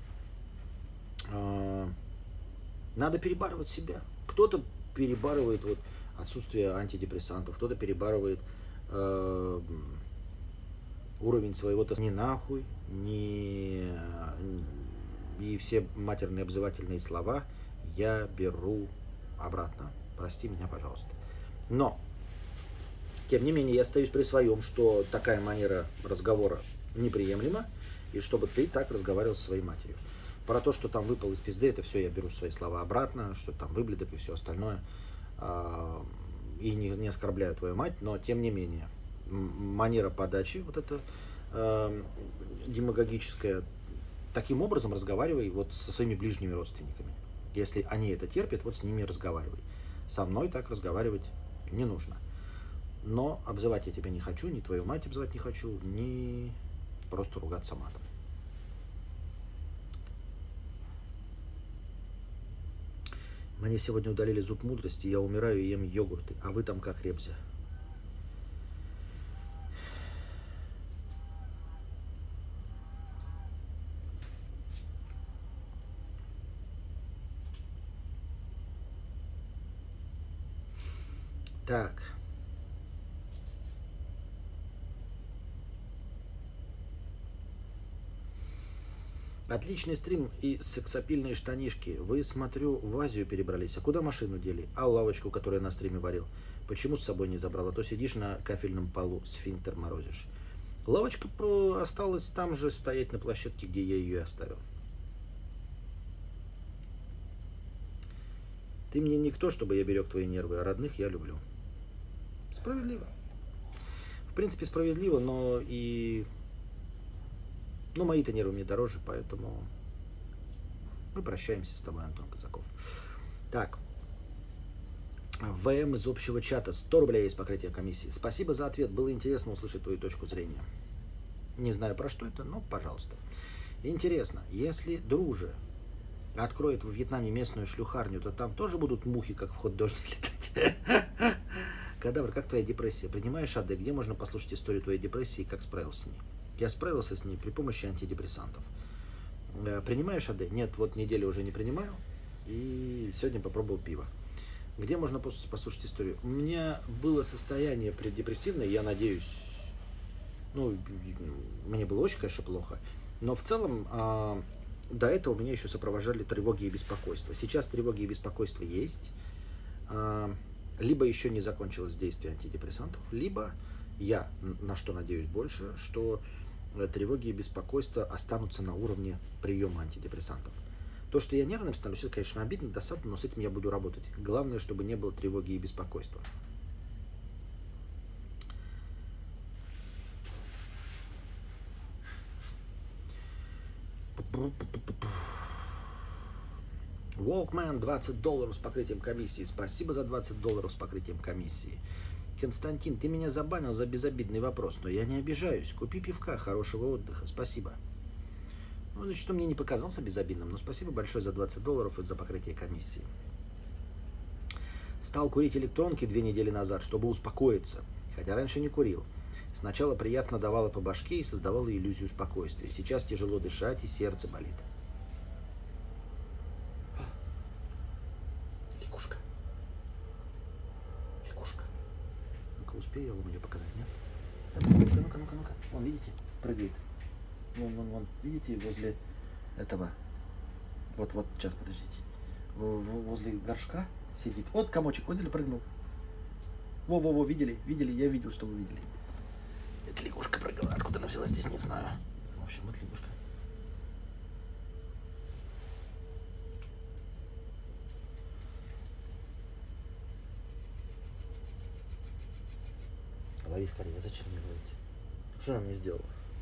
э, надо перебарывать себя. Кто-то перебарывает вот отсутствие антидепрессантов, кто-то перебарывает э, уровень своего тестостерона. Не нахуй, не... И все матерные обзывательные слова я беру обратно. Прости меня, пожалуйста. Но, тем не менее, я остаюсь при своем, что такая манера разговора неприемлема, и чтобы ты так разговаривал со своей матерью. Про то, что там выпал из пизды, это все я беру свои слова обратно, что там выблядок и все остальное. И не, не оскорбляю твою мать, но тем не менее, манера подачи, вот эта э, демагогическая, таким образом разговаривай вот со своими ближними родственниками. Если они это терпят, вот с ними разговаривай. Со мной так разговаривать не нужно. Но обзывать я тебя не хочу, ни твою мать обзывать не хочу, ни просто ругаться матом. Мне сегодня удалили зуб мудрости, я умираю и ем йогурты. А вы там как, Ребзя? Так. Отличный стрим и сексапильные штанишки. Вы, смотрю, в Азию перебрались. А куда машину дели? А лавочку, которую я на стриме варил? Почему с собой не забрал? А то сидишь на кафельном полу, сфинктер морозишь. Лавочка осталась там же стоять на площадке, где я ее оставил. Ты мне никто, чтобы я берег твои нервы, а родных я люблю. Справедливо. В принципе, справедливо, но и... Ну, мои-то нервы мне дороже, поэтому мы прощаемся с тобой, Антон Казаков. Так. ВМ из общего чата. сто рублей есть покрытие комиссии. Спасибо за ответ. Было интересно услышать твою точку зрения. Не знаю, про что это, но пожалуйста. Интересно, если друже откроет в Вьетнаме местную шлюхарню, то там тоже будут мухи, как в хот-дожде летать? Кадавр, как твоя депрессия? Принимаешь АД? Где можно послушать историю твоей депрессии и как справился с ней? Я справился с ней при помощи антидепрессантов. Принимаешь АД? Нет, вот неделю уже не принимаю. И сегодня попробовал пиво. Где можно послушать историю? У меня было состояние преддепрессивное, я надеюсь, ну, мне было очень, конечно, плохо, но в целом а, до этого меня еще сопровождали тревоги и беспокойство. Сейчас тревоги и беспокойство есть, а, либо еще не закончилось действие антидепрессантов, либо я, на что надеюсь больше, что тревоги и беспокойство останутся на уровне приема антидепрессантов. То, что я нервным становлюсь, это, конечно, обидно, досадно, но с этим я буду работать. Главное, чтобы не было тревоги и беспокойства. Walkman, двадцать долларов с покрытием комиссии. Спасибо за двадцать долларов с покрытием комиссии. Константин, ты меня забанил за безобидный вопрос, но я не обижаюсь. Купи пивка, хорошего отдыха. Спасибо. Ну, значит, что мне не показался безобидным, но спасибо большое за двадцать долларов и за покрытие комиссии. Стал курить электронки две недели назад, чтобы успокоиться, хотя раньше не курил. Сначала приятно давало по башке и создавало иллюзию спокойствия. Сейчас тяжело дышать и сердце болит. Лягушка. Лягушка. Ну-ка, успею я вам ее показать, нет? Ну-ка, ну-ка, ну-ка, ну-ка. Вон, видите? Прыгает. Вон, вон, вон, видите, возле этого, вот, вот, сейчас, подождите, возле горшка сидит, вот комочек, видели, прыгнул, во-во-во, видели, видели, я видел, что вы видели, это лягушка прыгала, откуда она взялась здесь, не знаю, в общем, вот лягушка. Лови скорее, зачем мне ловить, что она мне сделала?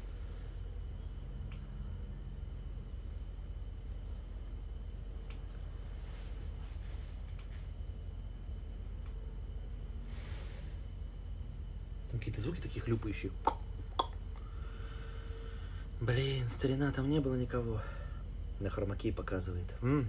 Какие-то звуки такие хлюпающие. Блин, старина, там не было никого. На хромакей показывает. Угу.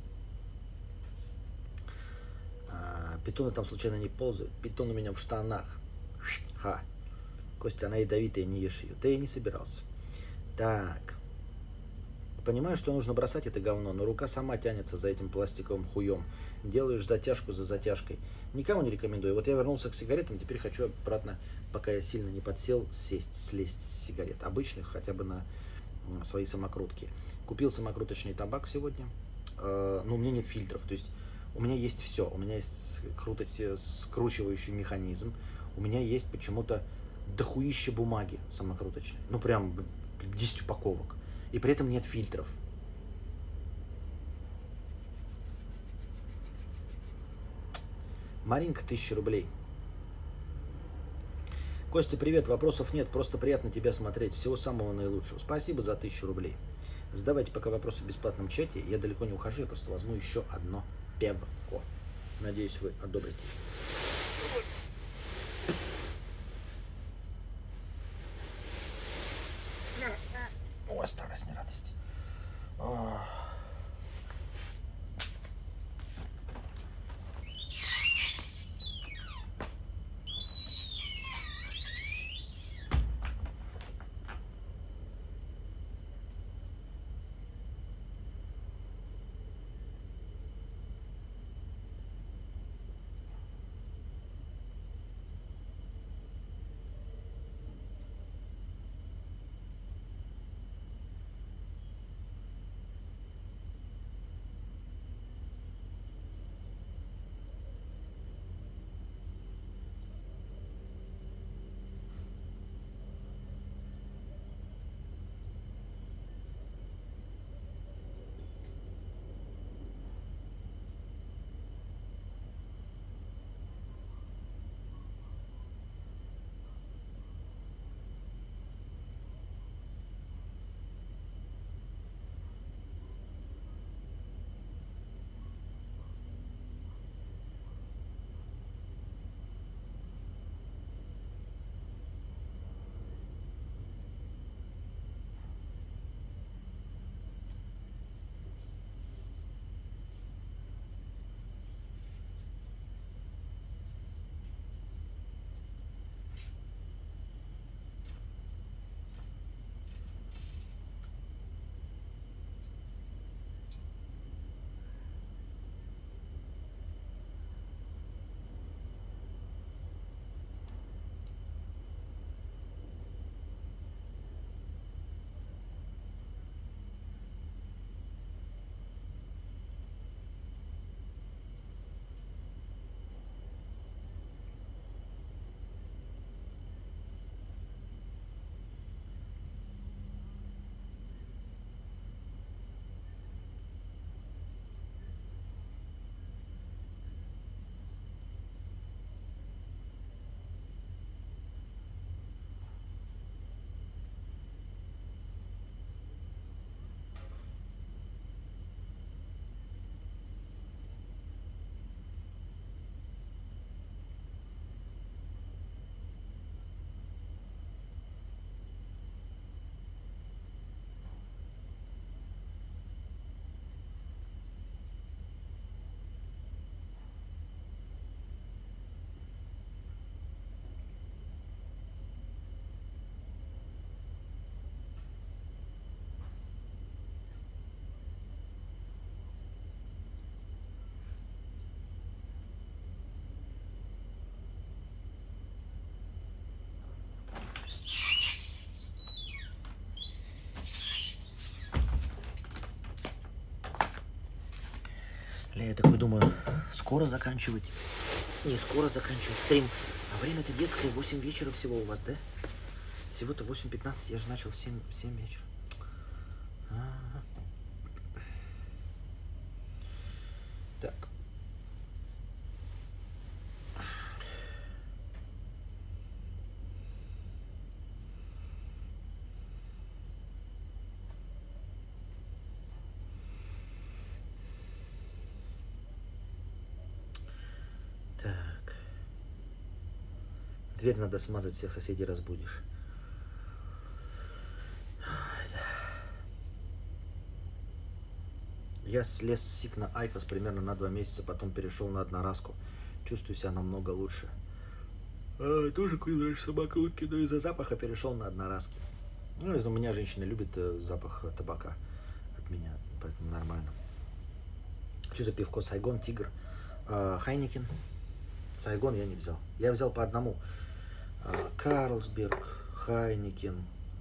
А, питоны там случайно не ползают. Питон у меня в штанах. Ха. Костя, она ядовитая, не ешь ее. Да я не собирался. Так. Понимаю, что нужно бросать это говно, но рука сама тянется за этим пластиковым хуем. Делаешь затяжку за затяжкой. Никому не рекомендую. Вот я вернулся к сигаретам, теперь хочу обратно, пока я сильно не подсел, сесть, слезть с сигарет. Обычных, хотя бы на, на свои самокрутки. Купил самокруточный табак сегодня. Э, но у меня нет фильтров. То есть у меня есть все. У меня есть скручивающий механизм. У меня есть почему-то дохуище бумаги самокруточной. Ну прям десять упаковок. И при этом нет фильтров. Маринка, тысяча рублей. Костя, привет, вопросов нет, просто приятно тебя смотреть. Всего самого наилучшего. Спасибо за тысячу рублей. Задавайте пока вопросы в бесплатном чате. Я далеко не ухожу, я просто возьму еще одно пивко. Надеюсь, вы одобрите. О, старость, не радость. О. Я такой думаю, скоро заканчивать. Не скоро заканчивать стрим. А время-то детское, восемь вечера всего у вас, да? Всего-то восемь пятнадцать, я же начал в семь, в семь вечера. А-а-а. Так. Так. Дверь надо смазать, всех соседей разбудишь. Я слез с сик на Айкос примерно на два месяца, потом перешел на одноразку. Чувствую себя намного лучше. А, тоже куда-то собака выкину, из-за запаха перешел на одноразки. Ну, у меня женщина любит запах табака от меня, поэтому нормально. Что за пивко? Сайгон, Тигр, Хайникин. Сайгон я не взял. Я взял по одному. Карлсберг, Хайникин,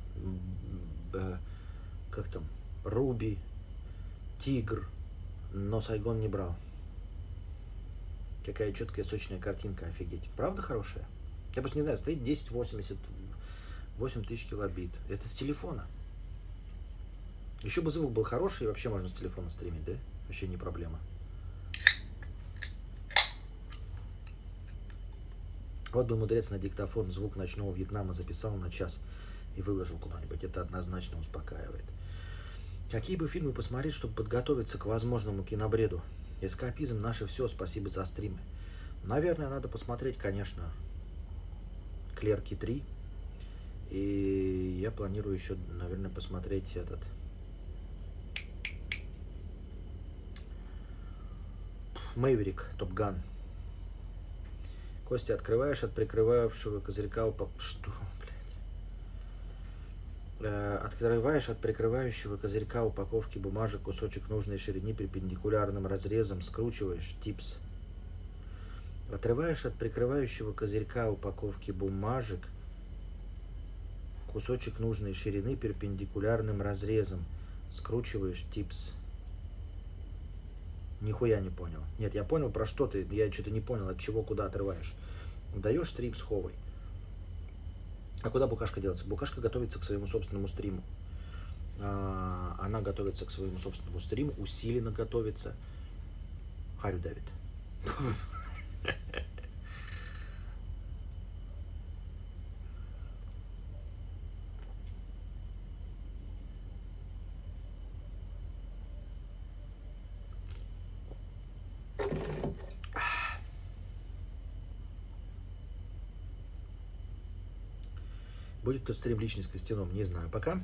как там, Руби, Тигр, но Сайгон не брал. Какая четкая, сочная картинка, офигеть. Правда хорошая? Я просто не знаю, стоит десять восемьдесят восемь тысяч килобит. Это с телефона. Еще бы звук был хороший, и вообще можно с телефона стримить, да? Вообще не проблема. Вот бы мудрец на диктофон звук ночного Вьетнама записал на час и выложил куда-нибудь. Это однозначно успокаивает. Какие бы фильмы посмотреть, чтобы подготовиться к возможному кинобреду? Эскапизм наше все, спасибо за стримы. Наверное, надо посмотреть, конечно, Клерки три. И я планирую еще, наверное, посмотреть этот... Мэйверик, Топ Ган. Костя, открываешь от прикрывавшего козырька упак... Что, блядь? Открываешь от прикрывающего козырька упаковки бумажек кусочек нужной ширины перпендикулярным разрезом, скручиваешь, типс. Отрываешь от прикрывающего козырька упаковки бумажек кусочек нужной ширины перпендикулярным разрезом, скручиваешь, типс. Нихуя не понял. Нет, я понял, про что ты. Я что-то не понял, от чего, куда отрываешь. Даешь стрим с ховой. А куда букашка делается? Букашка готовится к своему собственному стриму. Она готовится к своему собственному стриму, усиленно готовится. Харю давит. Будет кто стрим личный с Костяном, не знаю пока.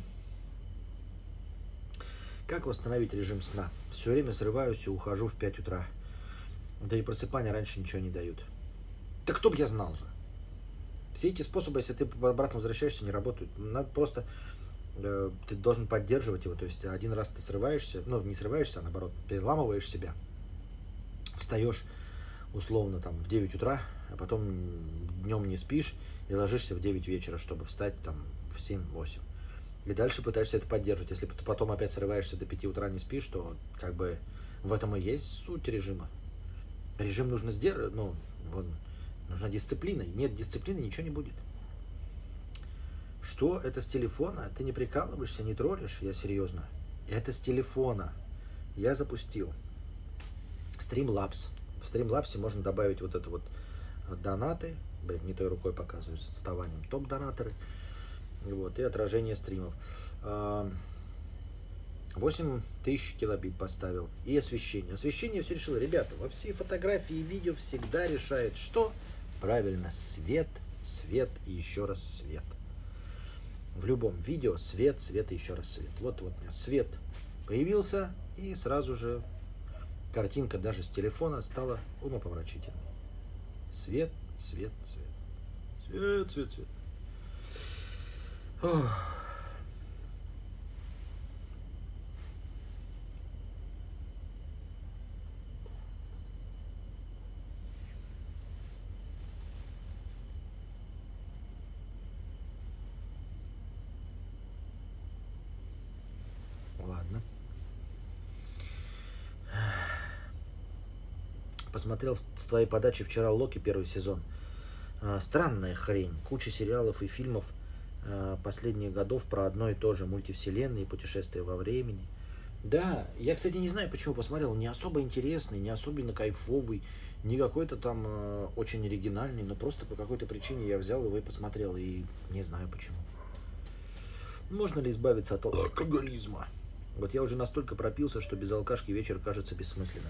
Как восстановить режим сна? Все время срываюсь и ухожу в пять утра. Да и просыпания раньше ничего не дают. Да кто бы я знал же. Все эти способы, если ты обратно возвращаешься, не работают. Надо просто, э, ты должен поддерживать его. То есть один раз ты срываешься, ну не срываешься, а наоборот, переламываешь себя. Встаешь условно там в девять утра, а потом днем не спишь и ложишься в девять вечера, чтобы встать там в семь-восемь. И дальше пытаешься это поддерживать. Если ты потом опять срываешься до пяти утра, не спишь, то как бы в этом и есть суть режима. Режим нужно сдерживать, ну, вот, нужна дисциплина. Нет дисциплины, ничего не будет. Что это с телефона? Ты не прикалываешься, не троллишь? Я серьезно. Это с телефона. Я запустил Streamlabs. В Streamlabs можно добавить вот это вот донаты. Блин, не той рукой показываю, с отставанием. Топ-донаторы. Вот, и отражение стримов. восемь тысяч килобит поставил. И освещение. Освещение все решило. Ребята, во все фотографии и видео всегда решает что? Правильно, свет, свет и еще раз свет. В любом видео свет, свет и еще раз свет. Вот, вот у меня свет появился, и сразу же картинка даже с телефона стала умопомрачительной. Свет, свет, свет. Свет, свет, свет. Ох. Ладно. Посмотрел с твоей подачи вчера Локи первый сезон. Странная хрень. Куча сериалов и фильмов последних годов про одно и то же. Мультивселенные, путешествия во времени. Да, я, кстати, не знаю, почему посмотрел. Не особо интересный, не особенно кайфовый, не какой-то там э, очень оригинальный, но просто по какой-то причине я взял его и посмотрел. И не знаю почему. Можно ли избавиться от алкоголизма? Вот я уже настолько пропился, что без алкашки вечер кажется бессмысленным.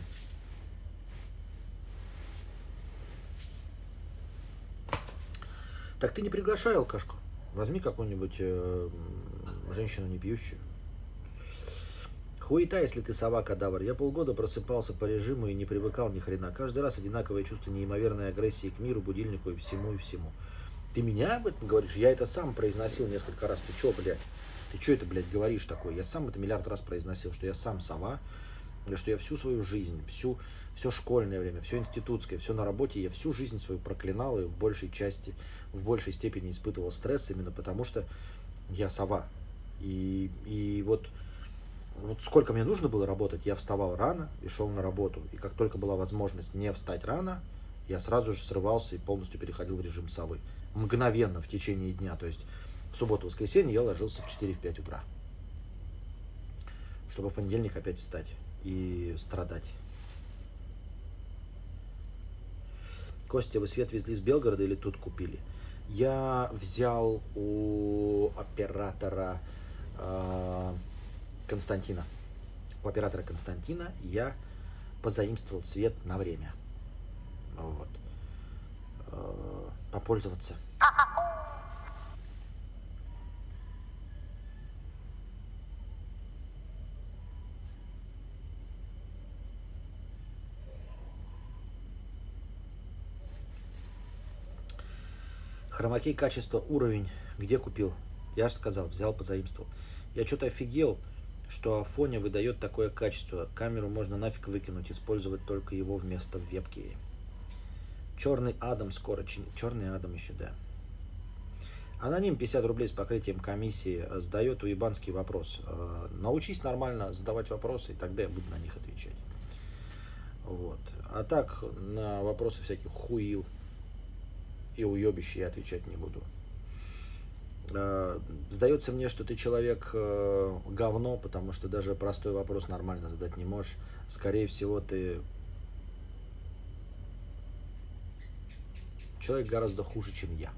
Так ты не приглашай алкашку. Возьми какую-нибудь э, женщину не пьющую. Хуета, если ты сова-кадавр. Я полгода просыпался по режиму и не привыкал ни хрена. Каждый раз одинаковое чувство неимоверной агрессии к миру, будильнику и всему, и всему. Ты меня об этом говоришь? Я это сам произносил несколько раз. Ты чё, блядь? Ты чё это, блядь, говоришь такое? Я сам это миллиард раз произносил, что я сам сова, что я всю свою жизнь, всю, все школьное время, все институтское, все на работе, я всю жизнь свою проклинал и в большей части, в большей степени испытывал стресс именно потому, что я сова. И, и вот, вот сколько мне нужно было работать, я вставал рано и шел на работу. И как только была возможность не встать рано, я сразу же срывался и полностью переходил в режим совы. Мгновенно в течение дня. То есть в субботу-воскресенье я ложился в четыре-пять утра. Чтобы в понедельник опять встать и страдать. Костя, вы свет везли с Белгорода или тут купили? Я взял у оператора э, Константина. У оператора Константина я позаимствовал свет на время. Вот. Э, попользоваться. Хромакей, качество, уровень. Где купил? Я же сказал, взял, позаимствовал. Я что-то офигел, что Афоня выдает такое качество. Камеру можно нафиг выкинуть, использовать только его вместо вебки. Черный Адам скоро. Черный Адам еще, да. Аноним пятьдесят рублей с покрытием комиссии задает уебанский вопрос. Научись нормально задавать вопросы, и тогда я буду на них отвечать. Вот. А так на вопросы всяких хуил и уебища я отвечать не буду. Сдается мне, что ты человек говно, потому что даже простой вопрос нормально задать не можешь. Скорее всего, ты человек гораздо хуже, чем я.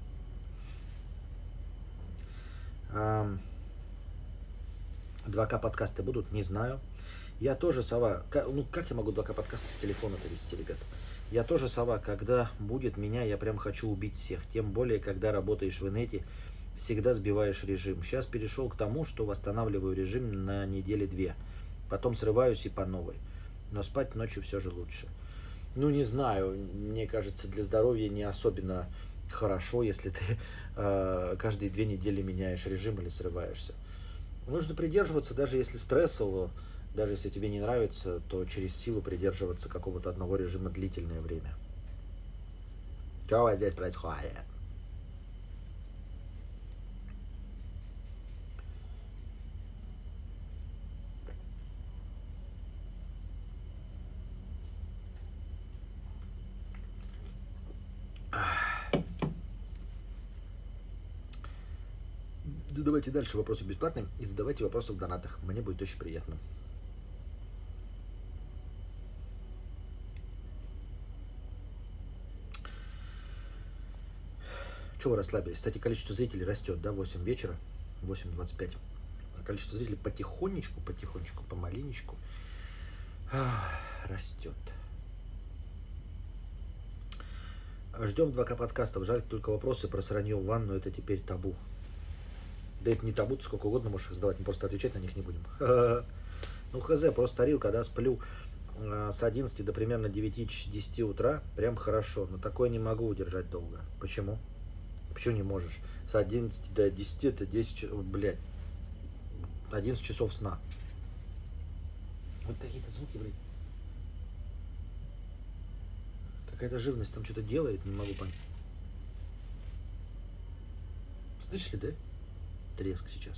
два ка подкасты будут? Не знаю. Я тоже сова. Ну, как я могу два ка подкаста с телефона-то вести, ребят? Я тоже сова. Когда будет меня, я прям хочу убить всех. Тем более, когда работаешь в инете, всегда сбиваешь режим. Сейчас перешел к тому, что восстанавливаю режим на недели две. Потом срываюсь и по новой. Но спать ночью все же лучше. Ну, не знаю. Мне кажется, для здоровья не особенно хорошо, если ты э, каждые две недели меняешь режим или срываешься. Нужно придерживаться, даже если стрессово, даже если тебе не нравится, то через силу придерживаться какого-то одного режима длительное время. Что у вас здесь происходит? Задавайте дальше вопросы бесплатные и задавайте вопросы в донатах. Мне будет очень приятно. Чего вы расслабились? Кстати, количество зрителей растет, да, восемь вечера, восемь двадцать пять. Количество зрителей потихонечку, потихонечку, помаленечку растет. Ждем два ка подкастов. Жаль, только вопросы про сранье в ванну, это теперь табу. Да это не табу, ты сколько угодно можешь их задавать, мы просто отвечать на них не будем. Ну хз, просто старил, когда сплю с одиннадцати до примерно девяти-десяти утра, прям хорошо. Но такое не могу удержать долго. Почему? Почему не можешь? С одиннадцати до десяти это десять часов, блядь, одиннадцать часов сна. Вот какие-то звуки, блядь. Какая-то живность там что-то делает, не могу понять. Слышали, да? Треск сейчас.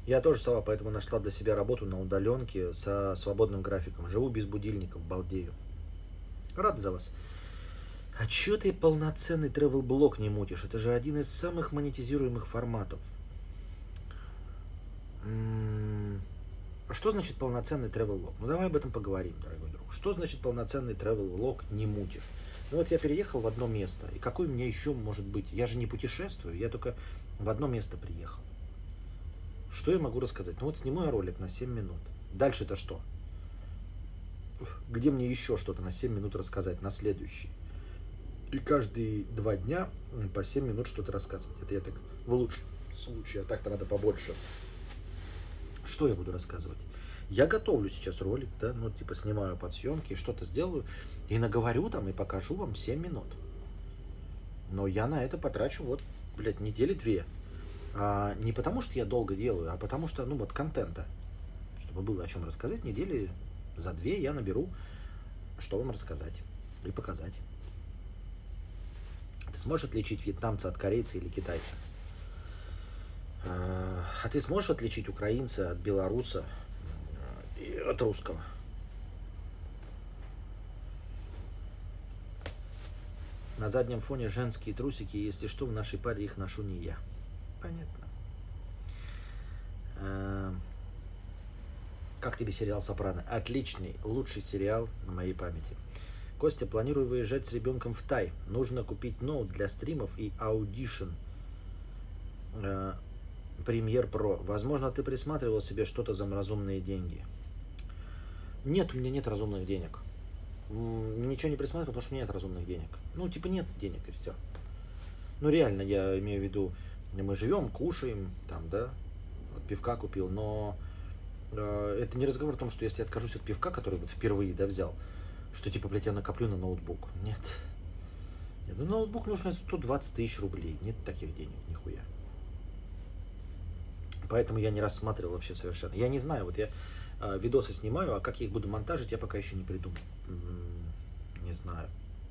Я тоже сова, поэтому нашла для себя работу на удаленке со свободным графиком. Живу без будильников, балдею. Рад за вас. А чё ты полноценный travel-блог не мутишь? Это же один из самых монетизируемых форматов. Что значит полноценный travel-влог? Ну давай об этом поговорим, дорогой друг. Что значит полноценный travel-влог не мутишь? Ну вот я переехал в одно место. И какой у меня еще может быть? Я же не путешествую, я только в одно место приехал. Что я могу рассказать? Ну вот сниму я ролик на семь минут. Дальше-то что? Где мне еще что-то на семь минут рассказать? На следующий. И каждые два дня по семь минут что-то рассказывать. Это я так в лучшем случае, а так-то надо побольше. Что я буду рассказывать? Я готовлю сейчас ролик, да, ну типа снимаю подсъемки, что-то сделаю и наговорю там и покажу вам семь минут. Но я на это потрачу вот, блядь, недели две. А, не потому что я долго делаю, а потому что, ну вот, контента. Чтобы было о чем рассказать, недели за две я наберу, что вам рассказать и показать. Ты сможешь отличить вьетнамца от корейца или китайца? А ты сможешь отличить украинца от белоруса и от русского? На заднем фоне женские трусики, если что, в нашей паре их ношу не я. Понятно. А, как тебе сериал «Сопрано»? Отличный, лучший сериал на моей памяти. Костя, планирую выезжать с ребенком в Тай. Нужно купить ноут для стримов и Audition Premiere Pro. Возможно, ты присматривал себе что-то за разумные деньги. Нет, у меня нет разумных денег. Ничего не присматривал, потому что у меня нет разумных денег. Ну, типа нет денег и все. Ну, реально, я имею в виду, мы живем, кушаем, там, да, вот пивка купил, но э, это не разговор о том, что если я откажусь от пивка, который вот впервые, да, взял, что типа, блядь, я накоплю на ноутбук. Нет. Нет, ну, ноутбук нужно сто двадцать тысяч рублей. Нет таких денег, нихуя. Поэтому я не рассматривал вообще совершенно. Я не знаю, вот я э, видосы снимаю, а как я их буду монтажить, я пока еще не придумал. Не знаю.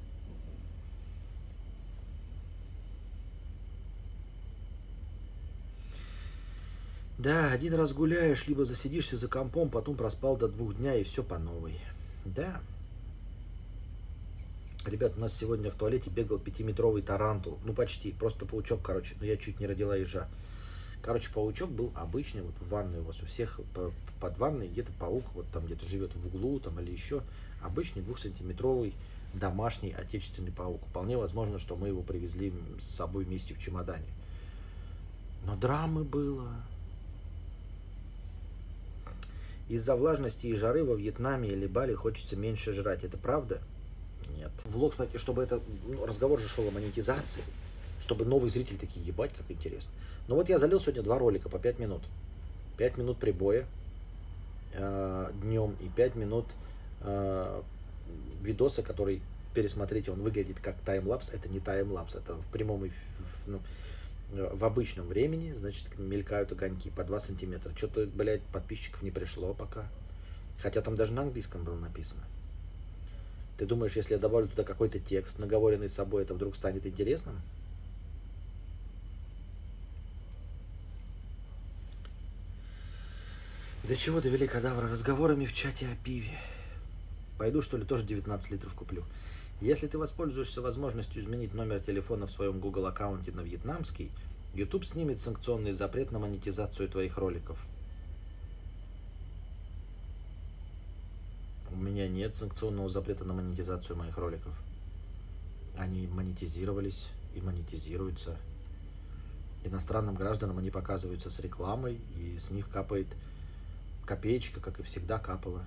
Да, один раз гуляешь, либо засидишься за компом, потом проспал до двух дня и все по новой. Да. Ребят, у нас сегодня в туалете бегал пятиметровый тарантул. Ну почти, просто паучок, короче. Но я чуть не родила ежа. Короче, паучок был обычный, вот в ванной у вас у всех под ванной где-то паук, вот там где-то живет в углу там или еще. Обычный двухсантиметровый домашний отечественный паук. Вполне возможно, что мы его привезли с собой вместе в чемодане. Но драмы было. Из-за влажности и жары во Вьетнаме или Бали хочется меньше жрать. Это правда? Нет. Влог, чтобы это, ну, разговор же шел о монетизации, чтобы новые зрители такие, ебать, как интересно. Ну вот я залил сегодня два ролика по пять минут. пять минут прибоя э, днем и пять минут э, видоса, который, пересмотрите, он выглядит как таймлапс. Это не таймлапс, это в прямом и ну, в обычном времени, значит, мелькают огоньки по два сантиметра. Что-то, блядь, подписчиков не пришло пока. Хотя там даже на английском было написано. Ты думаешь, если я добавлю туда какой-то текст, наговоренный собой, это вдруг станет интересным? До чего довели кадавра разговорами в чате о пиве? Пойду, что ли, тоже девятнадцать литров куплю. Если ты воспользуешься возможностью изменить номер телефона в своем Google аккаунте на вьетнамский, YouTube снимет санкционный запрет на монетизацию твоих роликов. У меня нет санкционного запрета на монетизацию моих роликов. Они монетизировались и монетизируются. Иностранным гражданам они показываются с рекламой, и с них капает копеечка, как и всегда капала.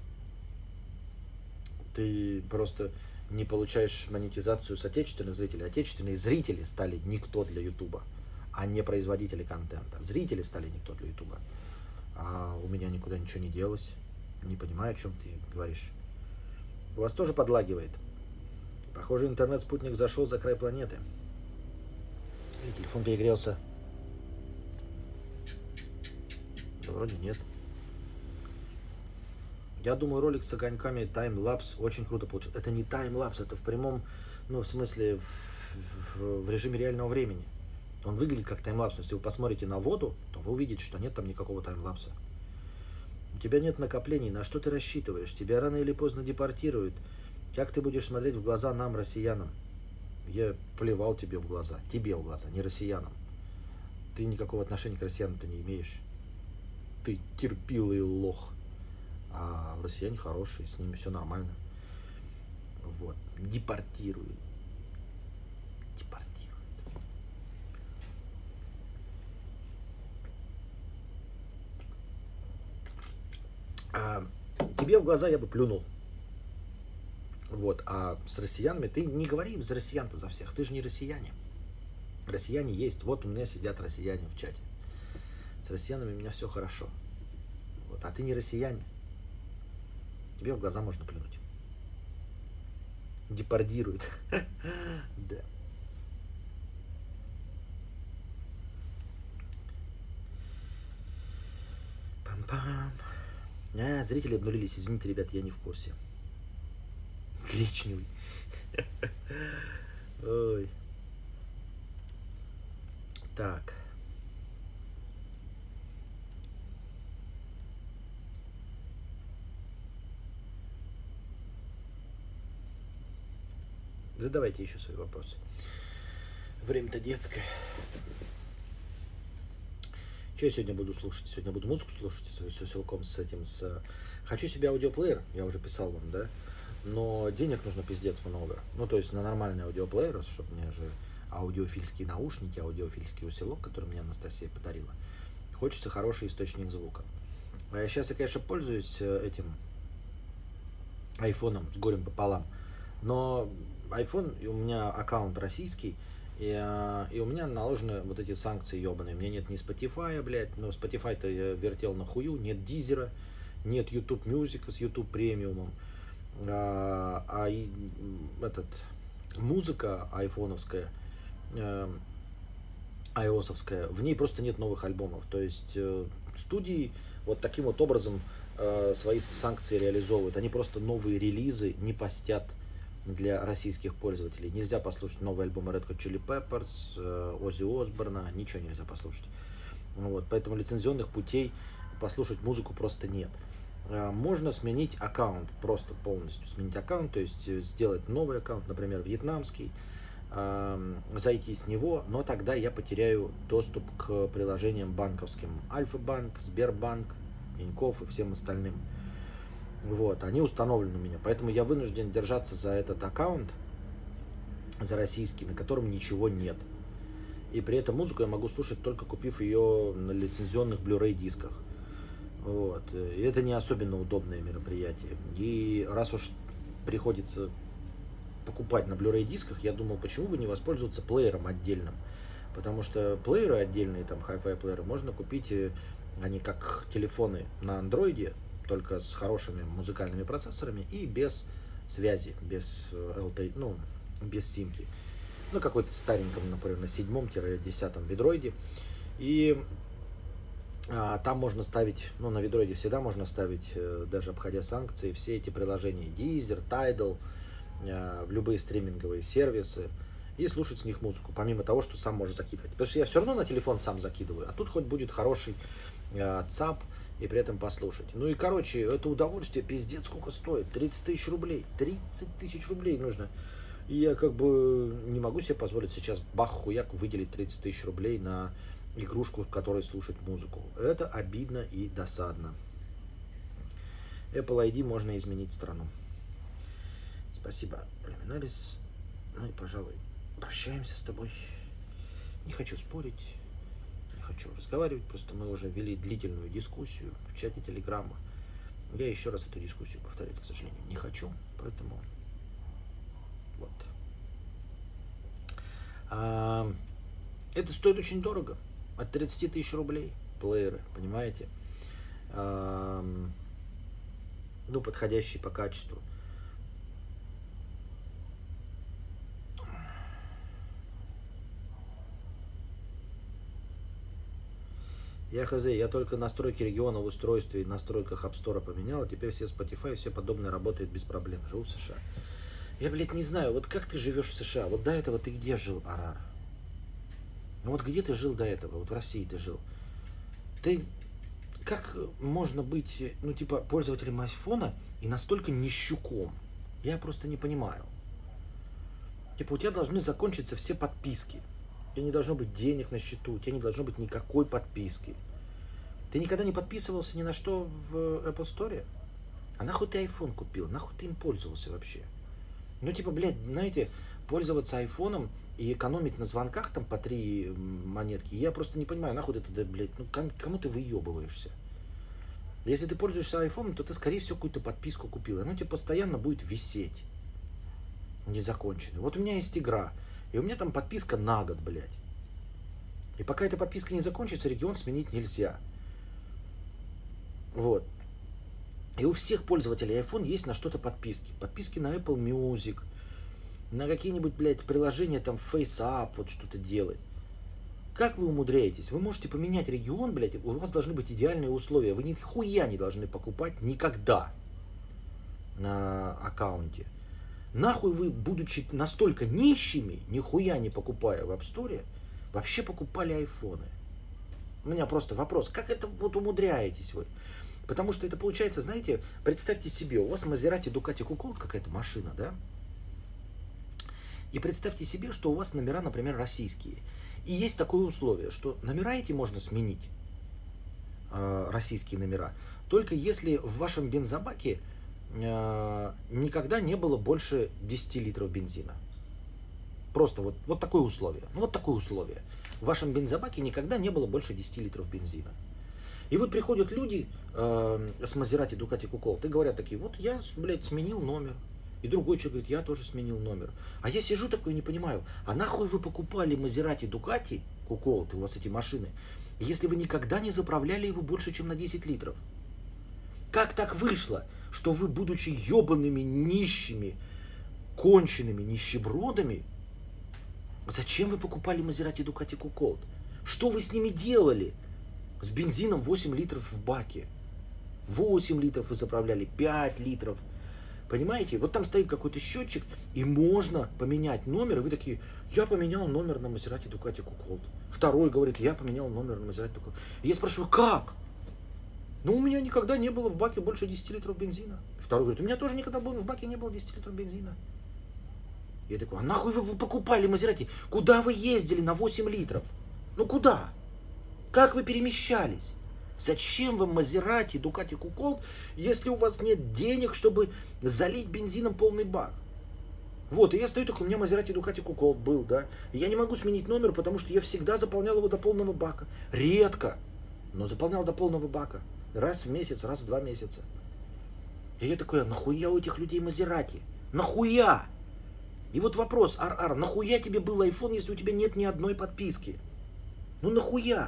Ты просто не получаешь монетизацию с отечественных зрителей. Отечественные зрители стали никто для Ютуба, а не производители контента. Зрители стали никто для Ютуба. А у меня никуда ничего не делось. Не понимаю, о чем ты говоришь. У вас тоже подлагивает. Похоже, интернет-спутник зашел за край планеты. И телефон перегрелся. Да вроде нет. Я думаю, ролик с огоньками таймлапс очень круто получился. Это не таймлапс, это в прямом, ну, в смысле, в, в, в режиме реального времени. Он выглядит как таймлапс. Если вы посмотрите на воду, то вы увидите, что нет там никакого таймлапса. У тебя нет накоплений, на что ты рассчитываешь? Тебя рано или поздно депортируют. Как ты будешь смотреть в глаза нам, россиянам? Я плевал тебе в глаза. Тебе в глаза, не россиянам. Ты никакого отношения к россиянам-то не имеешь. Ты терпилый лох. А россияне хорошие, с ними все нормально. Вот. Депортируют. Депортируют. А тебе в глаза я бы плюнул. Вот. А с россиянами ты не говори за россиян-то за всех. Ты же не россияне. Россияне есть. Вот у меня сидят россияне в чате. С россиянами у меня все хорошо. Вот. А ты не россияне. Тебе в глаза можно плюнуть. Депортируют. Да. Пам-пам. А, зрители обнулились. Извините, ребят, я не в курсе. Гречневый. Ой. Так. Задавайте еще свои вопросы. Время-то детское. Что я сегодня буду слушать? Сегодня буду музыку слушать с силком, с этим, с... Хочу себе аудиоплеер, я уже писал вам, да? Но денег нужно пиздец много. Ну, то есть на нормальный аудиоплеер, чтобы мне же аудиофильские наушники, аудиофильский усилок, который мне Анастасия подарила. Хочется хороший источник звука. А сейчас я, конечно, пользуюсь этим айфоном с горем пополам. Но iPhone, у меня аккаунт российский, и, и у меня наложены вот эти санкции ебаные. У меня нет ни Spotify, блядь, но Spotify-то я вертел на хую, нет Дизера, нет YouTube Music с YouTube премиумом. А, а и, этот, музыка айфоновская, э, iOS-овская, в ней просто нет новых альбомов. То есть э, студии вот таким вот образом э, свои санкции реализовывают. Они просто новые релизы не постят для российских пользователей. Нельзя послушать новый альбом Red Hot Chili Peppers, Оззи Осборна, ничего нельзя послушать. Вот, поэтому лицензионных путей послушать музыку просто нет. Можно сменить аккаунт, просто полностью сменить аккаунт, то есть сделать новый аккаунт, например, вьетнамский, зайти с него, но тогда я потеряю доступ к приложениям банковским. Альфа-банк, Сбербанк, Тинькофф и всем остальным. Вот, они установлены у меня, поэтому я вынужден держаться за этот аккаунт, за российский, на котором ничего нет. И при этом музыку я могу слушать, только купив ее на лицензионных Blu-ray дисках. Вот. И это не особенно удобное мероприятие. И раз уж приходится покупать на Blu-ray дисках, я думал, почему бы не воспользоваться плеером отдельным. Потому что плееры отдельные, там hi-fi плееры, можно купить, они как телефоны на андроиде, только с хорошими музыкальными процессорами и без связи, без эл ти, ну, без симки. Ну, какой-то стареньком, например, на седьмом-десятом видроиде. И а, там можно ставить, ну, на видроиде всегда можно ставить, даже обходя санкции, все эти приложения Deezer, Tidal, а, любые стриминговые сервисы, и слушать с них музыку, помимо того, что сам можешь закидывать. Потому что я все равно на телефон сам закидываю, а тут хоть будет хороший а, ЦАП, и при этом послушать. Ну и, короче, это удовольствие пиздец сколько стоит. тридцать тысяч рублей. тридцать тысяч рублей нужно. И я как бы не могу себе позволить сейчас бах-хуяк выделить тридцать тысяч рублей на игрушку, в которой слушать музыку. Это обидно и досадно. Apple ай ди можно изменить страну. Спасибо, Люминарис. Ну и, пожалуй, прощаемся с тобой. Не хочу спорить. Хочу разговаривать, просто мы уже вели длительную дискуссию в чате Телеграма. Я еще раз эту дискуссию повторять, к сожалению, не хочу, поэтому вот. А, это стоит очень дорого, от тридцати тысяч рублей плееры, понимаете? А, ну, подходящие по качеству. Я хз, я только настройки региона в устройстве и настройках App Store поменял, а теперь все Spotify и все подобное работает без проблем. Живу в США. Я, блядь, не знаю, вот как ты живешь в США? Вот до этого ты где жил, Арар? Ну вот где ты жил до этого? Вот в России ты жил. Ты как можно быть, ну типа, пользователем айфона и настолько нищуком? Я просто не понимаю. Типа у тебя должны закончиться все подписки. У тебя не должно быть денег на счету, у тебя не должно быть никакой подписки. Ты никогда не подписывался ни на что в Apple Store? А нахуй ты iPhone купил? Нахуй ты им пользовался вообще? Ну типа, блядь, знаете, пользоваться айфоном и экономить на звонках там по три монетки, я просто не понимаю, нахуй это, да, блядь, ну кому ты выебываешься? Если ты пользуешься айфоном, то ты, скорее всего, какую-то подписку купил. Она тебе постоянно будет висеть. Незаконченная. Вот у меня есть игра. И у меня там подписка на год, блядь. И пока эта подписка не закончится, регион сменить нельзя. Вот. И у всех пользователей iPhone есть на что-то подписки. Подписки на Apple Music, на какие-нибудь, блядь, приложения, там, FaceApp, вот что-то делать. Как вы умудряетесь? Вы можете поменять регион, блядь, у вас должны быть идеальные условия. Вы ни хуя не должны покупать никогда на аккаунте. Нахуй вы, будучи настолько нищими, нихуя не покупая в App Store, вообще покупали айфоны? У меня просто вопрос, как это вот умудряетесь вы? Потому что это получается, знаете, представьте себе, у вас Maserati Ducati Cocold какая-то машина, да? И представьте себе, что у вас номера, например, российские. И есть такое условие, что номера эти можно сменить, э, российские номера, только если в вашем бензобаке э, никогда не было больше десяти литров бензина. Просто вот, вот такое условие. Ну, вот такое условие. В вашем бензобаке никогда не было больше десяти литров бензина. И вот приходят люди э, с Maserati Ducati Cocold и говорят такие, вот я, блядь, сменил номер. И другой человек говорит, я тоже сменил номер. А я сижу такой и не понимаю, а нахуй вы покупали Maserati Ducati Cocold, у вас эти машины, если вы никогда не заправляли его больше, чем на десять литров? Как так вышло, что вы, будучи ебаными, нищими, конченными нищебродами, зачем вы покупали Maserati Ducati Cocold? Что вы с ними делали? С бензином восемь литров в баке. восемь литров вы заправляли, пять литров. Понимаете? Вот там стоит какой-то счетчик, и можно поменять номер, и вы такие, я поменял номер на Maserati Ducati Cocold. Второй говорит, я поменял номер на Maserati Ducati. И я спрашиваю, как? Ну, у меня никогда не было в баке больше десяти литров бензина. Второй говорит, у меня тоже никогда в баке не было десяти литров бензина. Я такой, а нахуй вы покупали Maserati? Куда вы ездили на восемь литров? Ну, куда? Как вы перемещались? Зачем вам Maserati Ducati Cocold, если у вас нет денег, чтобы залить бензином полный бак? Вот, и я стою такой, у меня Maserati Ducati Cocold был, да. И я не могу сменить номер, потому что я всегда заполнял его до полного бака. Редко, но заполнял до полного бака. Раз в месяц, раз в два месяца. И я такой, а нахуя у этих людей Maserati? Нахуя? И вот вопрос, Ар-Ар, нахуя тебе был iPhone, если у тебя нет ни одной подписки? Ну нахуя?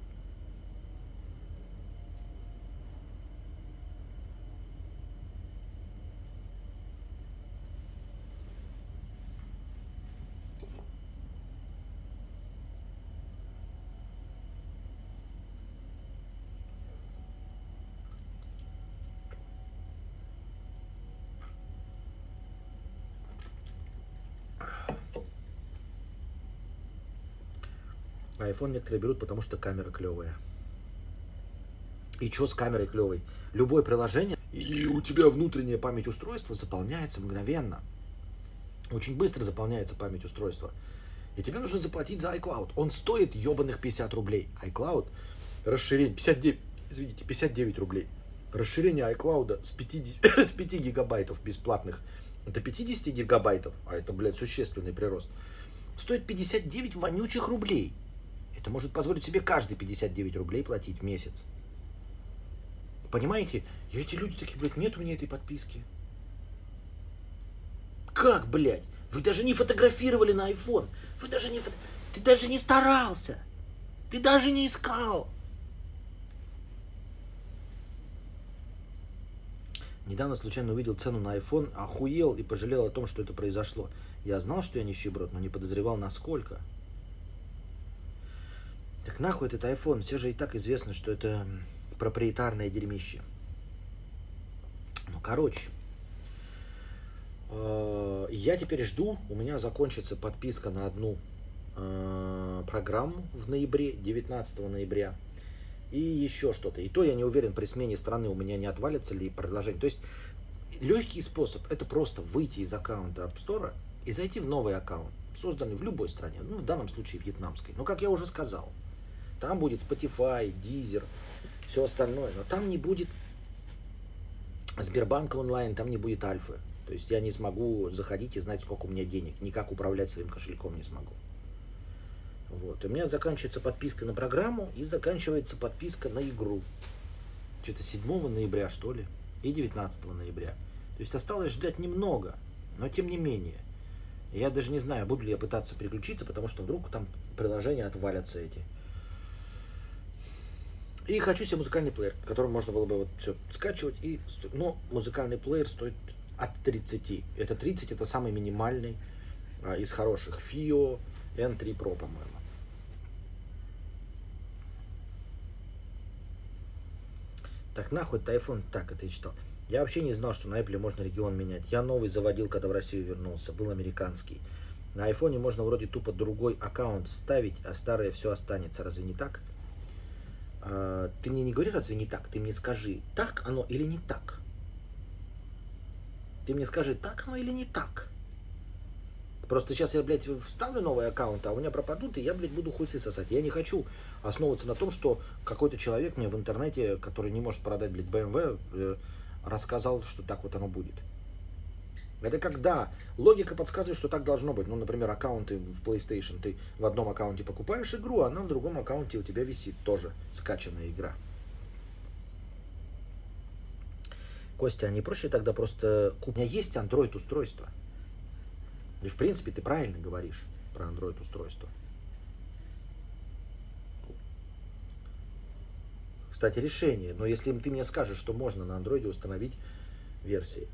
А iPhone некоторые берут, потому что камера клевая. И что с камерой клевой? Любое приложение, и у тебя внутренняя память устройства заполняется мгновенно. Очень быстро заполняется память устройства. И тебе нужно заплатить за iCloud. Он стоит ебаных пятьдесят рублей. iCloud, расширение, пятьдесят девять, извините, пятьдесят девять рублей. Расширение iCloud с пяти, с пяти гигабайтов бесплатных до пятидесяти гигабайтов, а это, блядь, существенный прирост, стоит пятьдесят девять вонючих рублей. Это может позволить себе каждый пятьдесят девять рублей платить в месяц. Понимаете? И эти люди такие, блядь, нет у меня этой подписки. Как, блядь? Вы даже не фотографировали на iPhone. Вы даже не фото... Ты даже не старался. Ты даже не искал. Недавно случайно увидел цену на iPhone, охуел и пожалел о том, что это произошло. Я знал, что я нищеброд, но не подозревал, насколько. Так нахуй этот iPhone? Все же и так известно, что это проприетарное дерьмище. Ну, короче. Я теперь жду, у меня закончится подписка на одну э, программу в ноябре, девятнадцатого ноября. И еще что-то. И то я не уверен, при смене страны у меня не отвалится ли предложение. То есть легкий способ – это просто выйти из аккаунта App Store и зайти в новый аккаунт, созданный в любой стране, ну, в данном случае вьетнамской. Но, как я уже сказал, там будет Spotify, Deezer, все остальное, но там не будет Сбербанка онлайн, там не будет Альфы. То есть я не смогу заходить и знать, сколько у меня денег, никак управлять своим кошельком не смогу. Вот. И у меня заканчивается подписка на программу и заканчивается подписка на игру. Что-то седьмого ноября, что ли, и девятнадцатого ноября. То есть осталось ждать немного, но тем не менее. Я даже не знаю, буду ли я пытаться переключиться, потому что вдруг там приложения отвалятся эти. И хочу себе музыкальный плеер, которым можно было бы вот все скачивать. И, но музыкальный плеер стоит от тридцати. Это тридцать, это самый минимальный а, из хороших. Фио эн три про, по-моему. Так нахуй-то iPhone, так это я читал. Я вообще не знал, что на Apple можно регион менять. Я новый заводил, когда в Россию вернулся. Был американский. На айфоне можно вроде тупо другой аккаунт вставить, а старое все останется. Разве не так? А, ты мне не говори, разве не так? Ты мне скажи, так оно или не так? Ты мне скажи, так оно или не так? Просто сейчас я, блядь, вставлю новый аккаунт, а у меня пропадут, и я, блядь, буду хуйцы сосать. Я не хочу основываться на том, что какой-то человек мне в интернете, который не может продать, блядь, бэ эм вэ, э, рассказал, что так вот оно будет. Это когда логика подсказывает, что так должно быть. Ну, например, аккаунты в PlayStation. Ты в одном аккаунте покупаешь игру, а она в другом аккаунте у тебя висит тоже скачанная игра. Костя, а не проще тогда просто купить? У меня есть Android устройство. И в принципе ты правильно говоришь про Android устройство. Кстати, решение. Но если ты мне скажешь, что можно на Android установить версии.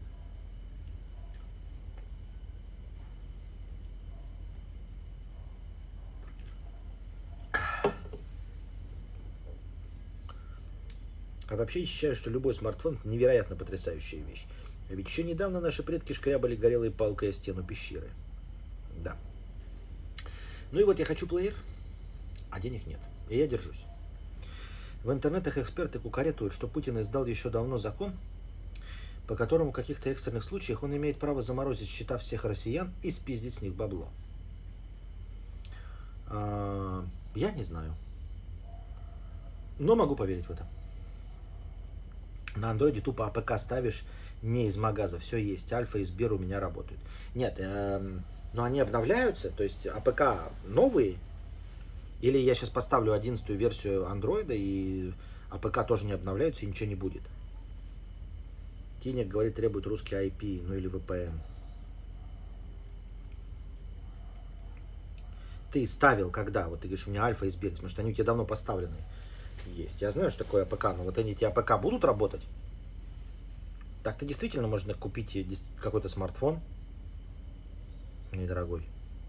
А вообще я считаю, что любой смартфон – невероятно потрясающая вещь. Ведь еще недавно наши предки шкрябали горелой палкой о стену пещеры. Да. Ну и вот я хочу плеер, а денег нет. И я держусь. В интернетах эксперты кукаретуют, что Путин издал еще давно закон, по которому в каких-то экстренных случаях он имеет право заморозить счета всех россиян и спиздить с них бабло. А, я не знаю. Но могу поверить в это. На андроиде тупо АПК ставишь не из магаза, все есть. Альфа и Сбер у меня работают. Нет, эм, но они обновляются, то есть АПК новые. Или я сейчас поставлю одиннадцатую версию андроида и АПК тоже не обновляются и ничего не будет. Тинек говорит, требует русский ай пи, ну или вэ пэ эн. Ты ставил когда? Вот ты говоришь, у меня Альфа и Сбер, потому что они у тебя давно поставлены есть. Я знаю, что такое АПК, но вот они эти АПК будут работать? Так-то действительно можно купить какой-то смартфон недорогой.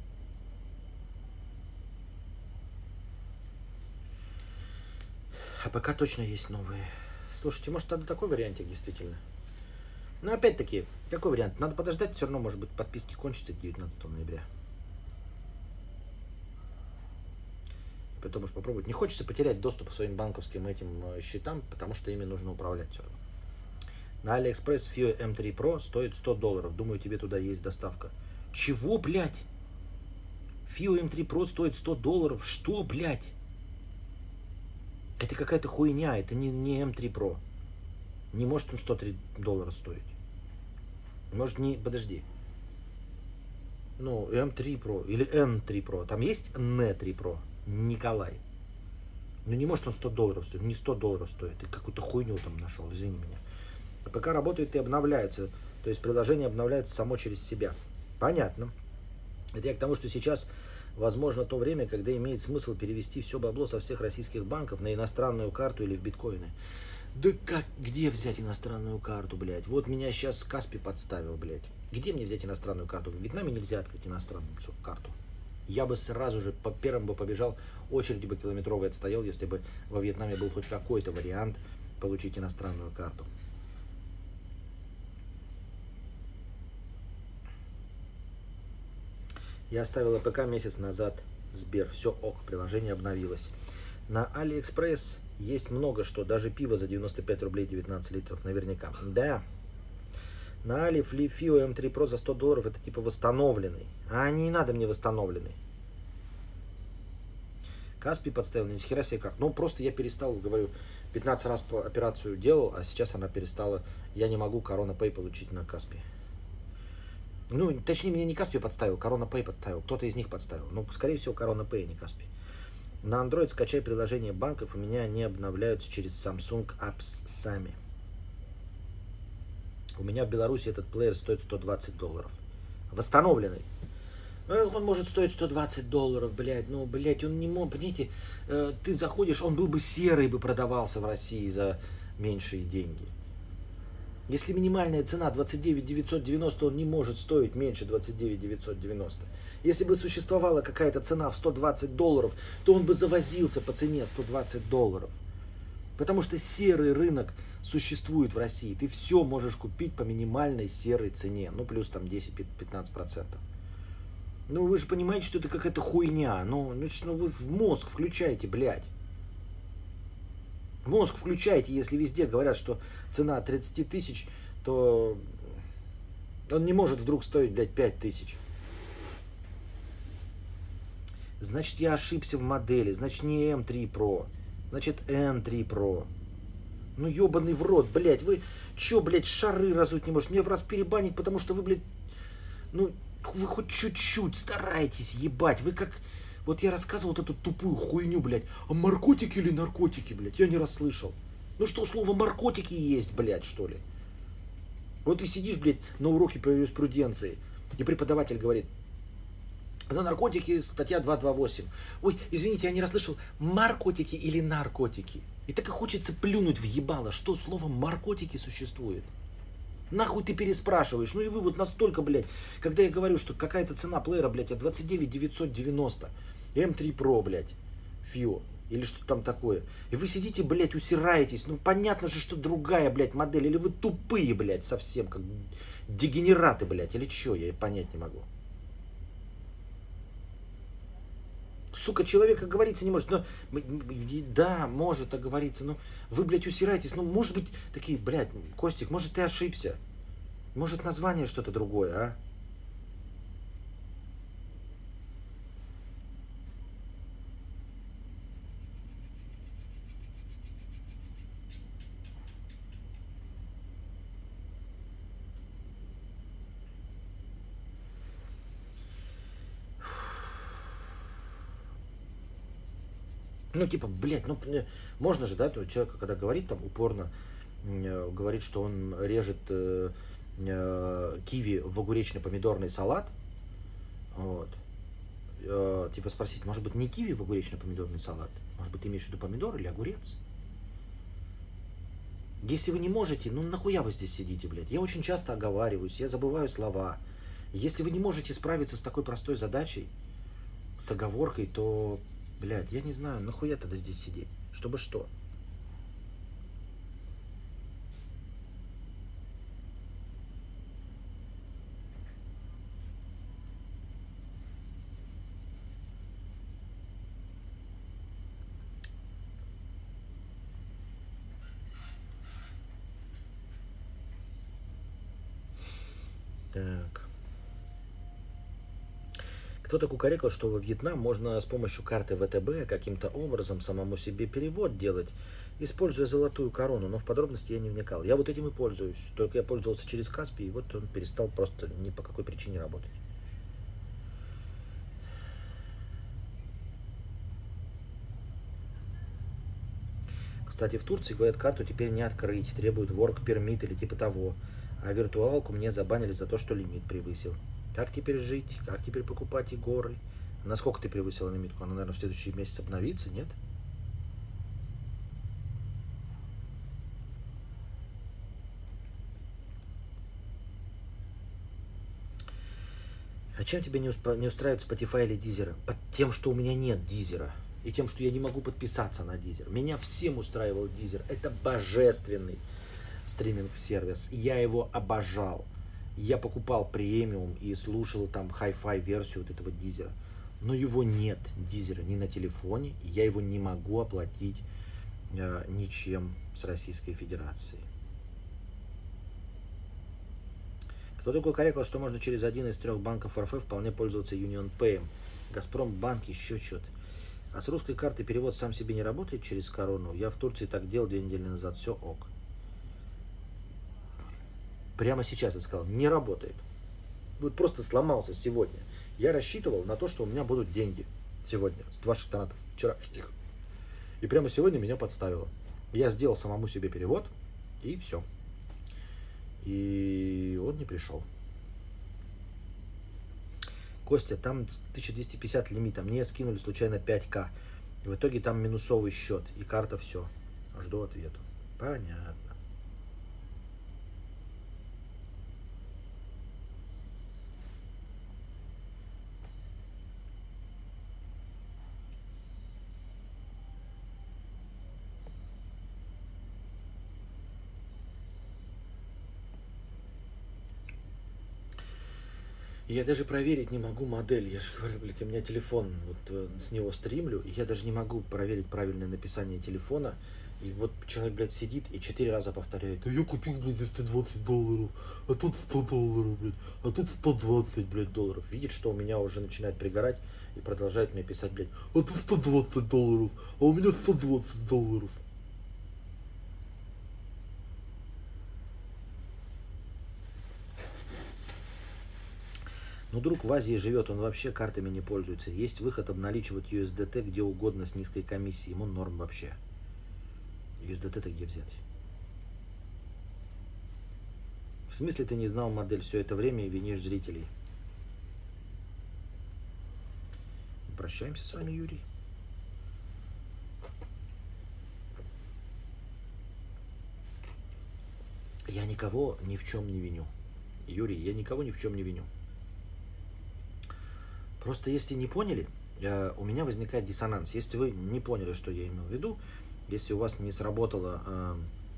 АПК точно есть новые. Слушайте, может тогда такой вариантик действительно. Но опять-таки, какой вариант? Надо подождать, все равно, может быть, подписки кончатся девятнадцатого ноября. Потом уж попробовать. Не хочется потерять доступ к своим банковским этим счетам, потому что ими нужно управлять все равно. На Алиэкспресс Fio эм три про стоит сто долларов. Думаю, тебе туда есть доставка. Чего, блядь? Fio эм три про стоит сто долларов. Что, блядь? Это какая-то хуйня. Это не, не эм три про. Не может он сто три доллара стоить. Может не... Подожди. Ну, эм три про или эн три про. Там есть эн три про. Николай. Ну не может он сто долларов стоить. Не сто долларов стоит. Ты какую-то хуйню там нашел. Извини меня. АПК работает и обновляется. То есть приложение обновляется само через себя. Понятно. Это я к тому, что сейчас возможно то время, когда имеет смысл перевести все бабло со всех российских банков на иностранную карту или в биткоины. Да как, где взять иностранную карту, блядь? Вот меня сейчас Каспи подставил, блядь. Где мне взять иностранную карту? В Вьетнаме нельзя открыть иностранную карту. Я бы сразу же по первым бы побежал, очереди бы километровой отстоял, если бы во Вьетнаме был хоть какой-то вариант получить иностранную карту. Я оставил АПК месяц назад. Сбер, все ок, приложение обновилось. На Алиэкспресс есть много что, даже пиво за девяносто пять рублей девятнадцать литров, наверняка. Да. На Али Фио эм три Pro за сто долларов это типа восстановленный. А не надо мне восстановленный. Каспий подставил, ни хера себе как. Ну, просто я перестал, говорю, пятнадцать раз по операцию делал, а сейчас она перестала. Я не могу Корона Pay получить на Каспий. Ну, точнее, меня не Каспий подставил, Корона Pay подставил. Кто-то из них подставил. Ну, скорее всего, Корона Pay, а не Каспий. На Android скачай приложение банков, у меня они обновляются через Samsung Apps сами. У меня в Беларуси этот плеер стоит сто двадцать долларов. Восстановленный. Он может стоить сто двадцать долларов, блядь. Ну, блядь, он не мог, понимаете, э, ты заходишь, он был бы серый, бы продавался в России за меньшие деньги. Если минимальная цена двадцать девять девятьсот девяносто, он не может стоить меньше двадцать девять девятьсот девяносто. Если бы существовала какая-то цена в сто двадцать долларов, то он бы завозился по цене сто двадцать долларов. Потому что серый рынок существует в России. Ты все можешь купить по минимальной серой цене. Ну, плюс там десять-пятнадцать процентов. Ну, вы же понимаете, что это какая-то хуйня. Ну, ну, вы в мозг включаете, блядь. Мозг включаете, если везде говорят, что цена тридцать тысяч, то он не может вдруг стоить, блядь, пять тысяч. Значит, я ошибся в модели. Значит, не эм три Pro. Значит, эн три Pro. Ну, ебаный в рот, блядь. Вы чё, блядь, шары разуть не можете? Мне просто перебанить, потому что вы, блядь, ну... Вы хоть чуть-чуть стараетесь, ебать. Вы как... Вот я рассказывал вот эту тупую хуйню, блядь. А наркотики или наркотики, блядь? Я не расслышал. Ну что, слово наркотики есть, блядь, что ли? Вот ты сидишь, блядь, на уроке по юриспруденции, и преподаватель говорит: за наркотики статья двести двадцать восемь. Ой, извините, я не расслышал, наркотики или наркотики? И так и хочется плюнуть в ебало, что слово наркотики существует. Нахуй ты переспрашиваешь? Ну и вы вот настолько, блядь, когда я говорю, что какая-то цена плеера, блядь, от двадцать девять девятьсот девяносто, эм три Pro, блядь, Фио, или что там такое. И вы сидите, блядь, усираетесь. Ну понятно же, что другая, блядь, модель. Или вы тупые, блядь, совсем, как дегенераты, блядь, или что, я понять не могу. Сука, человек оговориться не может. Но, да, может оговориться, но вы, блядь, усираетесь. Ну, может быть, такие, блядь, Костик, может, ты ошибся. Может, название что-то другое, а? Ну, типа, блядь, ну, можно же, да, то человек, когда говорит там упорно, э, говорит, что он режет э, э, киви в огуречно-помидорный салат, вот, э, типа спросить, может быть, не киви в огуречно-помидорный салат, может быть, ты имеешь в виду помидор или огурец? Если вы не можете, ну, нахуя вы здесь сидите, блядь? Я очень часто оговариваюсь, я забываю слова. Если вы не можете справиться с такой простой задачей, с оговоркой, то... Блядь, я не знаю, нахуя тогда здесь сидеть? Чтобы что? Так. Кто-то кукарекал, что во Вьетнам можно с помощью карты вэ тэ бэ каким-то образом самому себе перевод делать, используя золотую корону, но в подробности я не вникал. Я вот этим и пользуюсь, только я пользовался через Каспий, и вот он перестал просто ни по какой причине работать. Кстати, в Турции, говорят, карту теперь не открыть, требуют work permit или типа того, а виртуалку мне забанили за то, что лимит превысил. Как теперь жить? Как теперь покупать и горы? Насколько ты превысила лимитку? Она, наверное, в следующий месяц обновится, нет? А чем тебя не, усп... не устраивает Spotify или Deezer? Под тем, что у меня нет Deezer. И тем, что я не могу подписаться на Deezer. Меня всем устраивал Deezer. Это божественный стриминг-сервис. Я его обожал. Я покупал премиум и слушал там хай-фай версию вот этого Deezer. но его нет, дизера, ни на телефоне, и я его не могу оплатить э, ничем с Российской Федерацией. Кто такой корректор, что можно через один из трех банков эр эф вполне пользоваться UnionPay? Газпромбанк, еще что-то. А с русской карты перевод сам себе не работает через корону? Я в Турции так делал две недели назад, все ок. Прямо сейчас я сказал, не работает. Вот просто сломался сегодня. Я рассчитывал на то, что у меня будут деньги сегодня с ваших донатов вчерашних. И прямо сегодня меня подставило. Я сделал самому себе перевод, и все. И он не пришел. Костя, там тысяча двести пятьдесят лимит, а мне скинули случайно пять ка. В итоге там минусовый счет, и карта все. Жду ответа. Понятно. Я даже проверить не могу модель. Я же говорю, блядь, у меня телефон, вот э, с него стримлю, и я даже не могу проверить правильное написание телефона. И вот человек, блядь, сидит и четыре раза повторяет. Да я купил, блядь, за сто двадцать долларов, а тут сто долларов, блядь, а тут сто двадцать, блядь, долларов. Видит, что у меня уже начинает пригорать и продолжает мне писать, блядь, а тут сто двадцать долларов, а у меня сто двадцать долларов. Ну, друг в Азии живет, он вообще картами не пользуется. Есть выход обналичивать ю эс ди ти где угодно с низкой комиссией. Ему норм вообще. ю эс ди ти-то где взять? В смысле ты не знал модель все это время и винишь зрителей? Прощаемся с вами, Юрий. Я никого ни в чем не виню. Юрий, я никого ни в чем не виню. Просто если не поняли, у меня возникает диссонанс. Если вы не поняли, что я имел в виду, если у вас не сработала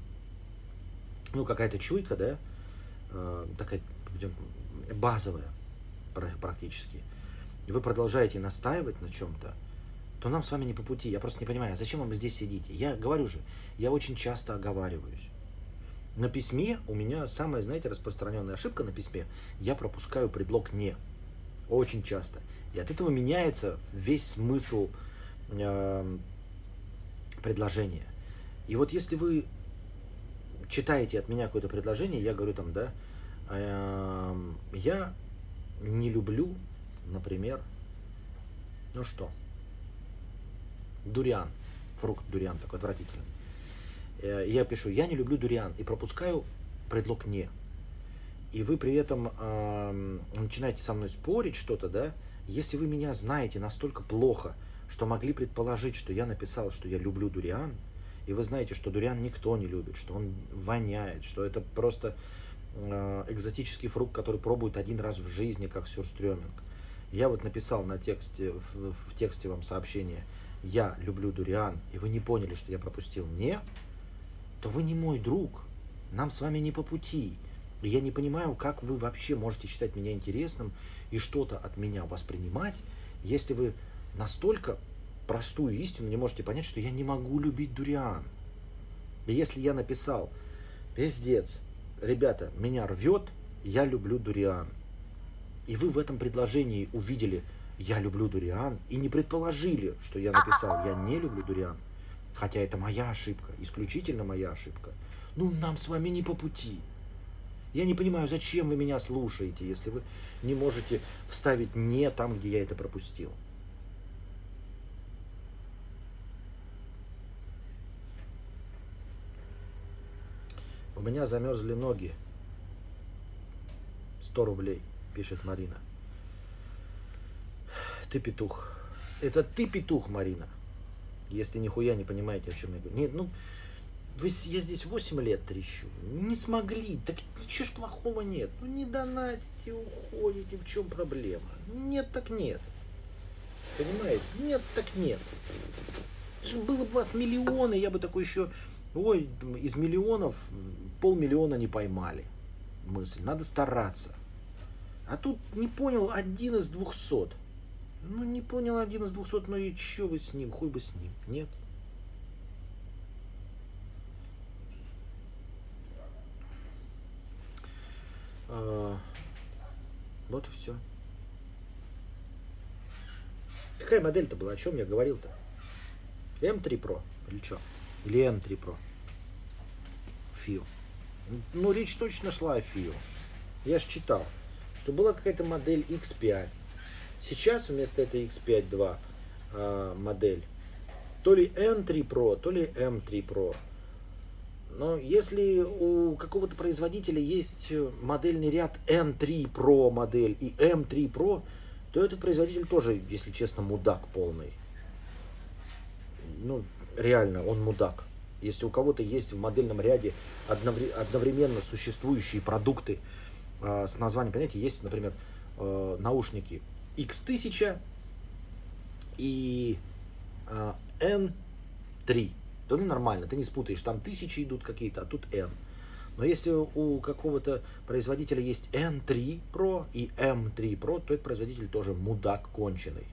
ну, какая-то чуйка, да, такая базовая практически, и вы продолжаете настаивать на чем-то, то нам с вами не по пути. Я просто не понимаю, зачем вы здесь сидите? Я говорю же, я очень часто оговариваюсь. На письме у меня самая, знаете, распространенная ошибка на письме. Я пропускаю предлог «не». Очень часто. И от этого меняется весь смысл э, предложения. И вот если вы читаете от меня какое-то предложение, я говорю там, да, э, я не люблю, например, ну что, дуриан, фрукт дуриан такой отвратительный. Э, я пишу, я не люблю дуриан, и пропускаю предлог «не». И вы при этом э, начинаете со мной спорить что-то, да, если вы меня знаете настолько плохо, что могли предположить, что я написал, что я люблю дуриан, и вы знаете, что дуриан никто не любит, что он воняет, что это просто э, экзотический фрукт, который пробуют один раз в жизни, как сюрстрёминг. Я вот написал на тексте, в, в тексте вам сообщение, я люблю дуриан, и вы не поняли, что я пропустил «не», то вы не мой друг, нам с вами не по пути. Я не понимаю, как вы вообще можете считать меня интересным и что-то от меня воспринимать, если вы настолько простую истину не можете понять, что я не могу любить дуриан. И если я написал, пиздец, ребята, меня рвет, я люблю дуриан, и вы в этом предложении увидели, я люблю дуриан, и не предположили, что я написал, я не люблю дуриан, хотя это моя ошибка, исключительно моя ошибка, ну нам с вами не по пути. Я не понимаю, зачем вы меня слушаете, если вы не можете вставить «не» там, где я это пропустил. У меня замерзли ноги. сто рублей, пишет Марина. Ты петух. Это ты петух, Марина. Если нихуя не понимаете, о чем я говорю. Нет, ну... Вы, я здесь восемь лет трещу. Не смогли. Так ничего ж плохого нет. Ну не донатите, уходите. В чем проблема? Нет, так нет. Понимаете? Нет, так нет. Было бы у вас миллионы, я бы такой еще... Ой, из миллионов полмиллиона не поймали. Мысль. Надо стараться. А тут не понял один из двухсот. Ну, не понял один из двухсот, ну и чё вы с ним, хуй бы с ним, нет? А, вот и все. Какая модель-то была, о чем я говорил-то? эм три про или что? Или эн три про? фио. Ну, речь точно шла о фио. Я ж читал, что была какая-то модель икс пять. Сейчас вместо этой икс пять два э, модель то ли эн три про, то ли эм три про. Но если у какого-то производителя есть модельный ряд эн три про модель и эм три про, то этот производитель тоже, если честно, мудак полный. Ну, реально, он мудак. Если у кого-то есть в модельном ряде одновременно существующие продукты э, с названием, понимаете, есть, например, э, наушники икс тысяча и э, эн три, то ну, нормально, ты не спутаешь, там тысячи идут какие-то, а тут N. Но если у какого-то производителя есть эн три про и эм три про, то этот производитель тоже мудак конченый.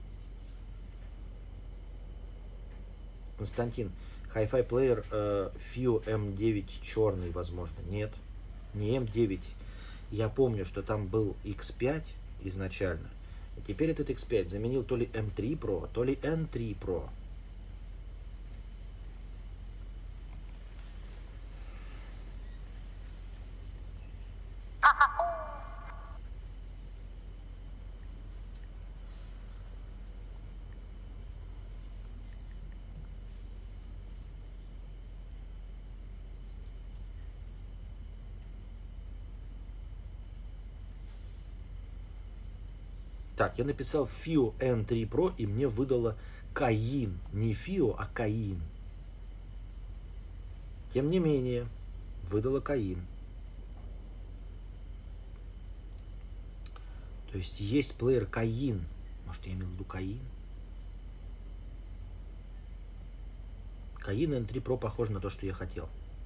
Константин, Hi-Fi плеер э, фио эм девять черный, возможно. Нет, не эм девять. Я помню, что там был икс пять изначально. И теперь этот икс пять заменил то ли эм три про, то ли эн три про. Так, я написал фио эн три про, и мне выдало Каин. Не фио, а Каин. Тем не менее, выдало Каин. То есть есть плеер Каин. Может, я имел в виду Каин? Каин эн три про похож на то, что я хотел.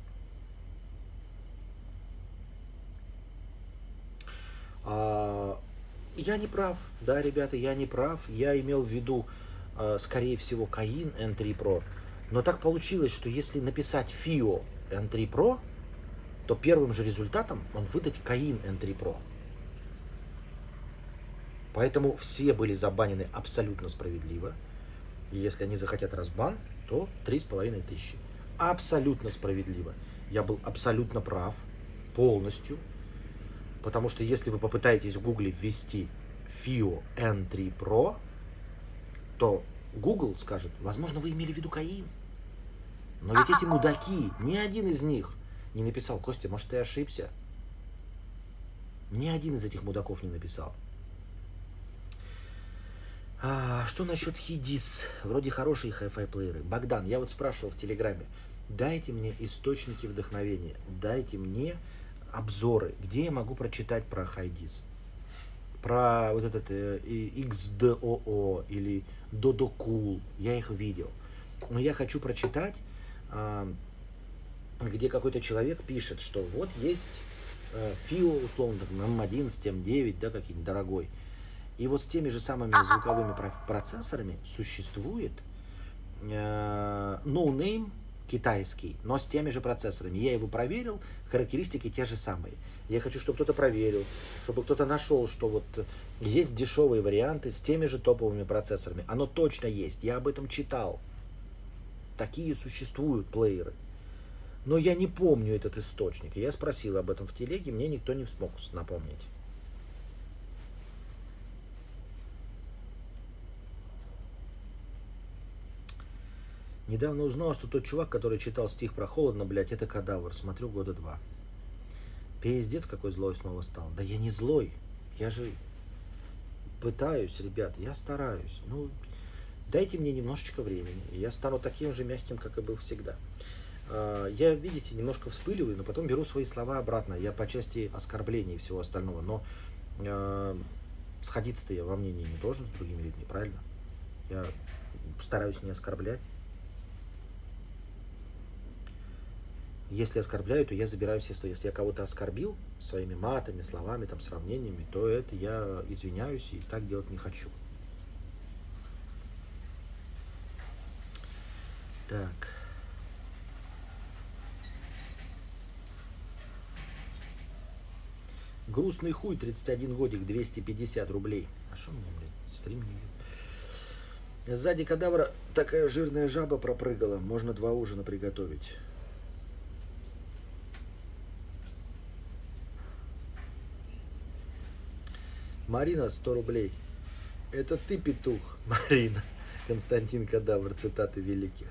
А, я не прав. Да, ребята, я не прав. Я имел в виду, скорее всего, Каин эн три про. Но так получилось, что если написать фио эн три про, то первым же результатом он выдать Каин эн три про. Поэтому все были забанены абсолютно справедливо. И если они захотят разбан, то три с половиной тысячи. Абсолютно справедливо. Я был абсолютно прав. Полностью. Потому что если вы попытаетесь в гугле ввести фио эн три про, то Google скажет, возможно, вы имели в виду Каин. Но ведь эти мудаки, ни один из них не написал. Костя, может, ты ошибся? Ни один из этих мудаков не написал. А, что насчет Хидис? Вроде хорошие Hi-Fi плееры. Богдан, я вот спрашивал в Телеграме. Дайте мне источники вдохновения. Дайте мне обзоры, где я могу прочитать про Hi-Dis. Про вот этот э, икс ди о о или Dodo Cool. Я их видел. Но я хочу прочитать, э, где какой-то человек пишет, что вот есть э, фио, условно, эм одиннадцать, эм девять, да, какой-нибудь дорогой. И вот с теми же самыми звуковыми процессорами существует э, no name китайский, но с теми же процессорами. Я его проверил, характеристики те же самые. Я хочу, чтобы кто-то проверил, чтобы кто-то нашел, что вот есть дешевые варианты с теми же топовыми процессорами. Оно точно есть, я об этом читал. Такие существуют плееры. Но я не помню этот источник. Я спросил об этом в телеге, мне никто не смог напомнить. Недавно узнал, что тот чувак, который читал стих про холодно, блядь, это кадавр. Смотрю года два. Пиздец, какой злой снова стал. Да я не злой. Я же пытаюсь, ребят, я стараюсь. Ну, дайте мне немножечко времени. И я стану таким же мягким, как и был всегда. Я, видите, немножко вспыливаю, но потом беру свои слова обратно. Я по части оскорблений и всего остального. Но э, сходиться-то я во мнении не должен с другими людьми, правильно? Я стараюсь не оскорблять. Если оскорбляю, то я забираю все слова. Если я кого-то оскорбил своими матами, словами, там, сравнениями, то это я извиняюсь и так делать не хочу. Грустный хуй, тридцать один годик, двести пятьдесят рублей. А что мне, блядь, стрим не идет? Сзади кадавра такая жирная жаба пропрыгала. Можно два ужина приготовить. Марина, сто рублей. Это ты, петух, Марина. Константин Кадавр, цитаты великих.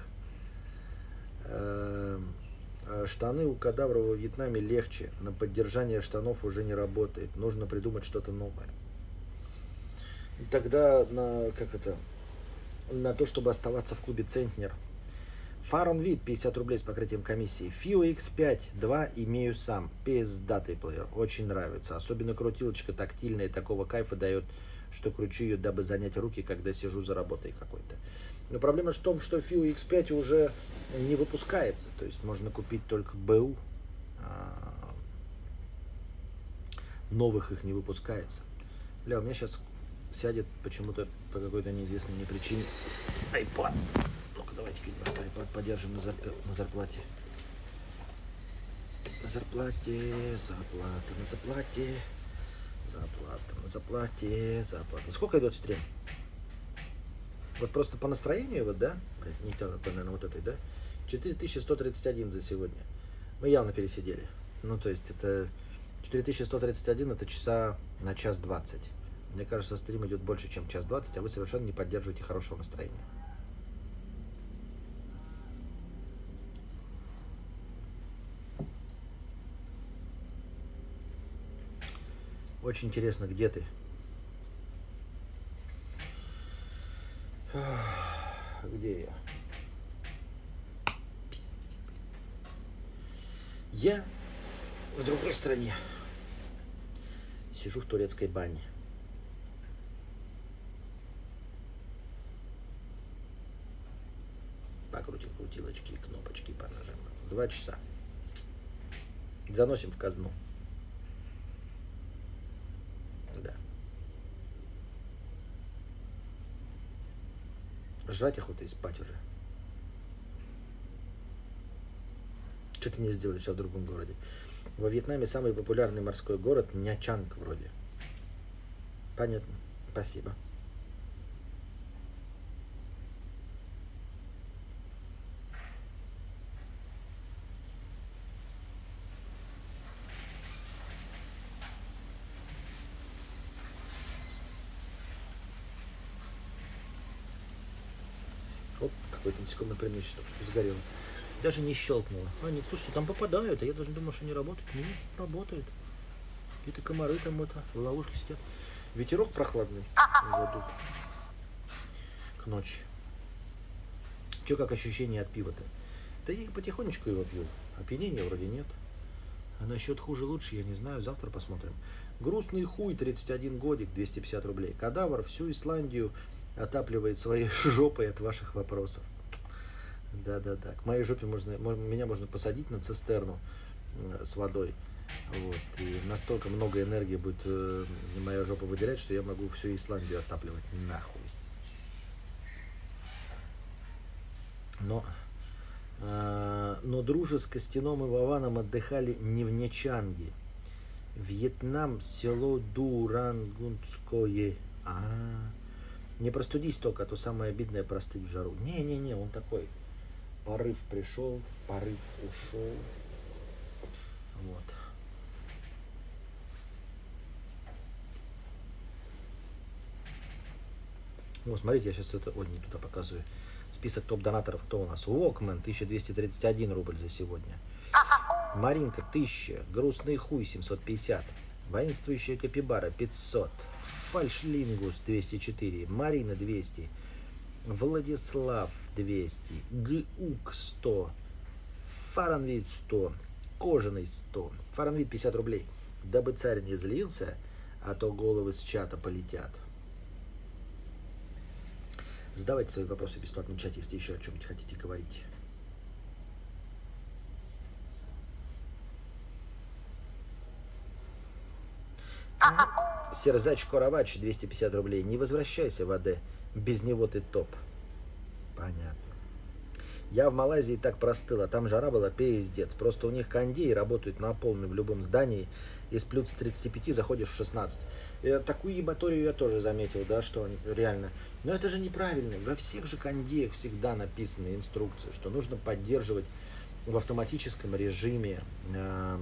Штаны у кадавра во Вьетнаме легче. На поддержание штанов уже не работает. Нужно придумать что-то новое. И тогда на, как это, на то, чтобы оставаться в клубе Центнер. Фарон Вид, пятьдесят рублей с покрытием комиссии. Фио икс пять два имею сам. Пиздатый плеер. Очень нравится. Особенно крутилочка тактильная. Такого кайфа дает, что кручу ее, дабы занять руки, когда сижу за работой какой-то. Но проблема в том, что Фио икс пять уже не выпускается. То есть можно купить только БУ. А новых их не выпускается. Бля, у меня сейчас сядет почему-то по какой-то неизвестной мне причине iPad. Ну-ка, давайте-ка немножко iPad подержим на, зарп... на зарплате. На зарплате, зарплата, на зарплате, зарплата, на зарплате, зарплата. Сколько идет стрим? Вот просто по настроению, вот, да? Не то, наверное, вот этой, да? четыре тысячи сто тридцать один за сегодня. Мы явно пересидели. Ну, то есть, это четыре тысячи сто тридцать один, это часа на час двадцать. Мне кажется, стрим идет больше, чем час двадцать, а вы совершенно не поддерживаете хорошего настроения. Очень интересно, где ты? Где я? Я в другой стране. Сижу в турецкой бане. Покрутил крутилочки и кнопочки понажимаем. Два часа. Заносим в казну. Да. Жрать охота и спать уже. Что ты мне сделаешь сейчас в другом городе? Во Вьетнаме самый популярный морской город Nha Trang вроде. Понятно. Спасибо. Оп, какой-то насекомый примечен, только что сгорел. Даже не щелкнуло. А, нет, слушайте, там попадают, а я даже думал, что не работают. Нет, работают. Какие-то комары там это, в ловушке сидят. Ветерок прохладный задут к ночи. Че, как ощущение от пива-то? Да я потихонечку его пью. Опьянения вроде нет. А насчет хуже-лучше, я не знаю, завтра посмотрим. Грустный хуй, тридцать один годик, двести пятьдесят рублей. Кадавр всю Исландию отапливает своей жопой от ваших вопросов. Да-да-да. К моей жопе можно, меня можно посадить на цистерну с водой. Вот. И настолько много энергии будет э, моя жопа выделять, что я могу всю Исландию отапливать нахуй. Но, э, но дружи с Костяном и Вованом отдыхали не в Нячанге. Вьетнам, село Дурангунское. А, -а, а. Не простудись только, а то самое обидное простыть в жару. Не-не-не, он такой. Порыв пришел, порыв ушел. Вот. Ну, смотрите, я сейчас это, ой, не туда показываю. Список топ-донаторов, кто у нас? Walkman, тысяча двести тридцать один рубль за сегодня. Маринка, тысяча. Грустный хуй, семьсот пятьдесят. Воинствующая капибара, пятьсот. Фальшлингус, двести четыре. Марина, двести. Владислав, двести. Гук, сто. Фаранвид, сто. Кожаный, сто. Фаранвид, пятьдесят рублей. Дабы царь не злился, а то головы с чата полетят. Задавайте свои вопросы в бесплатном чате, если еще о чем-нибудь хотите говорить. Серзач Коровач, двести пятьдесят рублей. Не возвращайся в АД. Без него ты топ. Понятно. Я в Малайзии так простыл, а там жара была пиздец. Просто у них кондеи работают на полную в любом здании. из плюс тридцати пяти заходишь в шестнадцать. И такую ебаторию я тоже заметил, да, что реально. Но это же неправильно. Во всех же кондеях всегда написаны инструкции, что нужно поддерживать в автоматическом режиме, э,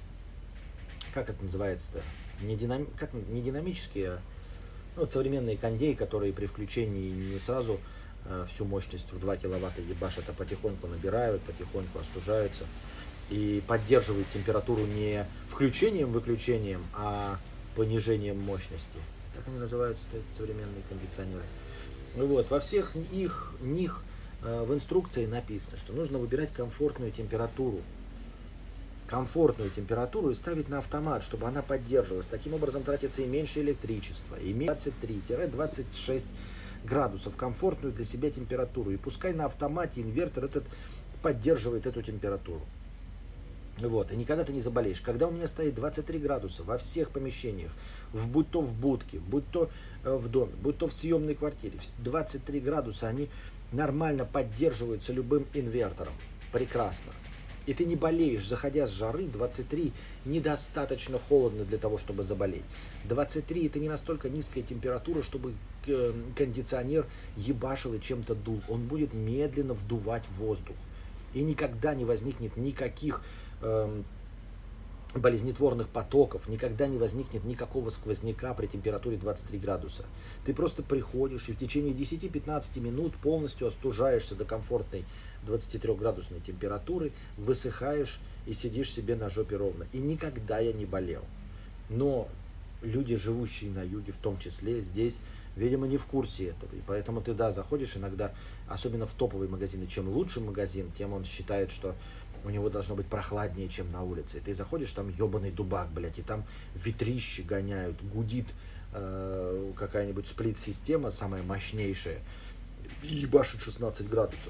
как это называется-то, не, динам, как, не динамические, а ну, вот современные кондеи, которые при включении не сразу э, всю мощность в два киловатта ебашат, а потихоньку набирают, потихоньку остужаются и поддерживают температуру не включением-выключением, а понижением мощности. Так они называются, современные кондиционеры. Ну вот, во всех их, них э, в инструкции написано, что нужно выбирать комфортную температуру. Комфортную температуру и ставить на автомат, чтобы она поддерживалась. Таким образом тратится и меньше электричества. И двадцать три — двадцать шесть градусов комфортную для себя температуру. И пускай на автомате инвертор этот поддерживает эту температуру. Вот, и никогда ты не заболеешь. Когда у меня стоит двадцать три градуса во всех помещениях, в, будь то в будке, будь то э, в доме, будь то в съемной квартире, двадцать три градуса, они нормально поддерживаются любым инвертором. Прекрасно. И ты не болеешь, заходя с жары, двадцать три недостаточно холодно для того, чтобы заболеть. двадцать три это не настолько низкая температура, чтобы кондиционер ебашил и чем-то дул. Он будет медленно вдувать воздух. И никогда не возникнет никаких э, болезнетворных потоков, никогда не возникнет никакого сквозняка при температуре двадцать три градуса. Ты просто приходишь и в течение десяти-пятнадцати минут полностью остужаешься до комфортной двадцатитрёхградусной температуры, высыхаешь и сидишь себе на жопе ровно. И никогда я не болел. Но люди, живущие на юге, в том числе здесь, видимо, не в курсе этого. И поэтому ты, да, заходишь иногда, особенно в топовые магазины. Чем лучше магазин, тем он считает, что у него должно быть прохладнее, чем на улице. И ты заходишь, там ебаный дубак, блядь, и там ветрищи гоняют, гудит э, какая-нибудь сплит-система, самая мощнейшая, и ебашит шестнадцать градусов.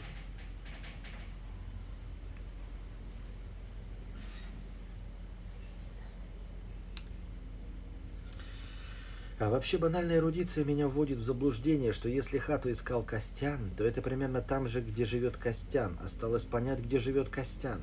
А вообще банальная эрудиция меня вводит в заблуждение, что если хату искал Костян, то это примерно там же, где живет Костян. Осталось понять, где живет Костян.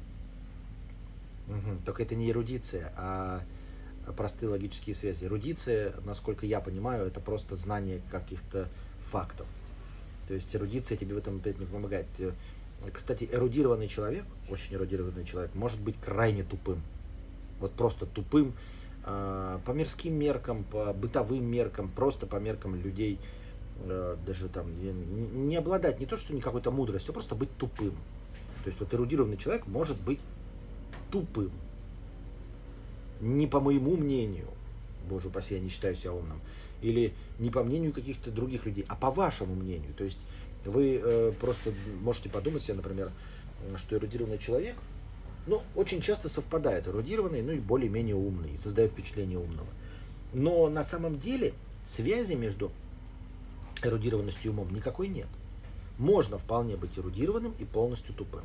Угу. Только это не эрудиция, а простые логические связи. Эрудиция, насколько я понимаю, это просто знание каких-то фактов. То есть эрудиция тебе в этом опять не помогает. Кстати, эрудированный человек, очень эрудированный человек, может быть крайне тупым. Вот просто тупым. По мирским меркам, по бытовым меркам, просто по меркам людей, даже там не обладать не то, что не какой-то мудростью, а просто быть тупым. То есть вот эрудированный человек может быть тупым. Не по моему мнению, боже упаси, я не считаю себя умным, или не по мнению каких-то других людей, а по вашему мнению. То есть вы э, просто можете подумать себе, например, что эрудированный человек, ну, очень часто совпадает эрудированный, ну и более-менее умный, и создает впечатление умного. Но на самом деле связи между эрудированностью и умом никакой нет. Можно вполне быть эрудированным и полностью тупым.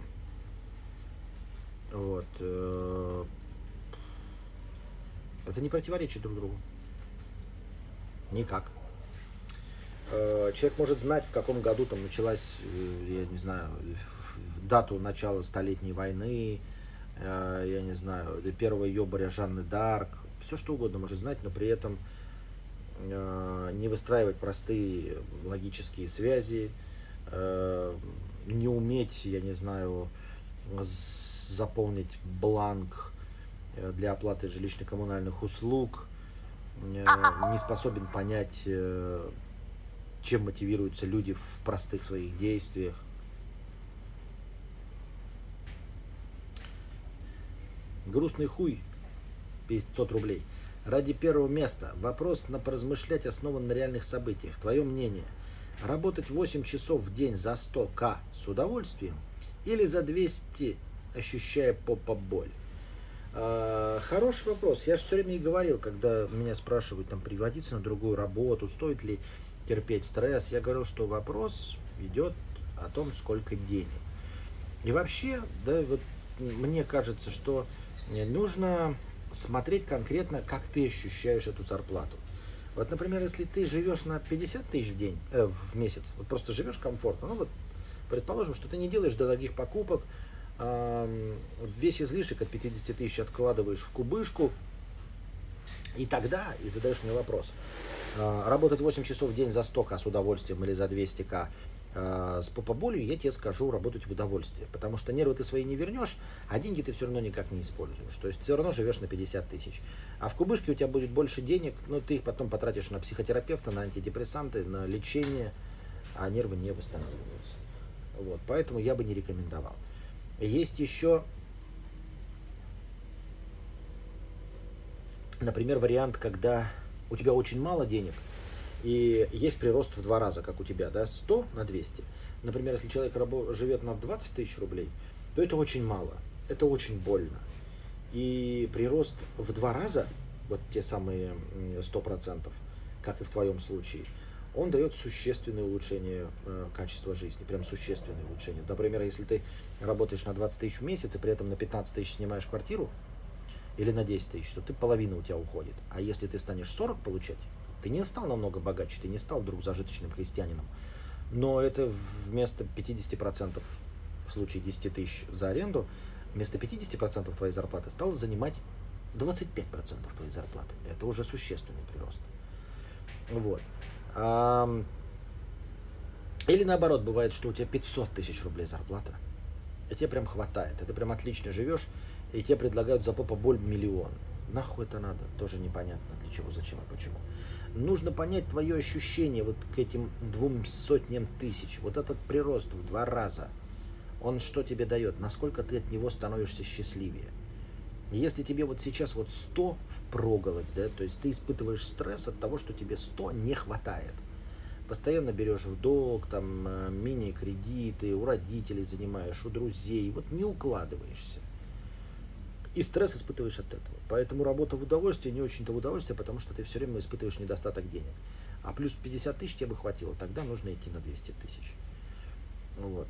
Вот. Это не противоречит друг другу. Никак. Человек может знать, в каком году там началась, я не знаю, дату начала Столетней войны, я не знаю, первого ёбаря Жанны д'Арк, все что угодно может знать, но при этом не выстраивать простые логические связи, не уметь, я не знаю, заполнить бланк для оплаты жилищно-коммунальных услуг, не способен понять, чем мотивируются люди в простых своих действиях. Грустный хуй, пятьсот рублей. Ради первого места. Вопрос на поразмышлять, основан на реальных событиях. Твое мнение. Работать восемь часов в день за сто тысяч с удовольствием или за двести, ощущая попа-боль? А, хороший вопрос. Я же все время и говорил, когда меня спрашивают, там, приводиться на другую работу, стоит ли терпеть стресс, я говорил, что вопрос идет о том, сколько денег. И вообще, да, вот мне кажется, что нужно смотреть конкретно, как ты ощущаешь эту зарплату. Вот, например, если ты живешь на пятьдесят тысяч в день, э, в месяц, вот просто живешь комфортно, ну вот, предположим, что ты не делаешь дорогих покупок, э, весь излишек от пятидесяти тысяч откладываешь в кубышку, И тогда, и задаешь мне вопрос, работать восемь часов в день за сто ка с удовольствием или за двести ка с попоболью, я тебе скажу работать в удовольствие. Потому что нервы ты свои не вернешь, а деньги ты все равно никак не используешь. То есть все равно живешь на пятьдесят тысяч. А в кубышке у тебя будет больше денег, но ты их потом потратишь на психотерапевта, на антидепрессанты, на лечение, а нервы не восстанавливаются. Вот, поэтому я бы не рекомендовал. Есть еще, например, вариант, когда у тебя очень мало денег, и есть прирост в два раза, как у тебя, да, сто на двести. Например, если человек живет на двадцать тысяч рублей, то это очень мало, это очень больно. И прирост в два раза, вот те самые сто процентов, как и в твоем случае, он дает существенное улучшение э, качества жизни, прям существенное улучшение. Например, если ты работаешь на двадцать тысяч в месяц и при этом на пятнадцать тысяч снимаешь квартиру, или на десять тысяч, то ты половина у тебя уходит. А если ты станешь сорок получать, ты не стал намного богаче, ты не стал вдруг зажиточным христианином. Но это вместо пятидесяти процентов в случае десяти тысяч за аренду, вместо пятидесяти процентов твоей зарплаты стало занимать двадцать пять процентов твоей зарплаты. Это уже существенный прирост. Вот. Или наоборот, бывает, что у тебя пятьсот тысяч рублей зарплата, и тебе прям хватает, и ты прям отлично живешь, и тебе предлагают за попоболь миллион. Нахуй это надо? Тоже непонятно для чего, зачем и почему. Нужно понять твое ощущение вот к этим двум сотням тысяч. Вот этот прирост в два раза, он что тебе дает? Насколько ты от него становишься счастливее? Если тебе вот сейчас вот сто впроголодь, да, то есть ты испытываешь стресс от того, что тебе сто не хватает. Постоянно берешь в долг, там, мини-кредиты, у родителей занимаешь, у друзей, вот не укладываешься. И стресс испытываешь от этого. Поэтому работа в удовольствие не очень-то в удовольствие, потому что ты все время испытываешь недостаток денег. А плюс пятьдесят тысяч тебе бы хватило, тогда нужно идти на двести тысяч. Вот.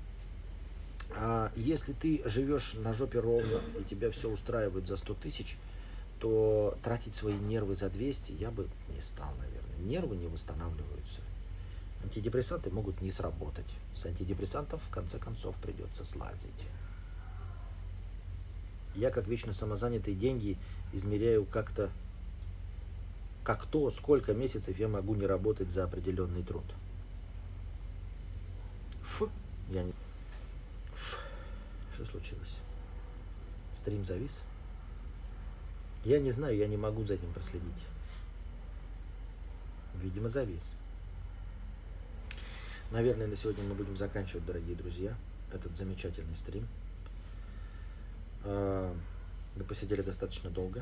А если ты живешь на жопе ровно, и тебя все устраивает за сто тысяч, то тратить свои нервы за двести я бы не стал, наверное. Нервы не восстанавливаются. Антидепрессанты могут не сработать. С антидепрессантов в конце концов придется слазить. Я, как вечно самозанятый, деньги измеряю как-то, как то, сколько месяцев я могу не работать за определенный труд. Фу, я не... Фу. Что случилось? Стрим завис? Я не знаю, я не могу за этим проследить. Видимо, завис. Наверное, на сегодня мы будем заканчивать, дорогие друзья, этот замечательный стрим. Мы посидели достаточно долго.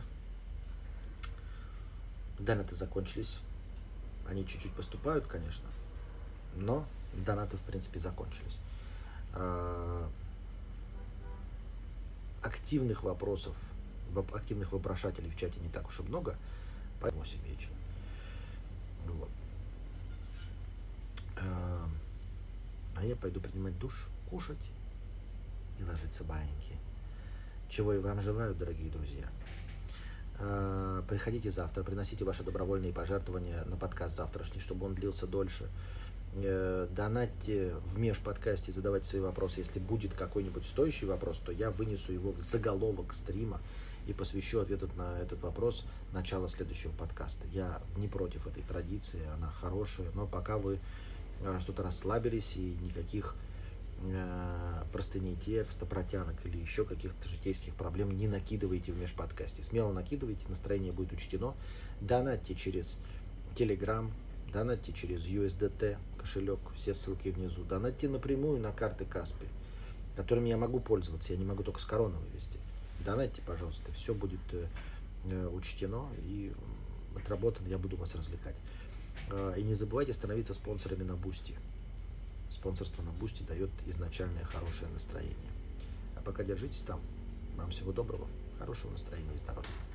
Донаты закончились. Они чуть-чуть поступают, конечно, но донаты, в принципе, закончились. Активных вопросов, активных вопрошателей в чате не так уж и много, поэтому восемь вечера. Вот. А я пойду принимать душ, кушать и ложиться баиньки. Чего и вам желаю, дорогие друзья. Приходите завтра, приносите ваши добровольные пожертвования на подкаст завтрашний, чтобы он длился дольше. Донатьте в межподкасте, задавайте свои вопросы. Если будет какой-нибудь стоящий вопрос, то я вынесу его в заголовок стрима и посвящу ответу на этот вопрос начала следующего подкаста. Я не против этой традиции, она хорошая, но пока вы что-то расслабились и никаких простыней текста, протянок или еще каких-то житейских проблем не накидывайте в межподкасте. Смело накидывайте, настроение будет учтено. Донатьте через Telegram, донатьте через ю эс ди ти кошелек, все ссылки внизу. Донатьте напрямую на карты Каспи, которыми я могу пользоваться, я не могу только с короны вывести. Донатьте, пожалуйста, все будет э, учтено и отработано, я буду вас развлекать. Э, и не забывайте становиться спонсорами на Бусти. Спонсорство на Бусти дает изначальное хорошее настроение. А пока держитесь там. Вам всего доброго, хорошего настроения и здоровья.